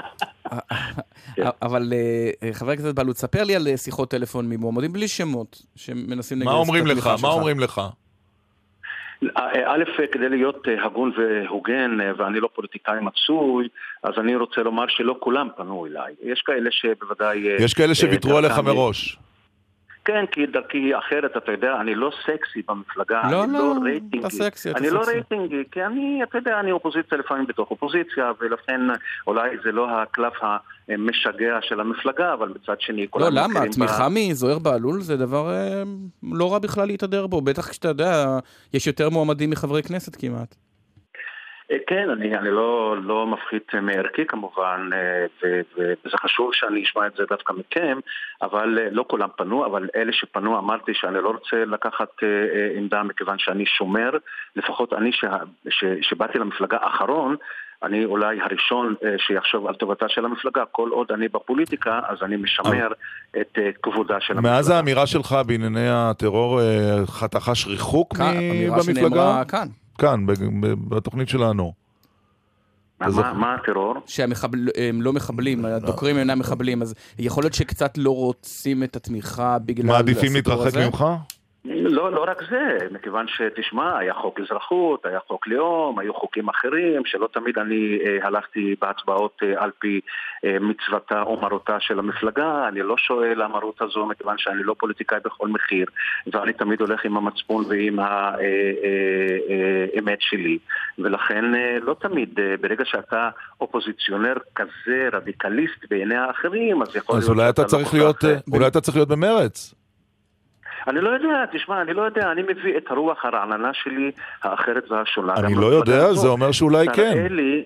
אבל חבר הכנסת בעלות, ספר לי על שיחות טלפון ממועמדים בלי שמות, שמנסים מה אומרים לך? מה אומרים לך? א', כדי להיות הגון והוגן, ואני לא פוליטיקאי מצוי, אז אני רוצה לומר שלא כולם פנו אליי. יש כאלה שבוודאי... יש כאלה שוויתרו עליך מראש. כן, כי דרכי אחרת, אתה יודע, אני לא סקסי במפלגה, לא, אני לא, לא רייטינגי. אתה סקסי, אתה אני סקסי. לא רייטינגי, כי אני, אתה יודע, אני אופוזיציה לפעמים בתוך אופוזיציה, ולכן אולי זה לא הקלף המשגע של המפלגה, אבל מצד שני... לא, למה? תמיכה מזוהר בעלול זה דבר אה, לא רע בכלל להתהדר בו, בטח כשאתה יודע, יש יותר מועמדים מחברי כנסת כמעט. כן, אני, אני לא, לא מפחית מערכי כמובן, ו, וזה חשוב שאני אשמע את זה דווקא מכם, אבל לא כולם פנו, אבל אלה שפנו אמרתי שאני לא רוצה לקחת עמדה מכיוון שאני שומר, לפחות אני ש, ש, שבאתי למפלגה האחרון, אני אולי הראשון שיחשוב על טובתה של המפלגה, כל עוד אני בפוליטיקה, אז אני משמר את כבודה של המפלגה. מאז האמירה שלך בענייני הטרור, חתך ריחוק במפלגה? שנאמרה כאן. כאן, בתוכנית שלנו. מה הטרור? שהם לא מחבלים, הדוקרים אינם מחבלים, אז יכול להיות שקצת לא רוצים את התמיכה בגלל הסיפור הזה? מעדיפים להתרחק ממך? לא, לא רק זה, מכיוון שתשמע, היה חוק אזרחות, היה חוק לאום, היו חוקים אחרים, שלא תמיד אני אה, הלכתי בהצבעות אה, על פי אה, מצוותה או מרותה של המפלגה, אני לא שואל המרות הזו, מכיוון שאני לא פוליטיקאי בכל מחיר, ואני תמיד הולך עם המצפון ועם האמת אה, אה, שלי, ולכן אה, לא תמיד, אה, ברגע שאתה אופוזיציונר כזה רדיקליסט בעיני האחרים, אז יכול אז להיות... אולי אתה צריך להיות, אה, אולי אתה צריך להיות במרץ. אני לא יודע, תשמע, אני לא יודע, אני מביא את הרוח הרעננה שלי, האחרת והשונה. אני לא יודע, זה אומר שאולי כן. לי,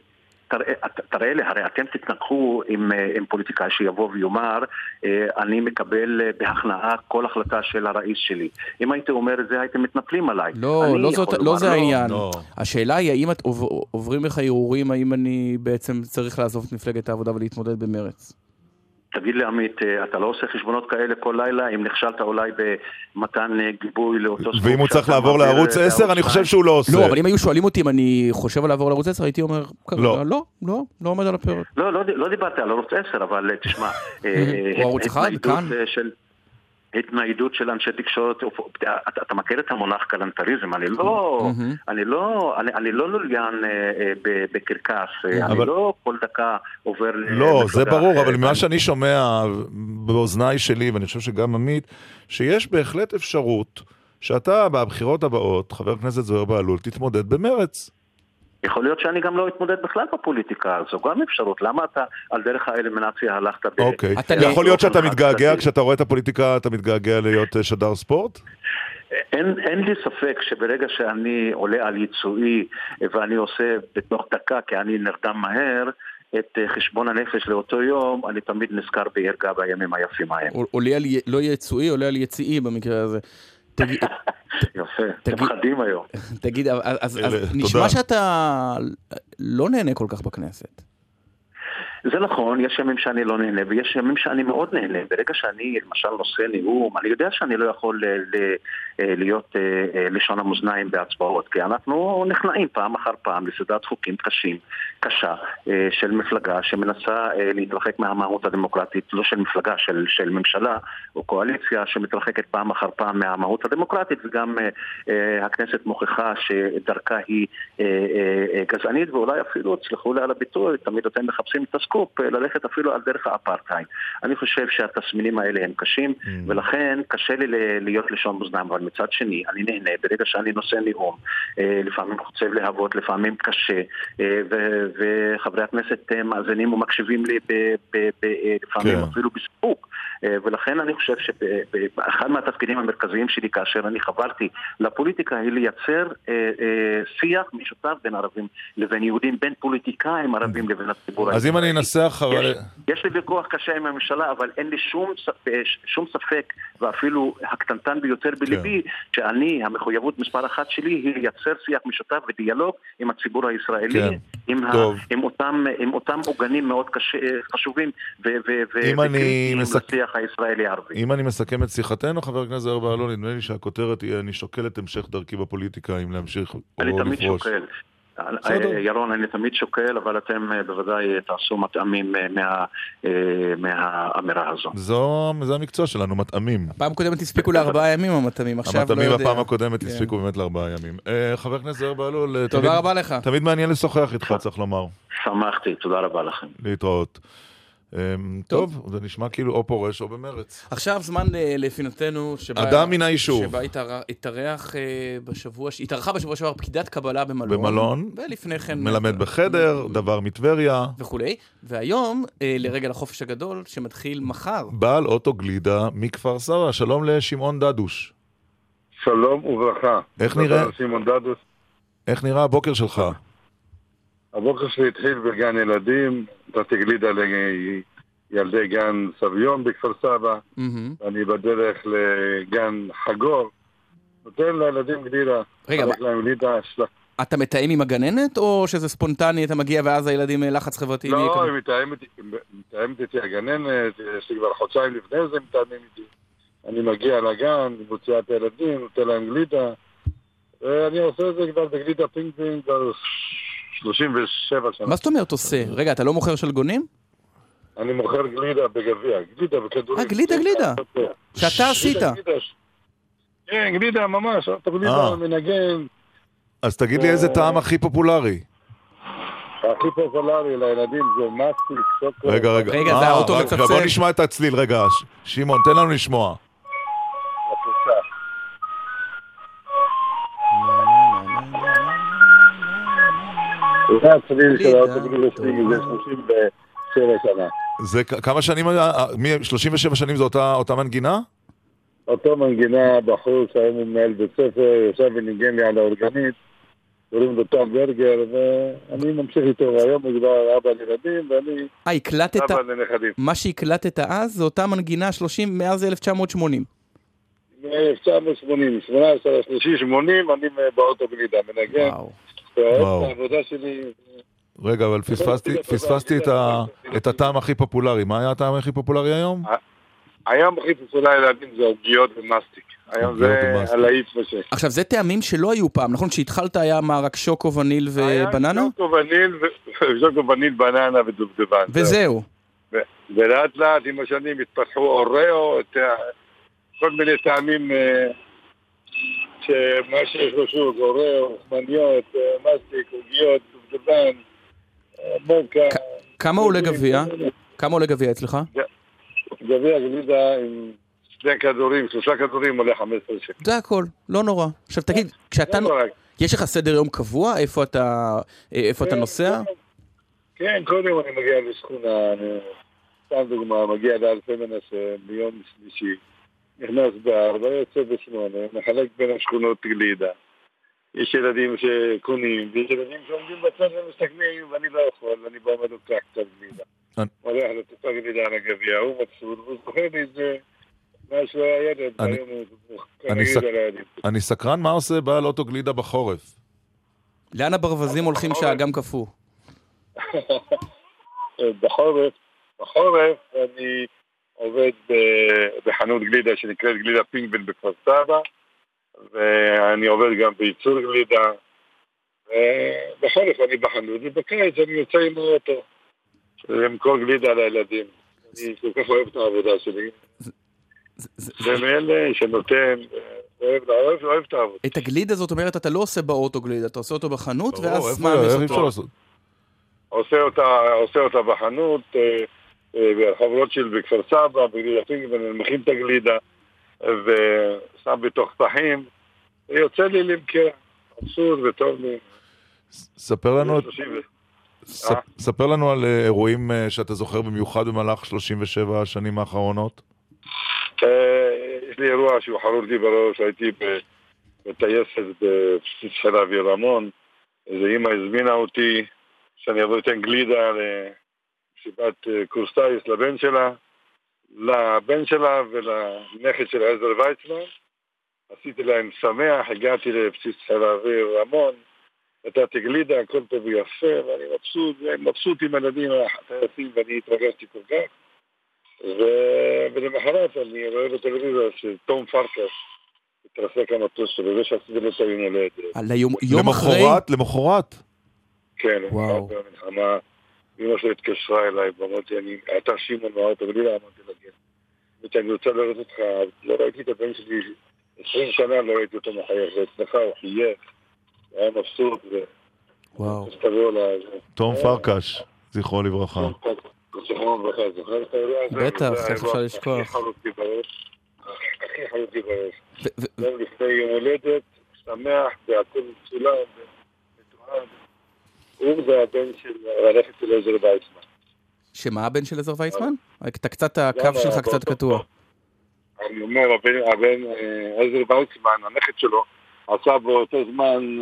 תראה לי, הרי אתם תתנגחו עם, עם פוליטיקאי שיבוא ויאמר, אני מקבל בהכנעה כל החלטה של הראיס שלי. אם הייתי אומר את זה, הייתם מתנפלים עליי. לא, לא, זאת, לא זה העניין. לא. השאלה היא, האם את עוברים לך ערעורים, האם אני בעצם צריך לעזוב את מפלגת העבודה ולהתמודד במרץ? תגיד לי עמית, אתה לא עושה חשבונות כאלה כל לילה, אם נכשלת אולי במתן גיבוי לאותו ספורט? ואם הוא צריך לעבור לערוץ עשר, אני חושב שהוא לא עושה. לא, אבל אם היו שואלים אותי אם אני חושב על לעבור לערוץ עשר, הייתי אומר, לא, לא, לא, לא עומד על הפרק. לא, לא דיברתי על ערוץ עשר, אבל תשמע, הוא ערוץ אחד, כאן. התניידות של אנשי תקשורת, אתה, אתה מכיר את המונח קלנטריזם, אני לא, אני לא, אני, אני לא לוליין בקרקס, אני לא כל דקה עובר... לא, זה ברור, אבל ממה שאני שומע באוזניי שלי, ואני חושב שגם עמית, שיש בהחלט אפשרות שאתה בבחירות הבאות, חבר הכנסת זוהיר בהלול, תתמודד במרץ. יכול להיות שאני גם לא אתמודד בכלל בפוליטיקה, זו גם אפשרות. למה אתה על דרך האלימינציה הלכת ב... אוקיי. יכול להיות שאתה מתגעגע, כשאתה רואה את הפוליטיקה, אתה מתגעגע להיות שדר ספורט? אין, אין לי ספק שברגע שאני עולה על ייצואי, ואני עושה בתוך דקה, כי אני נרדם מהר, את חשבון הנפש לאותו יום, אני תמיד נזכר וירגע בימים היפים ההם. עולה על לא ייצואי, עולה על יציאי במקרה הזה. יפה, אתם חדים היום. תגיד, אז נשמע שאתה לא נהנה כל כך בכנסת. זה נכון, יש ימים שאני לא נהנה, ויש ימים שאני מאוד נהנה. ברגע שאני, למשל, נושא נאום, אני יודע שאני לא יכול להיות לשון המאזניים בהצבעות, כי אנחנו נכנעים פעם אחר פעם לסדרת חוקים קשים, קשה, של מפלגה שמנסה להתרחק מהמהות הדמוקרטית, לא של מפלגה, של, של ממשלה או קואליציה שמתרחקת פעם אחר פעם מהמהות הדמוקרטית, וגם הכנסת מוכיחה שדרכה היא גזענית, ואולי אפילו, תסלחו לי על הביטוי, תמיד אתם מחפשים את הסקופ, ללכת אפילו על דרך האפרטהייד. אני חושב שהתסמינים האלה הם קשים, mm. ולכן קשה לי להיות לשון מאזניים, אבל מצד שני, אני נהנה, ברגע שאני נושא נאום, לפעמים חוצב להבות, לפעמים קשה, וחברי הכנסת מאזינים ומקשיבים לי לפעמים אפילו בספוק, ולכן אני חושב שאחד מהתפקידים המרכזיים שלי כאשר אני חברתי לפוליטיקה היא לייצר שיח משותף בין ערבים לבין יהודים, בין פוליטיקאים ערבים לבין הציבור. אז אם אני אנסח... יש לי ויכוח קשה עם הממשלה, אבל אין לי שום ספק, ואפילו הקטנטן ביותר בליבי, שאני, המחויבות מספר אחת שלי היא לייצר שיח משותף ודיאלוג עם הציבור הישראלי, עם אותם עוגנים מאוד חשובים וקריטיים לשיח הישראלי הערבי. אם אני מסכם את שיחתנו, חבר הכנסת זוהיר בהלול, נדמה לי שהכותרת היא, אני שוקל את המשך דרכי בפוליטיקה, אם להמשיך או לפרוש. אני תמיד שוקל. ירון, אני תמיד שוקל, אבל אתם בוודאי תעשו מטעמים מהאמירה הזו. זה המקצוע שלנו, מטעמים. הפעם הקודמת הספיקו לארבעה ימים המטעמים, עכשיו לא יודע. המטעמים הפעם הקודמת הספיקו באמת לארבעה ימים. חבר הכנסת זוהיר בהלול, תודה רבה לך. תמיד מעניין לשוחח איתך, צריך לומר. שמחתי, תודה רבה לכם. להתראות. טוב, זה נשמע כאילו או פורש או במרץ. עכשיו זמן לפינתנו אדם מן היישוב שבה התארח בשבוע, התארחה בשבוע שעבר פקידת קבלה במלון. במלון. ולפני כן מלמד בחדר, דבר מטבריה. וכולי. והיום לרגל החופש הגדול שמתחיל מחר. בעל אוטו גלידה מכפר סבא. שלום לשמעון דדוש. שלום וברכה. איך נראה? שמעון דדוש. איך נראה הבוקר שלך? הבוקר שלי התחיל בגן ילדים, נתתי גלידה לילדי גן סביון בכפר סבא, אני בדרך לגן חגור, נותן לילדים גלידה. רגע, אתה מתאם עם הגננת או שזה ספונטני, אתה מגיע ואז הילדים לחץ חברתי? לא, היא מתאמת איתי הגננת, יש לי כבר חודשיים לפני זה מתאמים איתי. אני מגיע לגן, מוציאה את הילדים, נותן להם גלידה, ואני עושה את זה כבר בגלידה פינג פינג כבר שלושים ושבע שנה. מה זאת אומרת עושה? רגע, אתה לא מוכר שלגונים? אני מוכר גלידה בגביע, גלידה בכדורים. אה, גלידה, גלידה. שאתה עשית. כן, גלידה ממש, אתה גלידה מנגן. אז תגיד לי איזה טעם הכי פופולרי. הכי פופולרי לילדים זה מסטיק, שוקולד. רגע, רגע. רגע, זה האוטו מצפצף. בוא נשמע את הצליל, רגע. שמעון, תן לנו לשמוע. זה הצליל של האוטובוס שלי, זה שלושים ושבע שנה. זה כמה שנים, שלושים ושבע שנים זה אותה מנגינה? אותו מנגינה, בחור שהיום הוא מנהל בית ספר, יושב וניגן לי על האורגנית, קוראים לו תום ברגר, ואני ממשיך איתו, היום הוא כבר אבא לילדים, ואני אה, הקלטת... אבא לנכדים. מה שהקלטת אז, זה אותה מנגינה שלושים מאז אלף תשע מאות שמונים. אלף תשע מאות שמונים, שמונה עשרה שלושים שמונים, אני באוטו גלידה, מנגן. וואו. העבודה שלי... רגע, אבל פספסתי את הטעם הכי פופולרי. מה היה הטעם הכי פופולרי היום? היום הכי פופולרי לילדים זה עוגיות ומסטיק. היום זה הלהיט ושש. עכשיו, זה טעמים שלא היו פעם, נכון? כשהתחלת היה מה, רק שוקו, וניל ובננה? היה שוקו, וניל, שוקו, וניל, בננה ודובדבן. וזהו. ולאט לאט עם השנים התפתחו אוריאו, כל מיני טעמים שמה שיש לו שוב, אוריאו, חמניות, מסטיק, עוגיות, דובדבן, מוקה. כמה עולה גביע? כמה עולה גביע אצלך? גביע גלידה עם שני כדורים, שלושה כדורים עולה חמש עשרה שקל. זה הכל, לא נורא. עכשיו תגיד, כשאתה... יש לך סדר יום קבוע? איפה אתה, איפה אתה נוסע? כן, קודם אני מגיע לשכונה, אני סתם דוגמה, מגיע לאלפי מנשה ביום שלישי, נכנס בארבע, יוצא בשמונה, מחלק בין השכונות גלידה. יש ילדים שקונים, ויש ילדים שעומדים בצד ומסתכלים, ואני לא יכול, ואני בא מלוקח קצת גלידה. הולך לתופה גלידה על הגביע, הוא מבסוט, והוא זוכר לי את זה, מה שהוא היה ילד, היום הוא כנגיד על הילדים. אני סקרן מה עושה בעל אוטו גלידה בחורף? לאן הברווזים הולכים שהאגם קפוא? בחורף, בחורף אני עובד בחנות גלידה שנקראת גלידה פינגווין בכפר סבא, ואני עובד גם בייצור גלידה, ובחורף אני בחנות, ובקיץ אני יוצא עם האוטו, למכור גלידה לילדים. אני כל כך אוהב את העבודה שלי. זה מאלה שנותן, אוהב את העבודה. את הגלידה זאת אומרת, אתה לא עושה באוטו גלידה, אתה עושה אותו בחנות, ואז מה לעשות? עושה אותה בחנות, בחברות של בכפר סבא, בגלידה פינגווין, אני מכין את הגלידה, ושם בתוך פחים, ויוצא לי למכר, אבסורד וטוב לי. ספר לנו, ספר לנו על אירועים שאתה זוכר במיוחד במהלך שלושים ושבע השנים האחרונות. יש לי אירוע שהוא חרור לי בראש, הייתי בטייסת בבסיס חיל האוויר רמון, איזו אמא הזמינה אותי שאני אבוא לתן גלידה למסיבת קורס טייס לבן שלה, לבן שלה ולנכד של עזר ויצמן. עשיתי להם שמח, הגעתי לבסיס חיל האוויר רמון, נתתי גלידה, הכל טוב ויפה, ואני מבסוט, מבסוט עם הילדים הטייסים, ואני התרגשתי כל כך. ולמחרת אני רואה בטלוויזיה שתום פרקש התרסק המטוס שלו, זה שעשיתי לו את היום הולדת. יום אחרי? למחרת? כן, למחרת במלחמה. אמא שלי התקשרה אליי, ואמרתי, אתה שימון מהאוטו, ולי לא אמרתי לגן. אני רוצה לראות אותך, לא ראיתי את הבן שלי, עשרים שנה לא ראיתי אותו מחייך, ואצלך הוא חייך, היה מבסוט, וואו. תום פרקש, זכרו לברכה. זכרו לברכה, זוכר את האירוע הזה? בטח, איך אפשר לשכוח. הכי חלותי בראש, הכי חלותי בראש. גם לפני יום הולדת, שמח, והכל מצולם, ומתואם. הוא זה הבן של הלכת של עזר ויצמן. שמה הבן של עזר ויצמן? אתה קצת, הקו שלך קצת קטוע. אני אומר, הבן עזר ויצמן, הנכד שלו, עשה באותו זמן,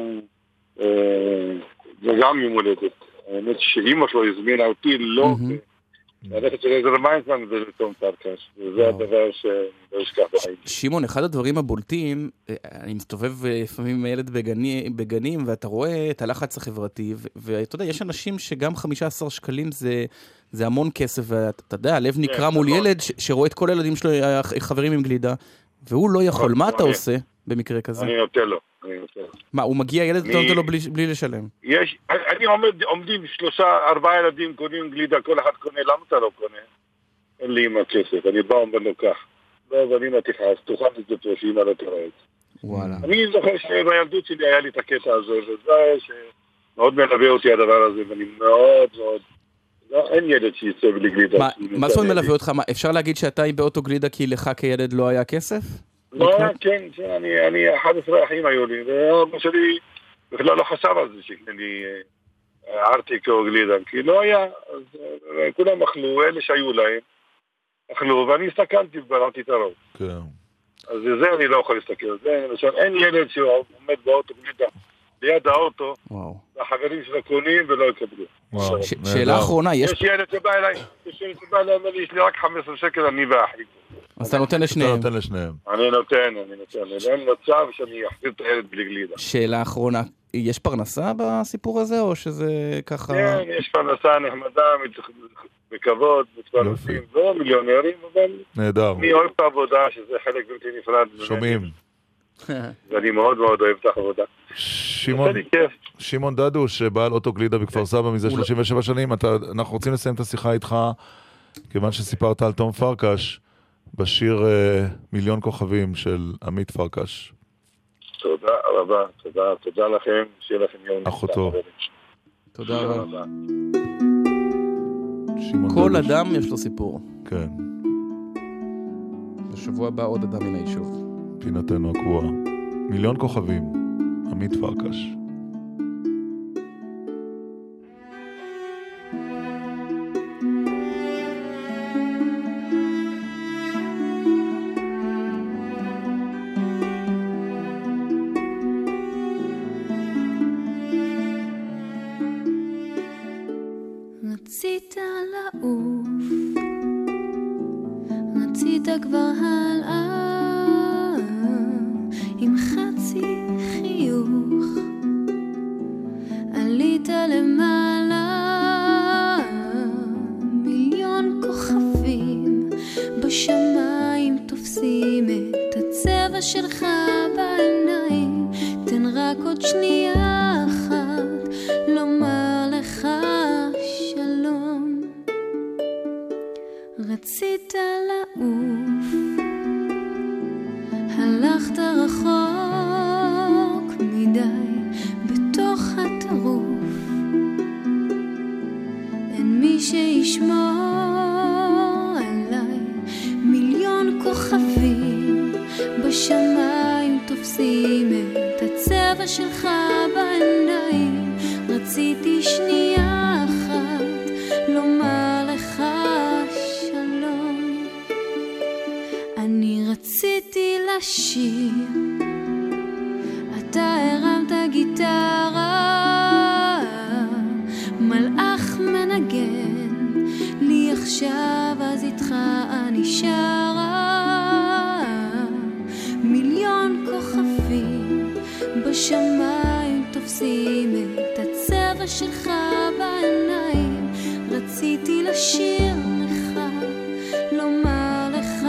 וגם יום הולדת. האמת שאמא שלו הזמינה אותי, לא, הנכד של עזר ויצמן ולתום פרקש. וזה הדבר שלא אשכח בחיים. שמעון, אחד הדברים הבולטים, אני מסתובב לפעמים עם ילד בגנים, ואתה רואה את הלחץ החברתי, ואתה יודע, יש אנשים שגם חמישה עשר שקלים זה... זה המון כסף, ואתה יודע, הלב נקרא מול ילד שרואה את כל הילדים שלו חברים עם גלידה, והוא לא יכול. מה אתה עושה במקרה כזה? אני נותן לו. מה, הוא מגיע ילד, אתה נותן לו בלי לשלם? יש, אני עומדים שלושה, ארבעה ילדים קונים גלידה, כל אחד קונה, למה אתה לא קונה? אין לי עם הכסף, אני בא ובנוקח. לא, ואני מתיחס, תוכל את זה שאמא לא תראה את זה. וואלה. אני זוכר שבילדות שלי היה לי את הקטע הזה, וזה שמאוד מלווה אותי הדבר הזה, ואני מאוד מאוד... לא, אין ילד שיצא בלי גלידה. מה זאת אומרת מלווה אותך? אפשר להגיד שאתה באוטו גלידה כי לך כילד לא היה כסף? לא, כן, אני אחד עשרה אחים היו לי, ואבא שלי בכלל לא חשב על זה שאני ארטיק או גלידה, כי לא היה, אז כולם אכלו, אלה שהיו להם, אכלו, ואני הסתכלתי ובלעתי את הרוב. כן. אז זה אני לא יכול להסתכל, אין ילד שעומד באוטו גלידה ליד האוטו, וואו. והחברים שלו קונים ולא יקבלו. וואו, ש- שאלה אחרונה, יש... יש ילד שבא אליי, יש ילד שבא אליי, אומר לי, יש לי רק חמישה עשר שקל, אני ואחי. אז אתה נותן אתה לשניהם. נותן לשניהם. אני נותן, אני נותן. אין מצב שאני אחזיר את הילד בלי גלידה. שאלה אחרונה, יש פרנסה בסיפור הזה, או שזה ככה... כן, יש פרנסה נחמדה, בכבוד, מתפרנסים, לא מיליונרים, אבל... נהדר. אני אוהב את העבודה, שזה חלק בלתי נפרד. שומעים. ואני מאוד מאוד אוהב את העבודה. שמעון, שמעון דדוש, בעל אוטוגלידה בכפר סבא מזה שלושים ושבע שנים, אתה, אנחנו רוצים לסיים את השיחה איתך, כיוון שסיפרת על תום פרקש, בשיר uh, מיליון כוכבים של עמית פרקש. תודה רבה, תודה, תודה לכם, שיהיה לכם יום. אחותו. תודה רבה. כל אדם יש לו סיפור. כן. בשבוע הבא עוד אדם מן היישוב. פינתנו הקבועה. מיליון כוכבים, עמית פרקש. רצית לעוף, רצית כבר הלאה עם חצי חיוך, עלית למעלה, מיליון כוכבים בשמיים תופסים את הצבע שלך בעיניים, תן רק עוד שנייה אחת לומר לך שלום. רצית לעוף, הלכת רחוק מדי בתוך הטירוף, אין מי שישמור עליי, מיליון כוכבים בשמיים תופסים את הצבע שלך בעיניים, רציתי שנייה אחת לומר לך שלום. אני רציתי לשיר, אתה הרמת גיטרה, מלאך מנגן לי עכשיו, אז איתך אני שרה, מיליון כוכבים בשמיים תופסים את הצבע שלך בעיניים, רציתי לשיר לך, לומר לך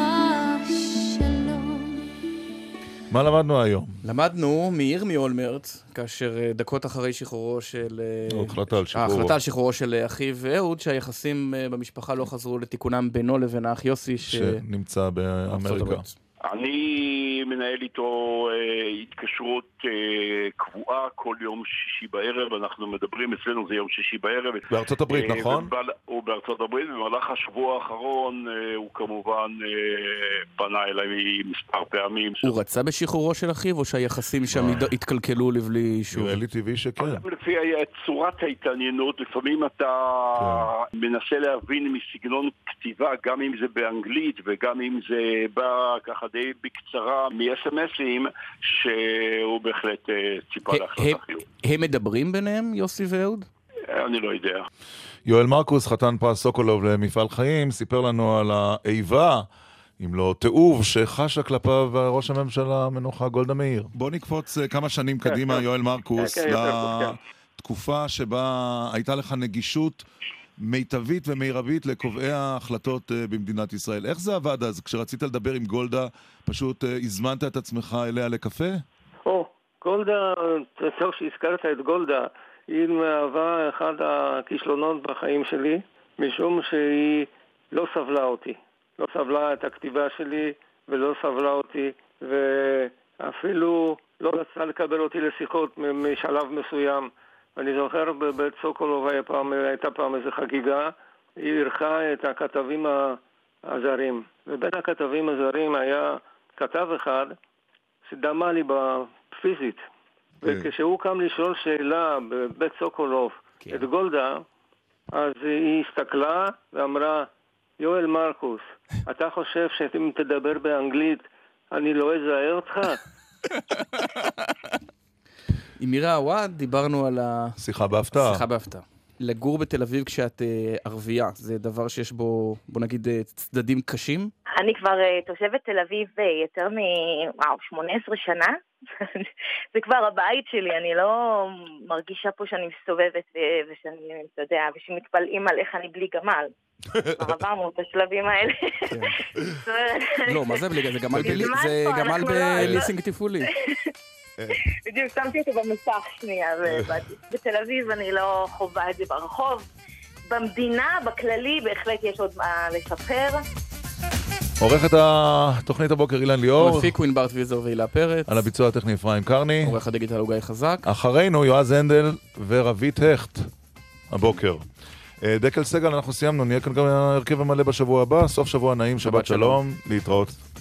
שלום. מה למדנו היום? למדנו מירמי אולמרט, כאשר דקות אחרי שחרורו של... ההחלטה על שחרורו. ההחלטה על שחרורו של אחיו אהוד, שהיחסים במשפחה לא חזרו לתיקונם בינו לבין האח יוסי, שנמצא באמריקה. אני מנהל איתו אה, התקשרות אה, קבועה כל יום שישי בערב, אנחנו מדברים, אצלנו זה יום שישי בערב. בארצות הברית, אה, נכון? ובל, הוא בארצות הברית, במהלך השבוע האחרון אה, הוא כמובן אה, פנה אליי מספר פעמים. הוא רצה בשחרורו של אחיו, או שהיחסים שם התקלקלו לבלי אישור? נראה לי טבעי שכן. לפי צורת ההתעניינות, לפעמים אתה כן. מנסה להבין מסגנון כתיבה, גם אם זה באנגלית וגם אם זה בא ככה די בקצרה מ-אס אם אסים, שהוא בהחלט ציפה להחלטה חיוב. הם מדברים ביניהם, יוסי ואהוד? אני לא יודע. יואל מרקוס, חתן פרס סוקולוב למפעל חיים, סיפר לנו על האיבה, אם לא תיעוב, שחשה כלפיו ראש הממשלה מנוחה גולדה מאיר. בוא נקפוץ כמה שנים קדימה, יואל מרקוס, לתקופה שבה הייתה לך נגישות מיטבית ומירבית לקובעי ההחלטות במדינת ישראל. איך זה עבד אז? כשרצית לדבר עם גולדה, פשוט הזמנת את עצמך אליה לקפה? או, גולדה, טוב שהזכרת את גולדה, היא מהווה אחד הכישלונות בחיים שלי, משום שהיא לא סבלה אותי. לא סבלה את הכתיבה שלי ולא סבלה אותי, ואפילו לא רצה לקבל אותי לשיחות משלב מסוים. אני זוכר בבית סוקולוב הייתה פעם איזו חגיגה, היא ערכה את הכתבים הזרים, ובין הכתבים הזרים היה כתב אחד שדמה לי בפיזית, וכשהוא קם לשאול שאלה בבית סוקולוב את גולדה, אז היא הסתכלה ואמרה, יואל מרקוס, אתה חושב שאם תדבר באנגלית אני לא אזהה אותך? עם מירה עוואד דיברנו על ה... שיחה בהפתעה. שיחה בהפתעה. לגור בתל אביב כשאת uh, ערבייה, זה דבר שיש בו, בוא נגיד, צדדים קשים? אני כבר uh, תושבת תל אביב uh, יותר מ-שמונה עשרה שנה. זה כבר הבית שלי, אני לא מרגישה פה שאני מסתובבת ו- ושאני, אתה יודע, ושמתפלאים על איך אני בלי גמל. כבר עברנו את השלבים האלה. לא, מה זה בלי גמל? זה גמל בליסינג תפעולי. בדיוק, שמתי אותו במסך שנייה, ובתל אביב אני לא חובה את זה ברחוב. במדינה, בכללי, בהחלט יש עוד מה לשפר. עורכת התוכנית הבוקר אילן ליאור. מפיק ווינברט ויזר ואילה פרץ. על הביצוע הטכני אפרים קרני. עורך הדיגיטל הוא גיא חזק. אחרינו יועז הנדל ורבית הכט הבוקר. דקל סגל, אנחנו סיימנו, נהיה כאן גם הרכב המלא בשבוע הבא. סוף שבוע נעים, שבת שלום, להתראות.